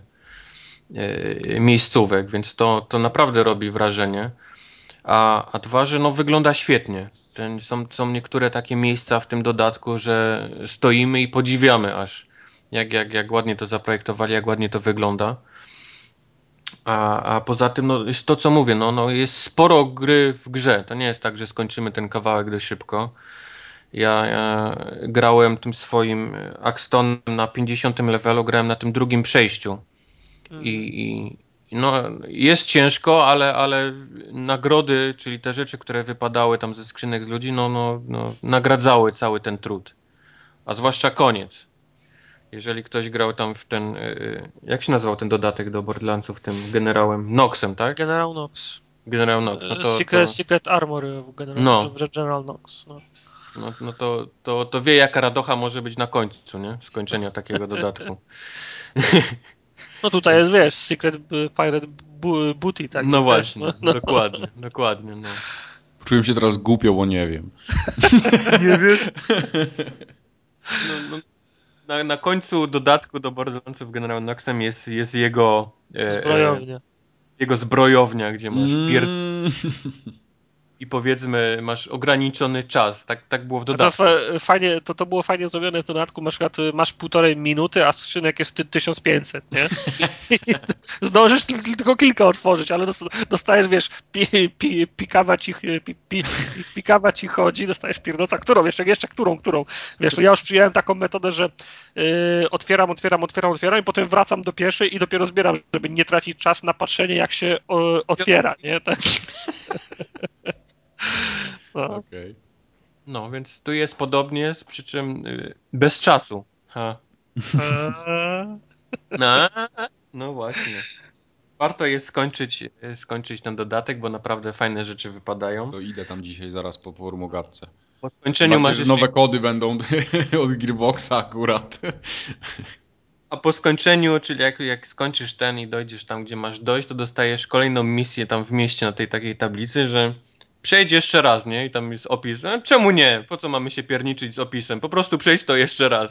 miejscówek, więc to naprawdę robi wrażenie. A dwa, że no wygląda świetnie. Są niektóre takie miejsca w tym dodatku, że stoimy i podziwiamy aż, jak ładnie to zaprojektowali, jak ładnie to wygląda. A poza tym, no, jest to, co mówię, no, jest sporo gry w grze. To nie jest tak, że skończymy ten kawałek dość szybko. Ja grałem tym swoim Axtonem na 50 levelu, grałem na tym drugim przejściu. No, jest ciężko, ale nagrody, czyli te rzeczy, które wypadały tam ze skrzynek z ludzi, no, nagradzały cały ten trud. A zwłaszcza koniec. Jeżeli ktoś grał tam w ten, jak się nazywał ten dodatek do Borderlandsów, tym generałem Noxem, tak? Generał Nox. Generał Nox. No Secret Armor w General Nox. No to wie, jaka radocha może być na końcu, nie? Skończenia takiego dodatku. No tutaj jest, wiesz, Secret Pirate Booty, tak? No właśnie, dokładnie, no. Czułem się teraz głupio, bo nie wiem. Nie wiem? Na końcu dodatku do Borderlandsów General Noxem jest jego zbrojownia. Jego zbrojownia, gdzie masz i powiedzmy masz ograniczony czas. Tak było w dodatku. To było fajnie zrobione w dodatku. Masz 1,5 minuty, a skrzynek jest 1500, nie? Zdążysz tylko kilka otworzyć, ale dostajesz, wiesz, pikawa ci chodzi, dostajesz pierdoca, którą? Jeszcze którą? Wiesz, to ja już przyjąłem taką metodę, że otwieram i potem wracam do pierwszej i dopiero zbieram, żeby nie tracić czas na patrzenie, jak się otwiera, nie? Tak. No. Okay. No, więc tu jest podobnie, przy czym bez czasu. No właśnie. Warto jest skończyć ten dodatek, bo naprawdę fajne rzeczy wypadają. To idę tam dzisiaj zaraz po formogatce. Po skończeniu masz jeszcze... Nowe kody będą od Gearboxa akurat. A po skończeniu, czyli jak skończysz ten i dojdziesz tam, gdzie masz dojść, to dostajesz kolejną misję tam w mieście na tej takiej tablicy, że przejdź jeszcze raz, nie? I tam jest opis. A czemu nie? Po co mamy się pierniczyć z opisem? Po prostu przejdź to jeszcze raz.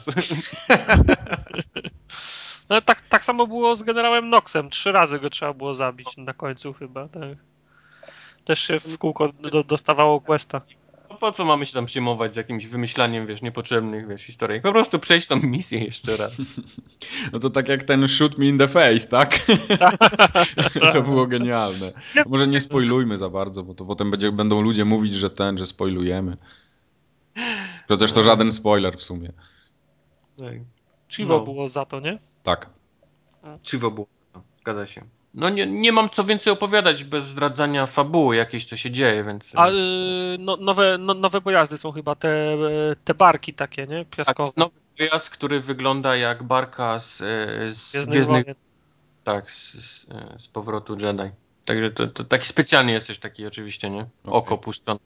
No tak samo było z generałem Noxem. 3 razy go trzeba było zabić na końcu chyba, tak. Też się w kółko dostawało questa. No po co mamy się tam przejmować z jakimś wymyślaniem, wiesz, niepotrzebnych, wiesz, historii? Po prostu przejdź tą misję jeszcze raz. No to tak jak ten shoot me in the face, tak? To było genialne. Może nie spoilujmy za bardzo, bo to potem będą ludzie mówić, że spoilujemy. Przecież to żaden spoiler w sumie. Chivo było za to, nie? Tak. Chivo było, zgadza się. No nie mam co więcej opowiadać bez zdradzania fabuły, jakieś to się dzieje, więc... A nowe pojazdy są chyba, te barki takie, nie? Piaskowe. Tak, nowy pojazd, który wygląda jak barka z Gwiezdnych... Tak, z powrotu Jedi. Także to taki specjalnie jest coś taki oczywiście, nie? Oko puszczone.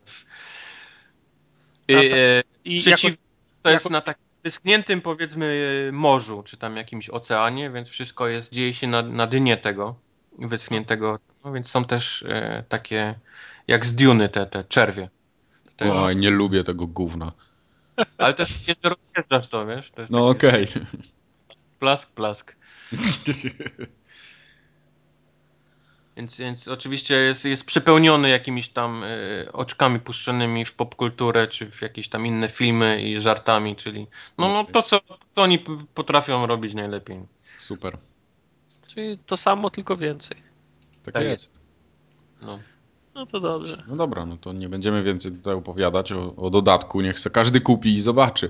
To jest na takim wyschniętym, powiedzmy, morzu, czy tam jakimś oceanie, więc wszystko dzieje się na dnie tego wyschniętego. No, więc są też takie, jak z Duny, te czerwie. Oj, nie lubię tego gówna. Ale też jeszcze rozjeżdżasz to, wiesz? To jest no okej. Plask. Więc oczywiście jest przepełniony jakimiś tam oczkami puszczonymi w popkulturę, czy w jakieś tam inne filmy i żartami, czyli to, co oni potrafią robić najlepiej. Super. Czyli to samo, tylko więcej. Tak jest. No to dobrze. No dobra, no to nie będziemy więcej tutaj opowiadać o dodatku. Niech se każdy kupi i zobaczy.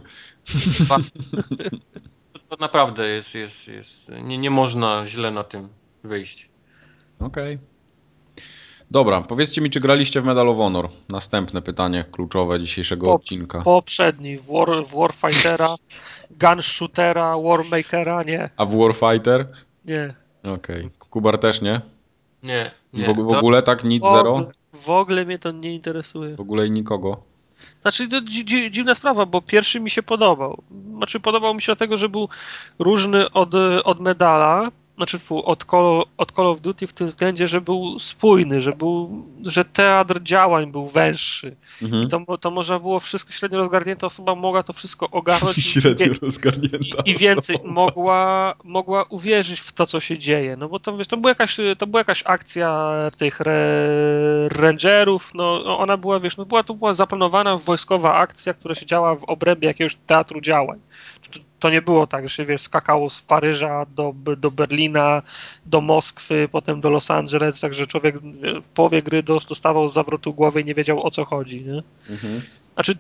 To naprawdę jest nie można źle na tym wyjść. Okej. Dobra, powiedzcie mi, czy graliście w Medal of Honor? Następne pytanie kluczowe dzisiejszego odcinka. Poprzedni. W Warfightera, Gunshootera, Warmakera, nie. A w Warfighter? Nie. Okej. Kubar też nie? Nie. W ogóle tak? Nic, zero? W ogóle mnie to nie interesuje. W ogóle i nikogo? Znaczy, to dziwna sprawa, bo pierwszy mi się podobał. Znaczy, podobał mi się dlatego, że był różny od Medala, Znaczy od Call of Duty w tym względzie, że był spójny, że teatr działań był węższy. I to można było wszystko, średnio rozgarnięta osoba mogła to wszystko ogarnąć Średnio rozgarnięta i więcej mogła uwierzyć w to, co się dzieje. No bo to, wiesz, to była jakaś akcja tych rangerów, no ona była, wiesz, no to była zaplanowana wojskowa akcja, która się działa w obrębie jakiegoś teatru działań. To nie było tak, że się, wiesz, skakało z Paryża do Berlina, do Moskwy, potem do Los Angeles, także człowiek w połowie gry dostawał z zawrotu głowy i nie wiedział, o co chodzi, nie? Znaczy,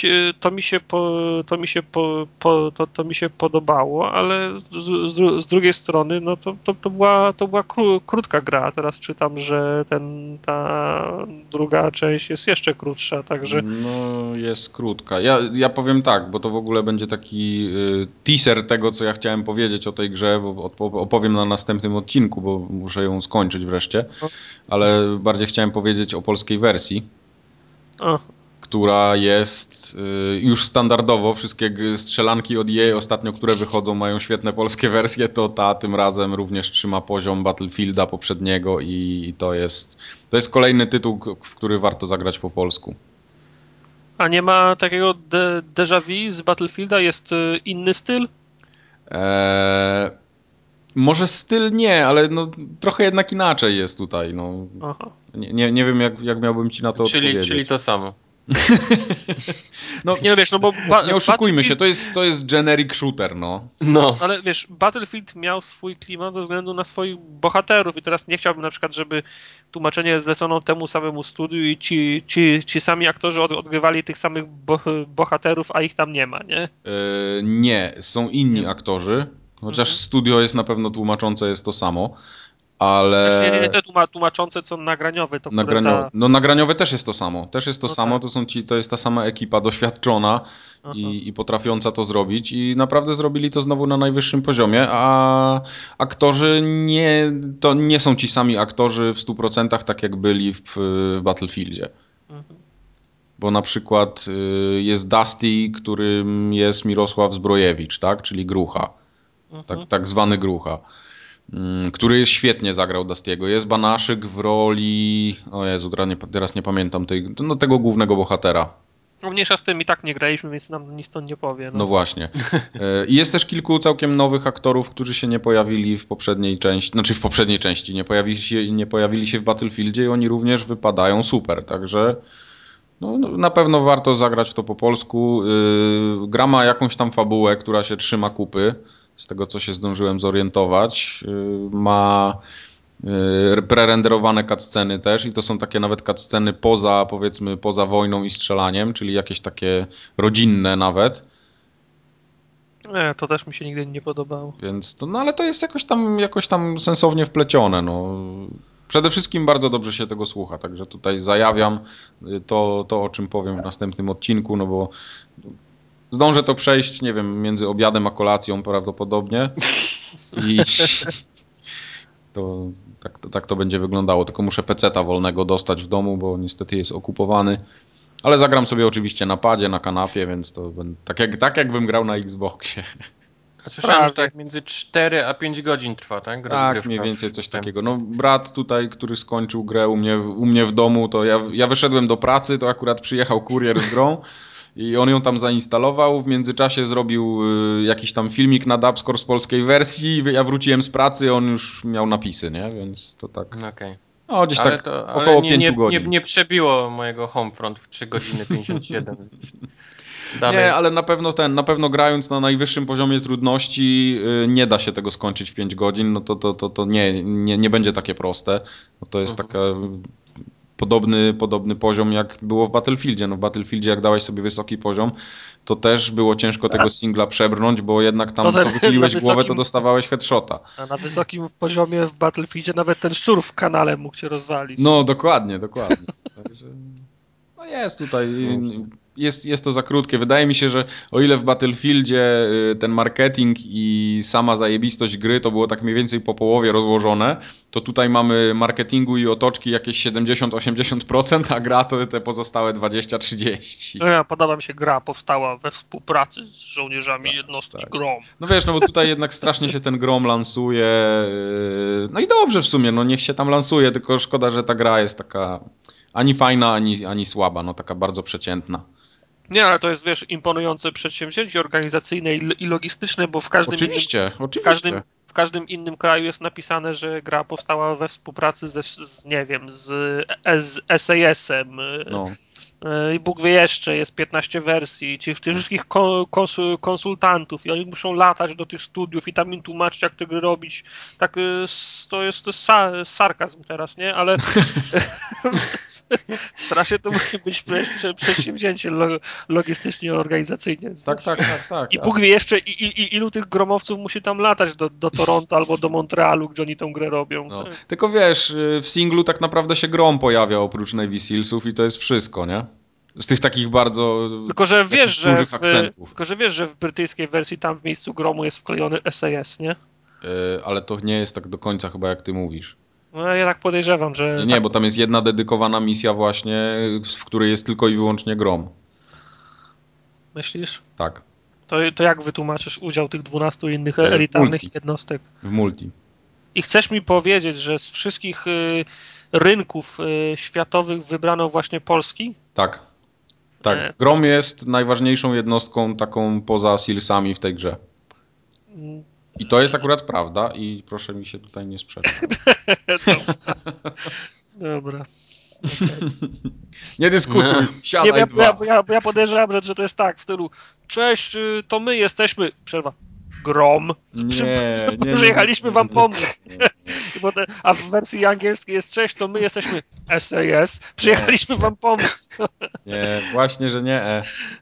to mi się podobało, ale z drugiej strony, no to była krótka gra, a teraz czytam, że ta druga część jest jeszcze krótsza, także... No, jest krótka. Ja powiem tak, bo to w ogóle będzie taki teaser tego, co ja chciałem powiedzieć o tej grze, bo opowiem na następnym odcinku, bo muszę ją skończyć wreszcie, ale bardziej chciałem powiedzieć o polskiej wersji. Która jest już standardowo, wszystkie strzelanki od EA ostatnio, które wychodzą, mają świetne polskie wersje, to ta tym razem również trzyma poziom Battlefielda poprzedniego i to jest kolejny tytuł, w który warto zagrać po polsku. A nie ma takiego déjà vu z Battlefielda? Jest inny styl? Może styl nie, ale no, trochę jednak inaczej jest tutaj. No. Nie wiem, jak miałbym ci na to odpowiedzieć. Czyli to samo. No, nie wiesz, no bo nie oszukujmy się, to jest generic shooter, no. Ale wiesz, Battlefield miał swój klimat ze względu na swoich bohaterów i teraz nie chciałbym na przykład, żeby tłumaczenie zlecono temu samemu studiu i ci sami aktorzy odgrywali tych samych bohaterów, a ich tam nie ma, nie? Nie, są inni aktorzy, chociaż studio jest na pewno tłumaczące, jest to samo. Ale... Znaczy nie te tłumaczące, co nagraniowe. To No nagraniowe też jest to samo. Też jest to samo, tak. To jest ta sama ekipa doświadczona i potrafiąca to zrobić i naprawdę zrobili to znowu na najwyższym poziomie, a aktorzy to nie są ci sami aktorzy w 100% tak jak byli w Battlefieldzie. Bo na przykład jest Dusty, którym jest Mirosław Zbrojewicz, tak? Czyli Grucha. Tak zwany Grucha. Który świetnie zagrał Dustiego. Jest Banaszyk w roli... O Jezu, teraz nie pamiętam tego głównego bohatera. No mniejsza z tym, i tak nie graliśmy, więc nam nic to nie powie. No właśnie. I jest też kilku całkiem nowych aktorów, którzy się nie pojawili w poprzedniej części. Znaczy w poprzedniej części. Nie pojawili się w Battlefieldzie i oni również wypadają super. Także no, na pewno warto zagrać w to po polsku. Gra ma jakąś tam fabułę, która się trzyma kupy. Z tego, co się zdążyłem zorientować. Ma prerenderowane cutsceny też i to są takie nawet cutsceny poza wojną i strzelaniem, czyli jakieś takie rodzinne nawet. Nie, to też mi się nigdy nie podobało. Więc no ale to jest jakoś tam sensownie wplecione, no. Przede wszystkim bardzo dobrze się tego słucha, także tutaj zajawiam to o czym powiem w następnym odcinku, no bo zdążę to przejść, nie wiem, między obiadem a kolacją prawdopodobnie i tak to będzie wyglądało. Tylko muszę peceta wolnego dostać w domu, bo niestety jest okupowany. Ale zagram sobie oczywiście na padzie, na kanapie, więc to tak jakbym grał na Xboxie. A słyszałem, że tak między 4 a 5 godzin trwa, tak? Tak, mniej więcej coś takiego. No brat tutaj, który skończył grę u mnie w domu, to ja wyszedłem do pracy, to akurat przyjechał kurier z grą. I on ją tam zainstalował, w międzyczasie zrobił jakiś tam filmik na Dubscore z polskiej wersji, ja wróciłem z pracy, on już miał napisy, nie? Więc to tak... Okej. No, gdzieś tak około 5 godzin. Nie przebiło mojego Homefront w 3 godziny 57. Nie, ale na pewno grając na najwyższym poziomie trudności nie da się tego skończyć w 5 godzin, no to nie będzie takie proste. No to jest taka... Podobny poziom jak było w Battlefieldzie. No w Battlefieldzie jak dałeś sobie wysoki poziom, to też było ciężko tego singla przebrnąć, bo jednak tam co wychyliłeś głowę, to dostawałeś headshota. A na wysokim poziomie w Battlefieldzie nawet ten szczur w kanale mógł cię rozwalić. No dokładnie. Także, no jest tutaj jest to za krótkie. Wydaje mi się, że o ile w Battlefieldzie ten marketing i sama zajebistość gry to było tak mniej więcej po połowie rozłożone, to tutaj mamy marketingu i otoczki jakieś 70-80%, a gra to te pozostałe 20-30%. Podoba mi się, gra powstała we współpracy z żołnierzami jednostki GROM. No wiesz, no bo tutaj jednak strasznie się ten GROM lansuje. No i dobrze w sumie, no niech się tam lansuje, tylko szkoda, że ta gra jest taka ani fajna, ani słaba, no taka bardzo przeciętna. Nie, ale to jest, wiesz, imponujące przedsięwzięcie organizacyjne i logistyczne, bo w każdym w każdym innym kraju jest napisane, że gra powstała we współpracy z SAS-em. No. I Bóg wie jeszcze, jest 15 wersji, tych wszystkich konsultantów i oni muszą latać do tych studiów i tam im tłumaczyć, jak te gry robić. Tak, to jest sarkazm teraz, nie? Ale strasznie to musi być przedsięwzięcie logistycznie, organizacyjnie. Tak. I Bóg wie jeszcze, ilu tych gromowców musi tam latać do Toronto albo do Montrealu, gdzie oni tą grę robią. No. Tylko wiesz, w singlu tak naprawdę się Grom pojawia oprócz Navy Sealsów i to jest wszystko, nie? Z tych takich bardzo dużych akcentów. Tylko, że wiesz, że w brytyjskiej wersji tam w miejscu Gromu jest wklejony SAS, nie? Ale to nie jest tak do końca chyba jak ty mówisz. No ja tak podejrzewam, że... Nie, bo tam jest jedna dedykowana misja właśnie, w której jest tylko i wyłącznie Grom. Myślisz? Tak. To jak wytłumaczysz udział tych 12 innych elitarnych jednostek? W multi. I chcesz mi powiedzieć, że z wszystkich rynków światowych wybrano właśnie polski? Tak. Grom jest najważniejszą jednostką taką poza Sealsami w tej grze. I to jest akurat prawda i proszę mi się tutaj nie sprzeczać. Dobra. Okay. Nie dyskutuj, siadaj ja podejrzewam, że to jest tak w stylu cześć, to my jesteśmy... Przerwa. Grom. Nie. Przyjechaliśmy wam pomóc. A w wersji angielskiej jest cześć, to my jesteśmy SAS. Przyjechaliśmy wam pomóc. Nie, właśnie, że nie.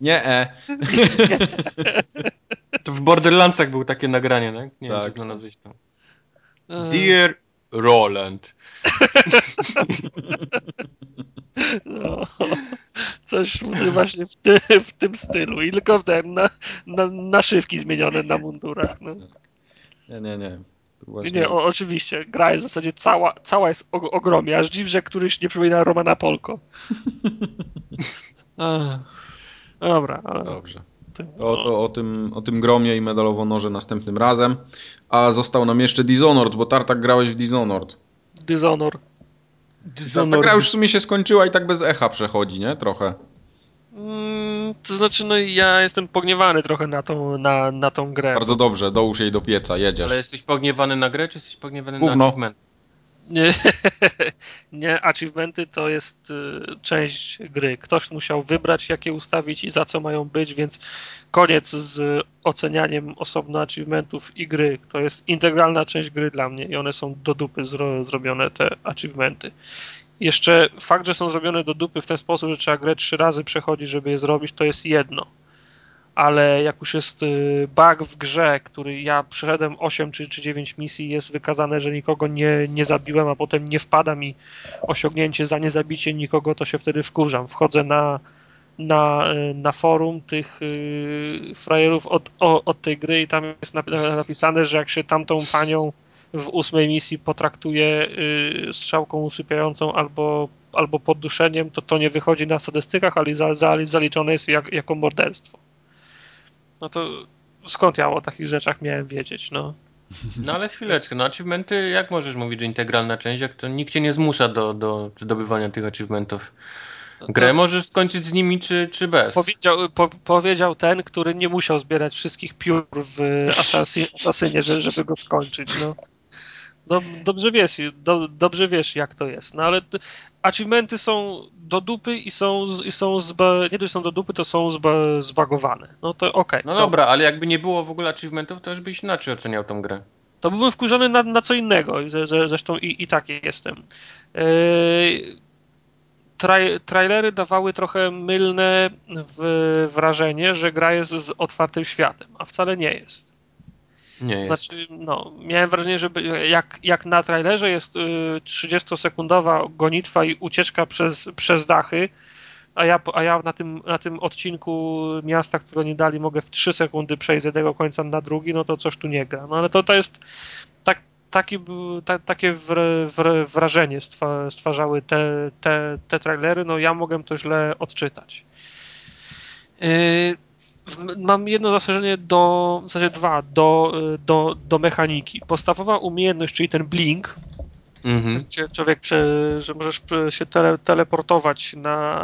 To w Borderlandsach było takie nagranie, tak? Nie wiem, czy znalazłeś to. Dear Roland. No, coś właśnie w tym stylu. I tylko naszywki zmienione na mundurach. No. Nie. Nie, oczywiście. Gra jest w zasadzie cała jest ogromnie. Aż dziw, że któryś nie przypomina Romana Polko. Dobra. Ale... Dobrze. To o tym Gromie i Medalowo-Noże następnym razem. A został nam jeszcze Dishonored, bo Tartak grałeś w Dishonored. Dishonored. Ta gra już w sumie się skończyła i tak bez echa przechodzi, nie? Trochę. To znaczy, no ja jestem pogniewany trochę na tą grę. Bardzo dobrze, dołóż jej do pieca, jedziesz. Ale jesteś pogniewany na grę, czy jesteś pogniewany na achievement? Nie, achievementy to jest część gry. Ktoś musiał wybrać, jakie ustawić i za co mają być, więc koniec z ocenianiem osobno achievementów i gry. To jest integralna część gry dla mnie i one są do dupy zrobione, te achievementy. Jeszcze fakt, że są zrobione do dupy w ten sposób, że trzeba grę 3 razy przechodzić, żeby je zrobić, to jest jedno. Ale jak już jest bug w grze, który ja przeszedłem 8 czy 9 misji, jest wykazane, że nikogo nie zabiłem, a potem nie wpada mi osiągnięcie za niezabicie nikogo, to się wtedy wkurzam. Wchodzę na forum tych frajerów od tej gry i tam jest napisane, że jak się tamtą panią w 8 misji potraktuje strzałką usypiającą albo podduszeniem, to nie wychodzi na statystykach, ale zaliczone jest jako morderstwo. No to skąd ja o takich rzeczach miałem wiedzieć, no? No ale chwileczkę, no achievementy, jak możesz mówić, że integralna część, jak to nikt cię nie zmusza do zdobywania tych achievementów? Grę możesz skończyć z nimi, czy bez? Powiedział ten, który nie musiał zbierać wszystkich piór w Asasynie, żeby go skończyć, no. Dobrze wiesz, jak to jest. No ale achievementy są do dupy i nie dość są do dupy, to są zbagowane. No to okej. No dobra, ale jakby nie było w ogóle achievementów, to już byś inaczej oceniał tą grę. To byłbym wkurzony na co innego. Zresztą i taki jestem. Trailery dawały trochę mylne wrażenie, że gra jest z otwartym światem, a wcale nie jest. Nie jest. Znaczy, miałem wrażenie, że jak na trailerze jest 30-sekundowa gonitwa i ucieczka przez dachy, a ja na tym odcinku miasta, które oni dali, mogę w 3 sekundy przejść z jednego końca na drugi, no to coś tu nie gra. No ale to jest takie wrażenie stwarzały te trailery, no ja mogłem to źle odczytać. Mam jedno zastrzeżenie w zasadzie dwa, do mechaniki. Podstawowa umiejętność, czyli ten blink, że człowiek, że możesz się teleportować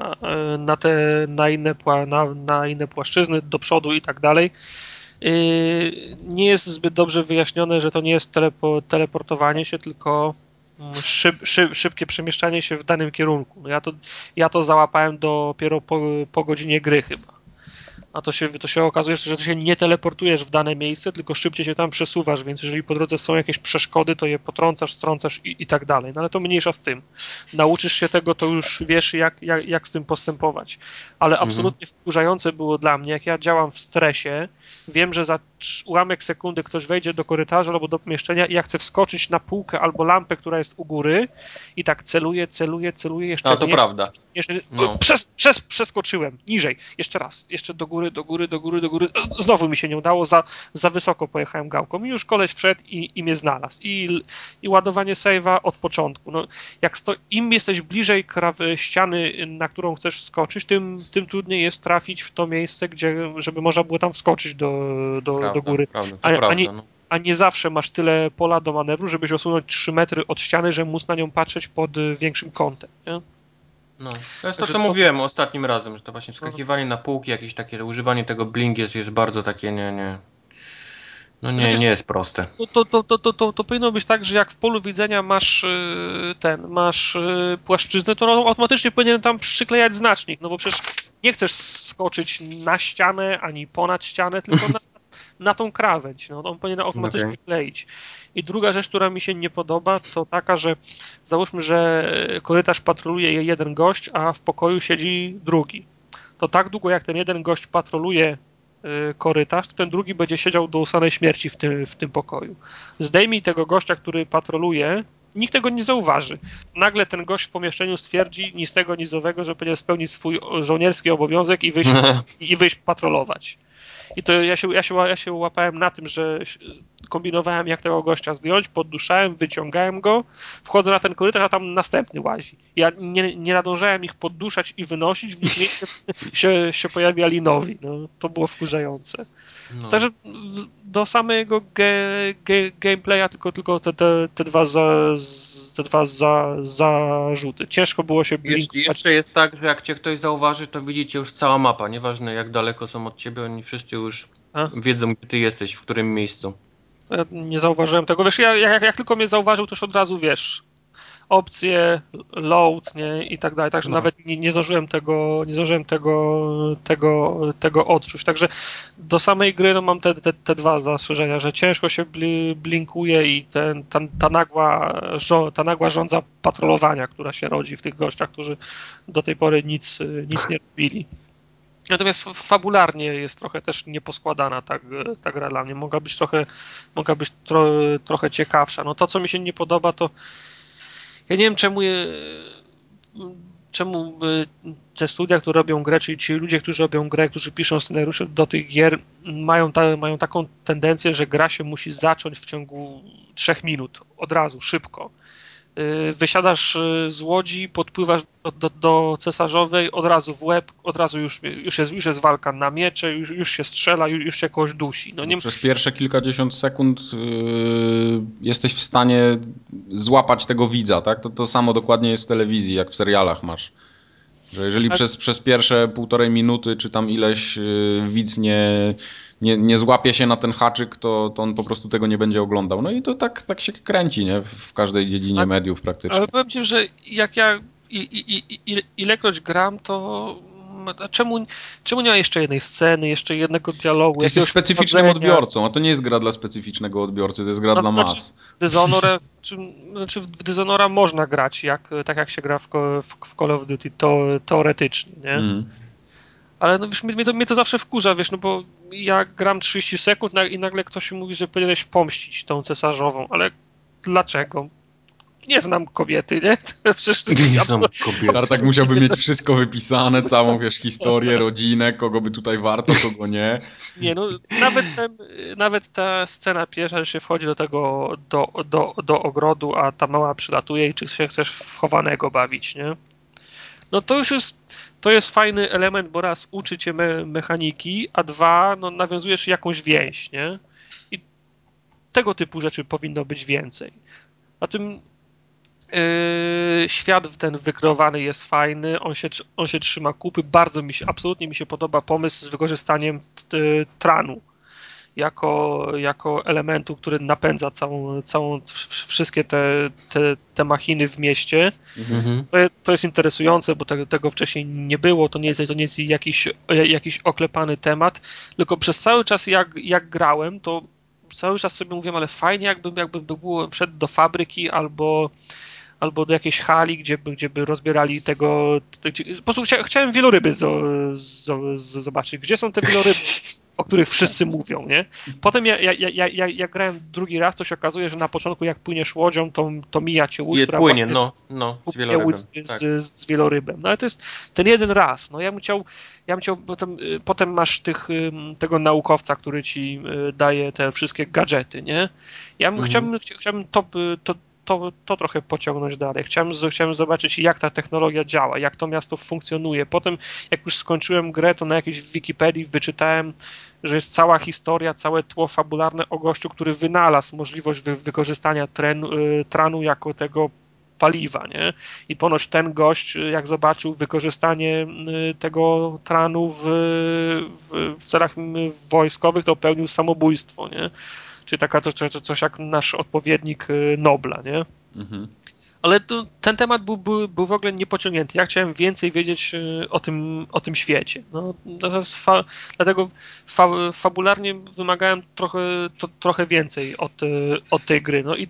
na inne płaszczyzny, do przodu i tak dalej. Nie jest zbyt dobrze wyjaśnione, że to nie jest teleportowanie się, tylko szybkie przemieszczanie się w danym kierunku. No ja to załapałem dopiero po godzinie gry chyba. A to się okazuje, że ty się nie teleportujesz w dane miejsce, tylko szybciej się tam przesuwasz, więc jeżeli po drodze są jakieś przeszkody, to je potrącasz, strącasz i tak dalej. No ale to mniejsza z tym. Nauczysz się tego, to już wiesz, jak z tym postępować. Ale absolutnie wkurzające było dla mnie, jak ja działam w stresie, wiem, że za ułamek sekundy ktoś wejdzie do korytarza albo do pomieszczenia i ja chcę wskoczyć na półkę albo lampę, która jest u góry i tak celuję, jeszcze a, to prawda. Jeszcze, przeskoczyłem, niżej, jeszcze raz, jeszcze do góry, znowu mi się nie udało, za wysoko pojechałem gałką i już koleś wszedł i mnie znalazł. I ładowanie save'a od początku. No, im jesteś bliżej ściany, na którą chcesz wskoczyć, tym trudniej jest trafić w to miejsce, żeby można było tam wskoczyć do góry. A nie zawsze masz tyle pola do manewru, żebyś osunąć 3 metry od ściany, żeby móc na nią patrzeć pod większym kątem. Nie? No, to jest to, co mówiłem ostatnim razem, że to właśnie skakiwanie na półki, jakieś takie używanie tego blink jest bardzo takie nie jest proste. To powinno być tak, że jak w polu widzenia masz płaszczyznę, to automatycznie powinien tam przyklejać znacznik, no bo przecież nie chcesz skoczyć na ścianę, ani ponad ścianę, tylko na tą krawędź. No, on powinien automatycznie kleić. I druga rzecz, która mi się nie podoba, to taka, że załóżmy, że korytarz patroluje jeden gość, a w pokoju siedzi drugi. To tak długo, jak ten jeden gość patroluje korytarz, to ten drugi będzie siedział do samej śmierci w tym pokoju. Zdejmij tego gościa, który patroluje, nikt tego nie zauważy. Nagle ten gość w pomieszczeniu stwierdzi nic tego, nic owego, że będzie spełnić swój żołnierski obowiązek i wyjść patrolować. I to ja się łapałem na tym, że kombinowałem, jak tego gościa zdjąć, podduszałem, wyciągałem go, wchodzę na ten korytarz, a tam następny łazi. Ja nie nadążałem ich podduszać i wynosić, w nich się pojawiali nowi. No, to było wkurzające. No. Także do samego gameplaya tylko te dwa zarzuty. Ciężko było się blinkować. Jeszcze jest tak, że jak cię ktoś zauważy, to widzicie już cała mapa. Nieważne jak daleko są od ciebie, oni wszyscy już wiedzą, gdzie ty jesteś, w którym miejscu. Ja nie zauważyłem tego. Wiesz, jak tylko mnie zauważył, to już od razu wiesz. Opcje, load, nie, i tak dalej. Także nawet nie zdążyłem tego odczuć. Także do samej gry mam te dwa zastrzeżenia, że ciężko się blinkuje i ta nagła żądza patrolowania, która się rodzi w tych gościach, którzy do tej pory nic nie robili. Natomiast fabularnie jest trochę też nieposkładana ta gra dla mnie. Mogła być trochę ciekawsza. No to, co mi się nie podoba, to ja nie wiem, czemu te studia, które robią grę, czyli ci ludzie, którzy robią grę, którzy piszą scenariusze do tych gier, mają taką tendencję, że gra się musi zacząć w ciągu 3 minut, od razu, szybko. Wysiadasz z łodzi, podpływasz do cesarzowej, od razu w łeb, od razu już jest walka na miecze, już się strzela, już się kogoś dusi. No nie... Przez pierwsze kilkadziesiąt sekund jesteś w stanie złapać tego widza, tak? To samo dokładnie jest w telewizji, jak w serialach masz. Że jeżeli przez pierwsze 1,5 minuty, czy tam ileś widz nie złapie się na ten haczyk, to on po prostu tego nie będzie oglądał. No i to tak się kręci, nie? W każdej dziedzinie mediów praktycznie. Ale powiem ci, że jak ja ilekroć gram, to czemu nie ma jeszcze jednej sceny, jeszcze jednego dialogu? Ty jesteś specyficznym odbiorcą, a to nie jest gra dla specyficznego odbiorcy, to jest gra dla mas. W Dishonora można grać, tak jak się gra w Call of Duty, teoretycznie, nie? Ale no wiesz, mnie to zawsze wkurza, wiesz, no bo ja gram 30 sekund i nagle ktoś mi mówi, że powinieneś pomścić tą cesarzową, ale dlaczego? nie znam kobiety, nie? Przecież nie znam kobiety. Tartak musiałby mieć wszystko wypisane, całą, historię, rodzinę, kogo by tutaj warto, kogo nie. Nie, no nawet ta scena pierwsza, że się wchodzi do tego, do ogrodu, a ta mała przylatuje i czy się chcesz w chowanego bawić, nie? No to jest fajny element, bo raz uczy cię mechaniki, a dwa, no nawiązujesz jakąś więź, nie? I tego typu rzeczy powinno być więcej. A tym świat ten wykreowany jest fajny, on się trzyma kupy, absolutnie mi się podoba pomysł z wykorzystaniem tranu jako elementu, który napędza wszystkie te machiny w mieście. Mhm. To jest interesujące, bo tego wcześniej nie było, to nie jest jakiś oklepany temat, tylko przez cały czas jak grałem, to cały czas sobie mówiłem, ale fajnie jakby było szedł do fabryki albo do jakiejś hali, gdzie by rozbierali tego... Po prostu chciałem wieloryby zobaczyć. Gdzie są te wieloryby, o których wszyscy mówią, nie? Potem jak grałem drugi raz, to się okazuje, że na początku jak płyniesz łodzią, to mija cię łódź, która płynie, z wielorybem. Z wielorybem. No ale to jest ten jeden raz. No ja bym chciał potem masz tego naukowca, który ci daje te wszystkie gadżety, nie? Ja bym chciałbym to trochę pociągnąć dalej. Chciałem zobaczyć, jak ta technologia działa, jak to miasto funkcjonuje. Potem, jak już skończyłem grę, to na jakiejś Wikipedii wyczytałem, że jest cała historia, całe tło fabularne o gościu, który wynalazł możliwość wykorzystania tranu jako tego paliwa, nie? I ponoć ten gość, jak zobaczył wykorzystanie tego tranu w celach wojskowych, to pełnił samobójstwo, nie? Czyli coś jak nasz odpowiednik Nobla, nie? Mhm. Ale ten temat był w ogóle niepociągnięty. Ja chciałem więcej wiedzieć o tym świecie. No, dlatego fabularnie wymagałem trochę więcej od tej gry. No i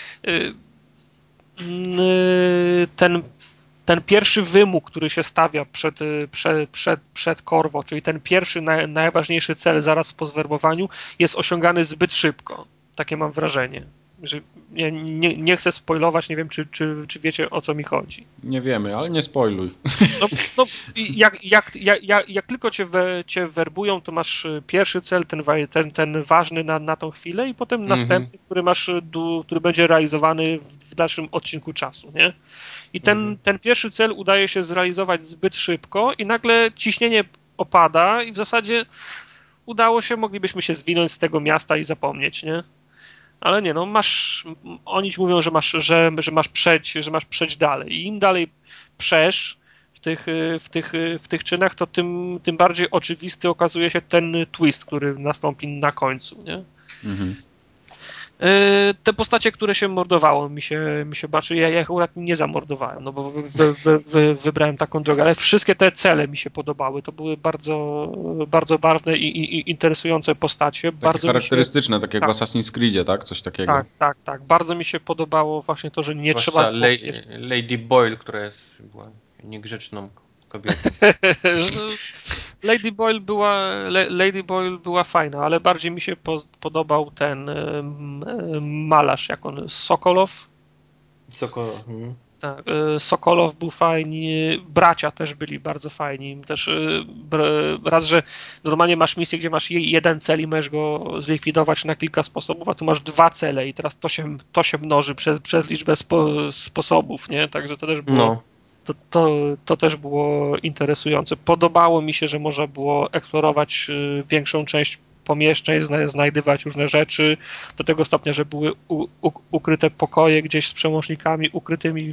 ten pierwszy wymóg, który się stawia przed Corvo, czyli ten pierwszy, najważniejszy cel zaraz po zwerbowaniu, jest osiągany zbyt szybko. Takie mam wrażenie. Że nie chcę spoilować, nie wiem, czy wiecie, o co mi chodzi. Nie wiemy, ale nie spoiluj. No jak tylko cię werbują, to masz pierwszy cel, ten ważny na tą chwilę i potem następny, który będzie realizowany w dalszym odcinku czasu, nie? I ten pierwszy cel udaje się zrealizować zbyt szybko i nagle ciśnienie opada i w zasadzie udało się, moglibyśmy się zwinąć z tego miasta i zapomnieć, nie? Ale nie, no oni ci mówią, że masz przejść dalej i im dalej przesz w tych czynach, to tym bardziej oczywisty okazuje się ten twist, który nastąpi na końcu, nie? Mhm. Te postacie, które się mordowało, mi się baczy, ja ich akurat nie zamordowałem, no bo wybrałem taką drogę, ale wszystkie te cele mi się podobały, to były bardzo, bardzo barwne i interesujące postacie. Takie bardzo charakterystyczne, tak jak w Assassin's Creedzie, tak? Coś takiego. Tak. Bardzo mi się podobało właśnie to, że nie zwłaszcza trzeba... Lady Boyle, która była niegrzeczną kobietą. Lady Boyle była fajna, ale bardziej mi się podobał ten malarz, jak on, Sokolow. Tak, Sokolow był fajny, bracia też byli bardzo fajni. Też raz, że normalnie masz misję, gdzie masz jeden cel i możesz go zlikwidować na kilka sposobów, a tu masz dwa cele i teraz to się mnoży przez liczbę sposobów, nie? Także to też było. No. To też było interesujące. Podobało mi się, że można było eksplorować większą część pomieszczeń, znajdywać różne rzeczy, do tego stopnia, że były ukryte pokoje gdzieś z przełącznikami ukrytymi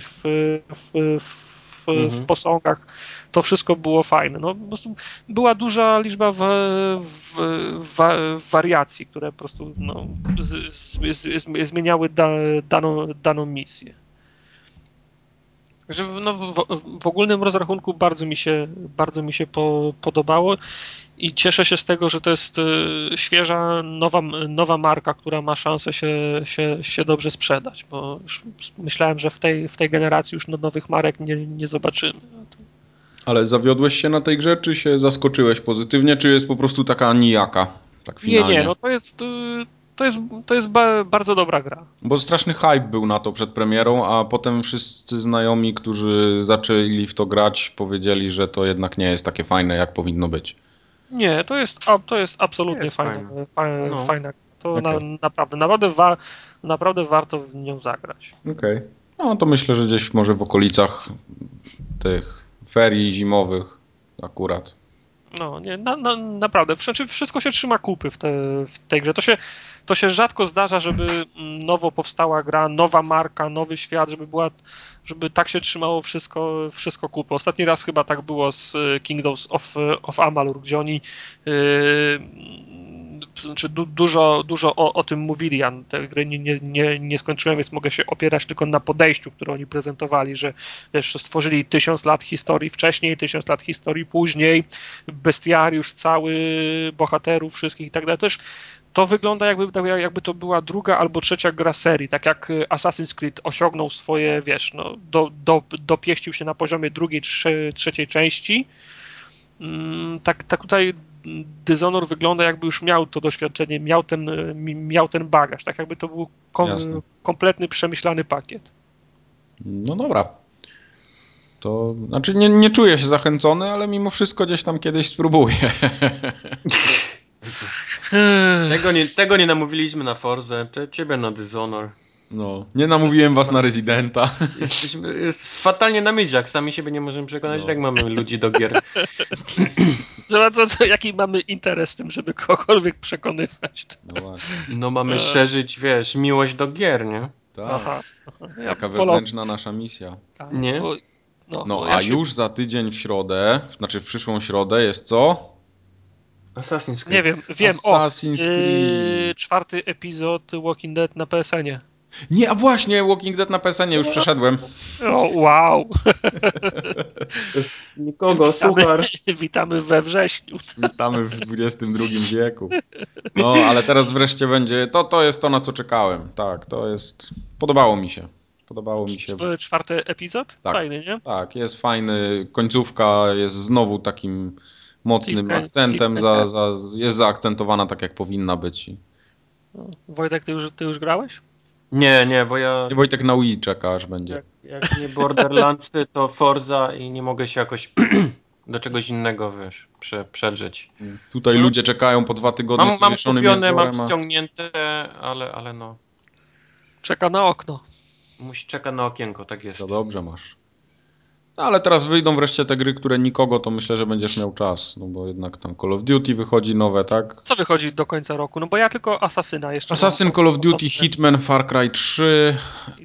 w posągach. To wszystko było fajne. No, po prostu była duża liczba wariacji, które po prostu zmieniały daną misję. Także w ogólnym rozrachunku bardzo mi się podobało i cieszę się z tego, że to jest świeża, nowa marka, która ma szansę się dobrze sprzedać, bo już myślałem, że w tej generacji już nowych marek nie zobaczymy. Ale zawiodłeś się na tej grze, czy się zaskoczyłeś pozytywnie, czy jest po prostu taka nijaka? Tak finalnie? Nie, no to jest... to jest bardzo dobra gra. Bo straszny hype był na to przed premierą, a potem wszyscy znajomi, którzy zaczęli w to grać, powiedzieli, że to jednak nie jest takie fajne, jak powinno być. Nie, to jest absolutnie fajna. To okay. naprawdę warto w nią zagrać. Okej. No to myślę, że gdzieś może w okolicach tych ferii zimowych akurat. No, nie, naprawdę. Wszystko się trzyma kupy w tej grze. To się rzadko zdarza, żeby nowo powstała gra, nowa marka, nowy świat, żeby tak się trzymało wszystko kupy. Ostatni raz chyba tak było z Kingdoms of Amalur, gdzie oni dużo o tym mówili. Ja tej gry nie skończyłem, więc mogę się opierać tylko na podejściu, które oni prezentowali, że wiesz, stworzyli 1000 lat historii wcześniej, 1000 lat historii później, bestiariusz cały, bohaterów wszystkich i tak dalej. Też to wygląda jakby to była druga albo trzecia gra serii, tak jak Assassin's Creed osiągnął swoje, wiesz, no, dopieścił się na poziomie drugiej, trzeciej części. Tak tutaj Dishonored wygląda, jakby już miał to doświadczenie, miał ten bagaż, tak jakby to był kompletny, przemyślany pakiet. No dobra. To znaczy nie czuję się zachęcony, ale mimo wszystko gdzieś tam kiedyś spróbuję. Tego nie namówiliśmy na Forzę, ciebie na Dishonored. No, nie namówiłem was na Residenta. Jest fatalnie na midziach, sami siebie nie możemy przekonać, jak mamy ludzi do gier. Jaki mamy interes z tym, żeby kogokolwiek przekonywać? No właśnie. No mamy szerzyć, wiesz, miłość do gier, nie? Tak. Aha. Jaka wewnętrzna nasza misja. Tak, nie? Już za tydzień w środę, znaczy w przyszłą środę jest co? Assassin's Creed. Nie wiem. Assassin's Creed. 4. epizod Walking Dead na PSN-ie. Nie, a właśnie, Walking Dead na PSN-ie już przeszedłem. O, wow. Nikogo, suchar. Witamy we wrześniu. Witamy w XXI wieku. No, ale teraz wreszcie będzie, to jest to, na co czekałem. Tak, to jest, podobało mi się. 4. epizod? Tak, fajny, nie? Tak, jest fajny. Końcówka jest znowu takim mocnym akcentem. Jest zaakcentowana tak, jak powinna być. Wojtek, ty już grałeś? Nie, bo ja... Wojtek na Wii czeka, aż będzie. Jak nie Borderlandsy, to Forza i nie mogę się jakoś do czegoś innego, wiesz, przedrzeć. Tutaj ludzie czekają po 2 tygodnie. Mam kupione, mam ściągnięte, ale no. Czeka na okno. Czeka na okienko, tak jest. To dobrze masz. No, ale teraz wyjdą wreszcie te gry, które nikogo, to myślę, że będziesz miał czas. No bo jednak tam Call of Duty wychodzi nowe, tak? Co wychodzi do końca roku? No bo ja tylko Asasyna jeszcze Assassin, Call of Duty, Hitman, Far Cry 3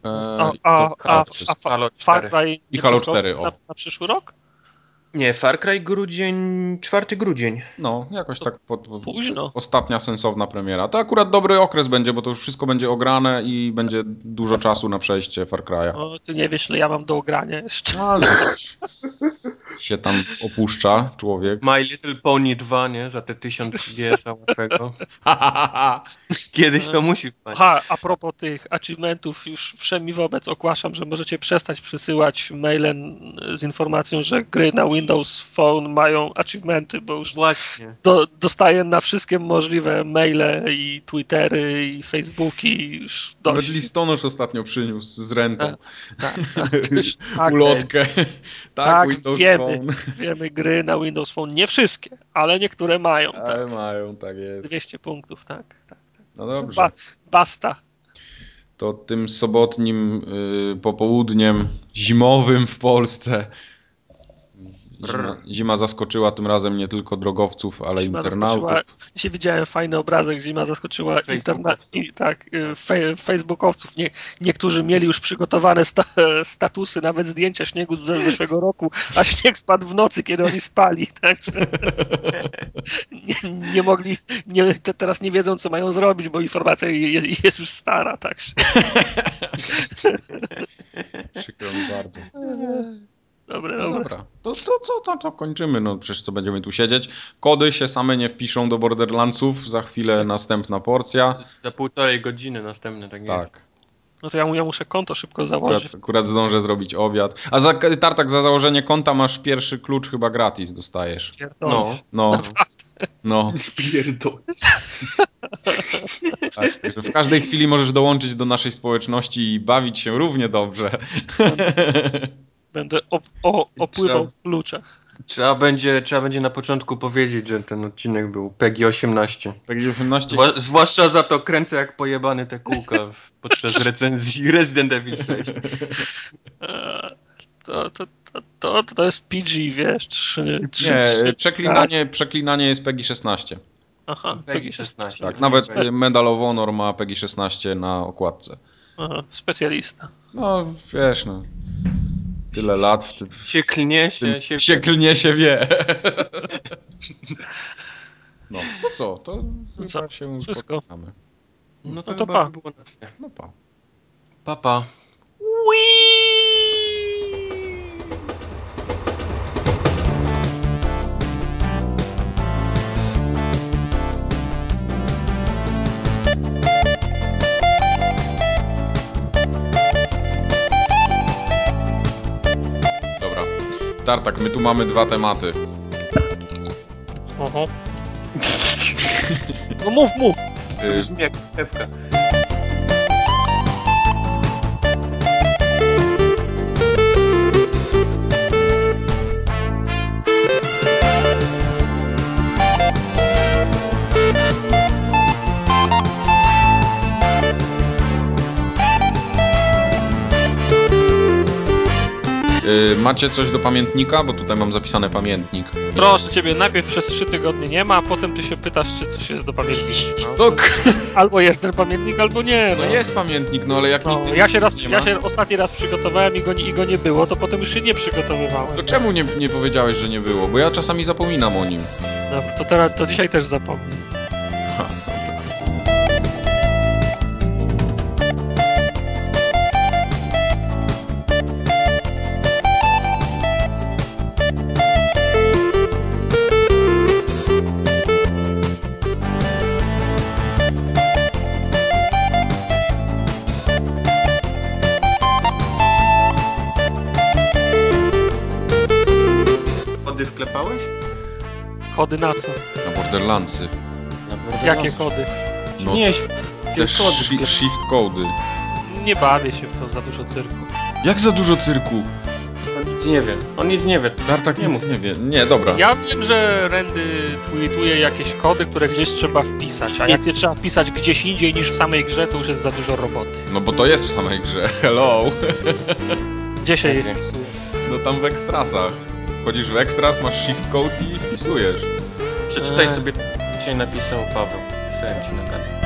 Far Cry i Halo 4. Na przyszły rok? Nie, Far Cry grudzień, 4 grudzień. No, jakoś tak późno. Ostatnia sensowna premiera. To akurat dobry okres będzie, bo to już wszystko będzie ograne i będzie dużo czasu na przejście Far Cry'a. O, ty nie wiesz, ile ja mam do ogrania jeszcze. Ale się tam opuszcza człowiek. My Little Pony 2, nie? Za te 1000 GS-a łatwego. Kiedyś to musi wpaść. A propos tych achievementów, już wszemi wobec ogłaszam, że możecie przestać przysyłać mailem z informacją, że gry na Windows Phone mają achievementy, bo już właśnie dostaję na wszystkie możliwe maile i Twittery i Facebooki. Już nawet listonosz ostatnio przyniósł z rentą. Tak, ulotkę. Tak, Windows Phone. Wiemy gry na Windows Phone. Nie wszystkie, ale niektóre mają. Ale mają, tak jest. 200 punktów, tak. No dobrze. Basta. To tym sobotnim popołudniem zimowym w Polsce zima zaskoczyła tym razem nie tylko drogowców, ale internautów. Dzisiaj widziałem fajny obrazek, zima zaskoczyła facebookowców. Niektórzy mieli już przygotowane statusy, nawet zdjęcia śniegu z zeszłego roku, a śnieg spadł w nocy, kiedy oni spali. Także nie mogli, teraz nie wiedzą, co mają zrobić, bo informacja jest już stara. Także. Przykro mi bardzo. Dobra. To kończymy. No przecież co będziemy tu siedzieć. Kody się same nie wpiszą do Borderlandsów. Za chwilę następna porcja. Za 1,5 godziny następne, tak jest. No to ja muszę konto szybko założyć. Akurat zdążę zrobić obiad. A Tartak, za założenie konta masz pierwszy klucz chyba gratis dostajesz. No. Pierdol. Tak, że w każdej chwili możesz dołączyć do naszej społeczności i bawić się równie dobrze. Będę opływał w kluczach. Trzeba będzie na początku powiedzieć, że ten odcinek był PEGI 18. PEGI 18? Zwłaszcza za to kręcę jak pojebany te kółka podczas recenzji Resident Evil 6. To jest PG, wiesz? Przeklinanie jest PEGI 16. Aha, PEGI 16. Tak, nawet Medal of Honor ma PEGI 16 na okładce. Aha, specjalista. No, wiesz, no. Tyle lat się klnie się wie. No co? To co? się wszystko. spotkamy. No to pa. By było na tyle. No pa. Pa. Tartak, my tu mamy 2 tematy. Oho. No mów. Brzmi jak pewka. Macie coś do pamiętnika? Bo tutaj mam zapisane pamiętnik. Proszę ciebie, najpierw przez 3 tygodnie nie ma, a potem ty się pytasz, czy coś jest do pamiętnika. No. Albo jest ten pamiętnik, albo nie. No jest pamiętnik, no ale jak nigdy ja się ostatni raz przygotowałem i go nie było, to potem już się nie przygotowywałem. To czemu nie powiedziałeś, że nie było? Bo ja czasami zapominam o nim. Dobra, to dzisiaj też zapomnę. Wklepałeś? Kody na co? Na Borderlandsy. Jakie kody? No, te shift kody. Nie bawię się w to, za dużo cyrku. Jak za dużo cyrku? On nic nie wie. Tartak nic nie wie. Nie, dobra. Ja wiem, że Randy tweetuje jakieś kody, które gdzieś trzeba wpisać, a jak je trzeba wpisać gdzieś indziej niż w samej grze, to już jest za dużo roboty. No bo to jest w samej grze. Hello. Gdzie się je wpisuje? No tam w ekstrasach. Wchodzisz w ekstras, masz shift code i wpisujesz. Przeczytaj sobie, co dzisiaj napisał Paweł. Pisałem ci na kartę.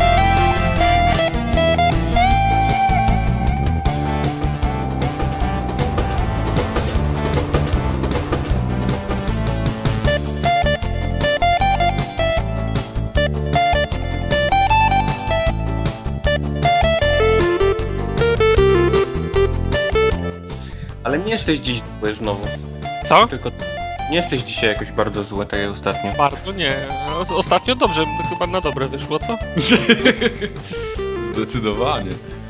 Ale nie jesteś dziś zły znowu. Co? Tylko nie jesteś dzisiaj jakoś bardzo zły, tak jak ostatnio. Bardzo nie. Ostatnio dobrze, chyba na dobre wyszło, co? Zdecydowanie.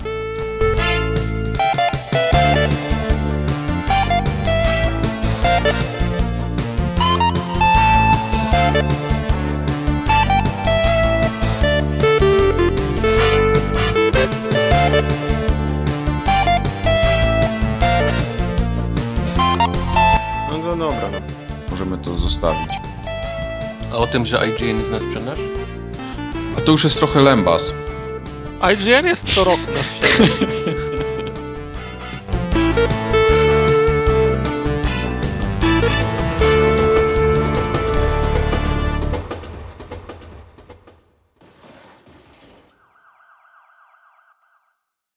No dobra. Możemy to zostawić. A o tym, że IGN jest na sprzedaż? A to już jest trochę lębas. IGN jest co roku na sprzedaż.